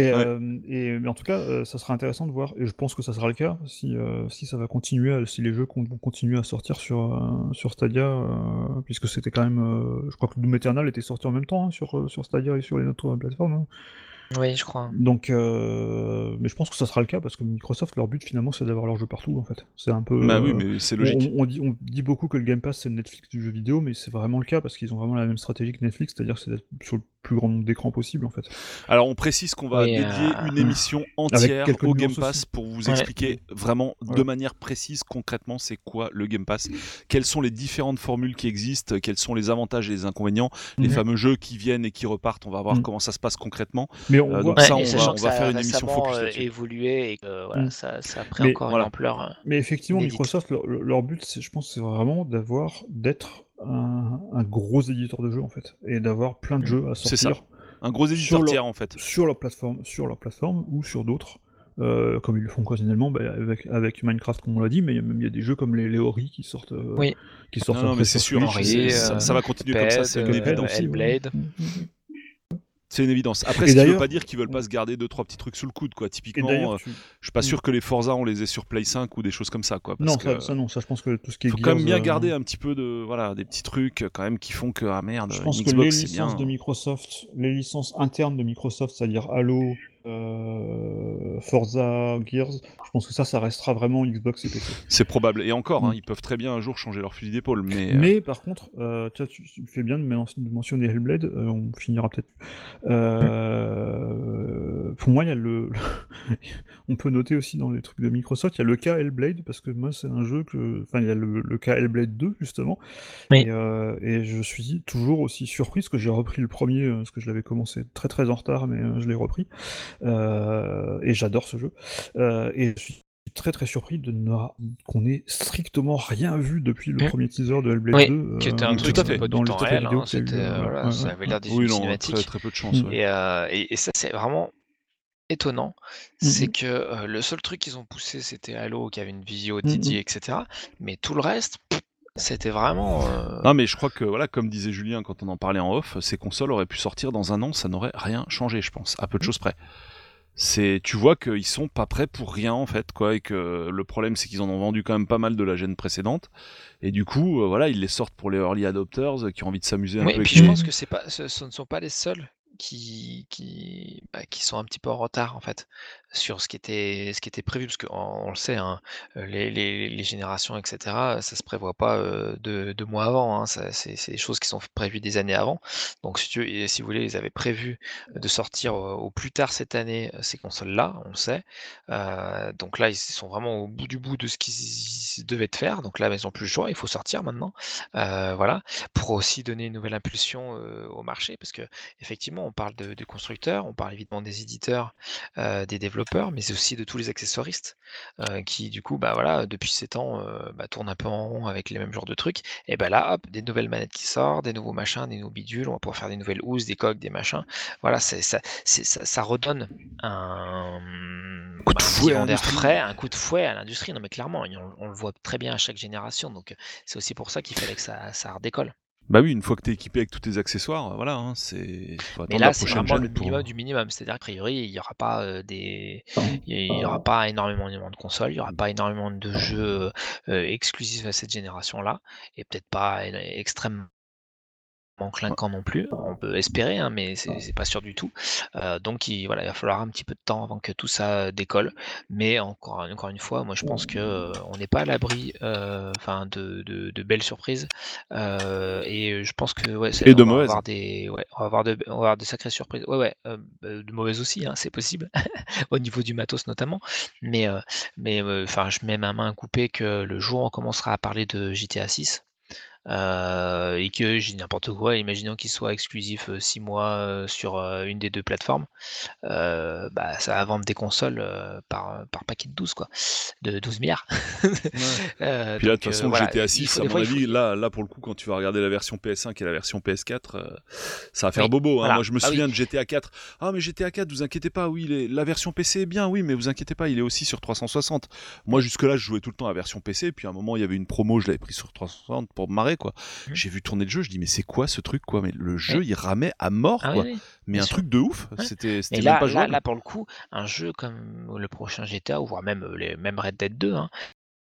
Mais en tout cas, ça sera intéressant de voir, et je pense que ça sera le cas si ça va continuer, si les jeux vont continuer à sortir sur Stadia. Puisque c'était quand même, je crois que Doom Eternal était sorti en même temps sur Stadia et sur les autres plateformes. Hein. Oui, je crois. Donc, mais je pense que ça sera le cas, parce que Microsoft, leur but finalement, c'est d'avoir leur jeu partout, en fait. C'est un peu. Oui, mais c'est logique. On dit beaucoup que le Game Pass c'est le Netflix du jeu vidéo, mais c'est vraiment le cas parce qu'ils ont vraiment la même stratégie que Netflix, c'est-à-dire que c'est d'être sur le plus grand nombre d'écrans possible, en fait. Alors, on précise qu'on va dédier une émission entière au Game Pass pour vous expliquer vraiment de manière précise, concrètement, c'est quoi le Game Pass, quelles sont les différentes formules qui existent, quels sont les avantages et les inconvénients, les fameux jeux qui viennent et qui repartent. On va voir comment ça se passe concrètement. Mais donc ça, on va faire une émission focus là-dessus. Évolué et que ça a pris encore une ampleur. Mais effectivement, Microsoft, leur but, je pense, c'est vraiment d'être un gros éditeur de jeux, en fait, et d'avoir plein de jeux à sortir. C'est ça. Un gros éditeur tiers, en fait. Sur leur plateforme ou sur d'autres. Comme ils le font occasionnellement avec Minecraft, comme on l'a dit, mais il y a des jeux comme les Ori qui sortent. Qui sortent. Non, mais c'est sûr. Ça va continuer comme ça. C'est une évidence. Hellblade. C'est une évidence. Après, ce qui ne veut pas dire qu'ils veulent pas se garder 2-3 petits trucs sous le coude, quoi. Typiquement, je suis pas sûr que les Forza on les ait sur Play 5 ou des choses comme ça, quoi. Non, ça, je pense que tout ce qui est. Faut quand même bien garder un petit peu des petits trucs quand même qui font que merde. Je pense Xbox, que les licences de Microsoft, les licences internes de Microsoft, c'est-à-dire Halo, Forza Gears, je pense que ça restera vraiment Xbox et PC. C'est probable. Et encore, ils peuvent très bien un jour changer leur fusil d'épaule. Mais par contre, tu fais bien de mentionner Hellblade, on finira peut-être. Pour moi, il y a on peut noter aussi dans les trucs de Microsoft, il y a le cas Hellblade, parce que moi, c'est un jeu Enfin, il y a le cas Hellblade 2, justement. Oui. Et je suis toujours aussi surpris, parce que j'ai repris le premier, parce que je l'avais commencé très très en retard, mais je l'ai repris. Et j'adore ce jeu. Et je suis très très surpris qu'on ait strictement rien vu depuis le premier teaser de Hellblade 2. Qui était un truc tout à fait. pas dans du les temps trailers réel, vidéo hein, qu'il y a eu, c'était, voilà, ça avait l'air des Oui, non, cinématiques. très peu de chance. Ouais. Et ça, c'est vraiment étonnant. C'est que le seul truc qu'ils ont poussé, c'était Halo, qui avait une vidéo dédiée, etc. Mais tout le reste, c'était vraiment. Non, mais je crois que, voilà, comme disait Julien quand on en parlait en off, ces consoles auraient pu sortir dans un an, ça n'aurait rien changé, je pense, à peu de choses près. Tu vois qu'ils sont pas prêts pour rien en fait, quoi, et que le problème c'est qu'ils en ont vendu quand même pas mal de la gêne précédente, et du coup, voilà, ils les sortent pour les early adopters qui ont envie de s'amuser un peu. Et avec puis je pense que ce ne sont pas les seuls qui sont un petit peu en retard en fait sur ce qui était prévu, parce qu'on le sait, hein, les générations, etc. Ça se prévoit pas 2 mois avant, hein, c'est des choses qui sont prévues des années avant. Donc si vous voulez, ils avaient prévu de sortir au plus tard cette année ces consoles-là, on le sait. Donc là, ils sont vraiment au bout du bout de ce qu'ils devaient faire. Donc là, ils n'ont plus le choix, il faut sortir maintenant. Voilà, pour aussi donner une nouvelle impulsion au marché, parce que effectivement, on parle des constructeurs, on parle évidemment des éditeurs, des développeurs, mais aussi de tous les accessoristes qui, du coup, voilà, depuis 7 ans, tournent un peu en rond avec les mêmes genres de trucs. Et là, hop, des nouvelles manettes qui sortent, des nouveaux machins, des nouveaux bidules, on va pouvoir faire des nouvelles housses, des coques, des machins. Voilà, ça redonne un coup de fouet vent d'air frais, un coup de fouet à l'industrie. Non, mais clairement, on le voit très bien à chaque génération. Donc, c'est aussi pour ça qu'il fallait que ça redécolle. Bah oui, une fois que t'es équipé avec tous tes accessoires, voilà, hein, faut Mais attendre là, la c'est prochaine vraiment le gêne minimum du minimum. C'est-à-dire qu'a priori, il n'y aura pas il y aura pas énormément de consoles, il n'y aura pas énormément de jeux exclusifs à cette génération-là, et peut-être pas extrêmement clinquant non plus. On peut espérer, hein, mais c'est pas sûr du tout. Donc il va falloir un petit peu de temps avant que tout ça décolle. Mais encore une fois, moi je pense que on n'est pas à l'abri, de belles surprises. Et je pense que Et de on va mauvaises. on va avoir des sacrées surprises. De mauvaises aussi, hein, c'est possible, au niveau du matos notamment. Mais je mets ma main coupée que le jour où on commencera à parler de GTA 6. Et que j'ai n'importe quoi, imaginons qu'il soit exclusif 6 mois sur une des 2 plateformes, ça va vendre des consoles par paquet de 12, quoi, de 12 milliards. Puis là, de toute façon, le GTA 6, à mon avis, faut... là, pour le coup, quand tu vas regarder la version PS5 et la version PS4, ça va faire bobo. Hein. Voilà. Moi, je me souviens de GTA 4. Ah, mais GTA 4, vous inquiétez pas, oui, la version PC est bien, oui, mais vous inquiétez pas, il est aussi sur 360. Moi, jusque-là, je jouais tout le temps à la version PC, puis à un moment, il y avait une promo, je l'avais pris sur 360 pour me marrer, quoi. J'ai vu tourner le jeu, je dis, mais c'est quoi ce truc, quoi? Mais le jeu, il ramait à mort, quoi. Mais un truc de ouf. C'était même pas jouable. Là, pour le coup, un jeu comme le prochain GTA, ou voire même Red Dead 2, hein,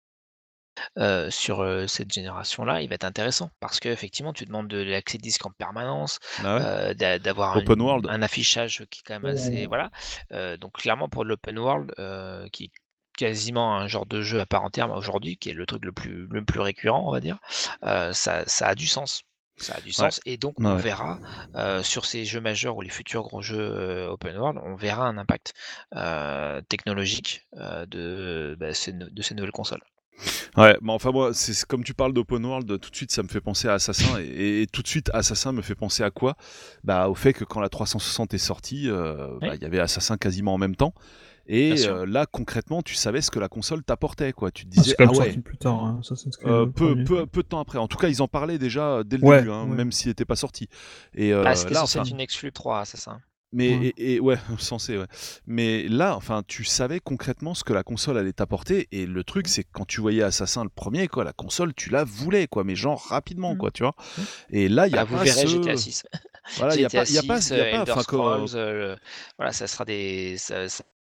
sur cette génération-là, il va être intéressant, parce qu'effectivement, tu demandes de l'accès disque en permanence, d'avoir un affichage qui est quand même assez. Voilà. Donc, clairement, pour l'open world, qui est quasiment un genre de jeu à part entière aujourd'hui, qui est le truc le plus récurrent, on va dire, ça a du sens. Ça a du sens, et donc on verra sur ces jeux majeurs ou les futurs gros jeux open world, on verra un impact technologique de ces nouvelles consoles. Ouais, mais enfin moi, c'est comme tu parles d'open world, tout de suite ça me fait penser à Assassin, et tout de suite Assassin me fait penser à quoi? Au fait que quand la 360 est sortie, il y avait Assassin quasiment en même temps. Et là, concrètement, tu savais ce que la console t'apportait, quoi. Tu te disais, c'est quand même sorti plus tard, hein. Ça, c'est peu de temps après. En tout cas, ils en parlaient déjà dès le début, hein, même s'il n'était pas sorti. Et c'était censé être une exclu 3, c'est ça. Mais censé, ouais. Mais là, enfin, tu savais concrètement ce que la console allait t'apporter, et le truc, c'est que quand tu voyais Assassin le premier, quoi, la console, tu la voulais, quoi, mais genre rapidement, quoi, tu vois. Et là, il y a vous pas verrez GTA 6. Voilà, il y a pas, Elder Scrolls, voilà, ça sera des.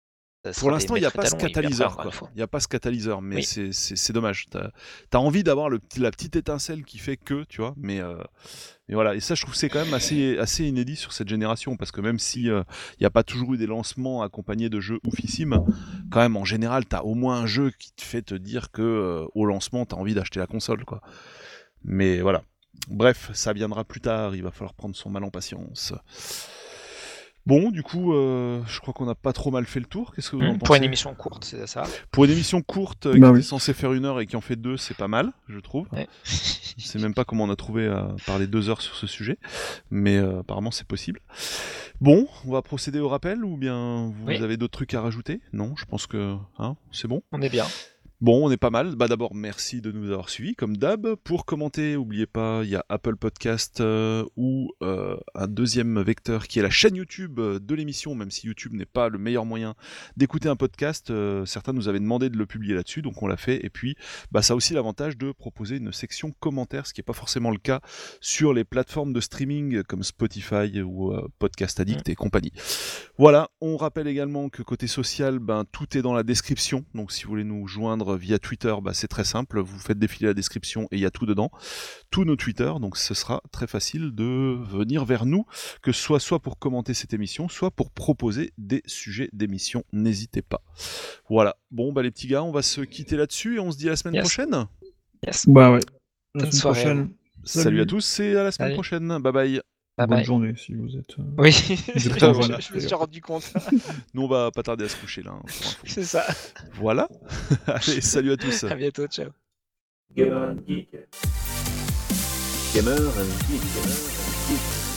Pour l'instant, il n'y a pas ce catalyseur, catalyseur, quoi. Il n'y a pas ce catalyseur, mais Oui. c'est dommage. T'as envie d'avoir la petite étincelle qui fait que, tu vois, mais voilà. Et ça, je trouve que c'est quand même assez inédit sur cette génération, parce que même si il n'y a pas toujours eu des lancements accompagnés de jeux oufissimes, quand même, en général, t'as au moins un jeu qui te fait te dire que au lancement, t'as envie d'acheter la console, quoi. Mais voilà. Bref, ça viendra plus tard, il va falloir prendre son mal en patience. Bon, du coup, je crois qu'on n'a pas trop mal fait le tour. Qu'est-ce que vous en pensez ? Pour une émission courte, c'est ça. Pour une émission courte qui était censée faire 1 heure et qui en fait 2, c'est pas mal, je trouve. Ouais. Je sais même pas comment on a trouvé à parler 2 heures sur ce sujet, mais apparemment c'est possible. Bon, on va procéder au rappel, ou bien vous avez d'autres trucs à rajouter ? Non, je pense que c'est bon. On est bien. Bon, on est pas mal. Bah d'abord, merci de nous avoir suivis, comme d'hab. Pour commenter, n'oubliez pas, il y a Apple Podcast ou un deuxième vecteur qui est la chaîne YouTube de l'émission, même si YouTube n'est pas le meilleur moyen d'écouter un podcast. Certains nous avaient demandé de le publier là-dessus, donc on l'a fait. Et puis, ça a aussi l'avantage de proposer une section commentaires, ce qui n'est pas forcément le cas sur les plateformes de streaming comme Spotify ou Podcast Addict et compagnie. Voilà, on rappelle également que côté social, tout est dans la description. Donc si vous voulez nous joindre via Twitter, c'est très simple, vous faites défiler la description et il y a tout dedans, tous nos Twitter, donc ce sera très facile de venir vers nous, que ce soit pour commenter cette émission, soit pour proposer des sujets d'émission, n'hésitez pas. Voilà, bon les petits gars, on va se quitter là-dessus et on se dit à la semaine prochaine. Yes. Bah ouais. Bonne soirée. Prochaine. Salut à tous et à la semaine prochaine, bye bye. Bonne journée si vous êtes. Oui, voilà. je me suis rendu compte. Nous on va pas tarder à se coucher là. C'est ça. Voilà. Allez, salut à tous. À bientôt, ciao. Gamer and Geek.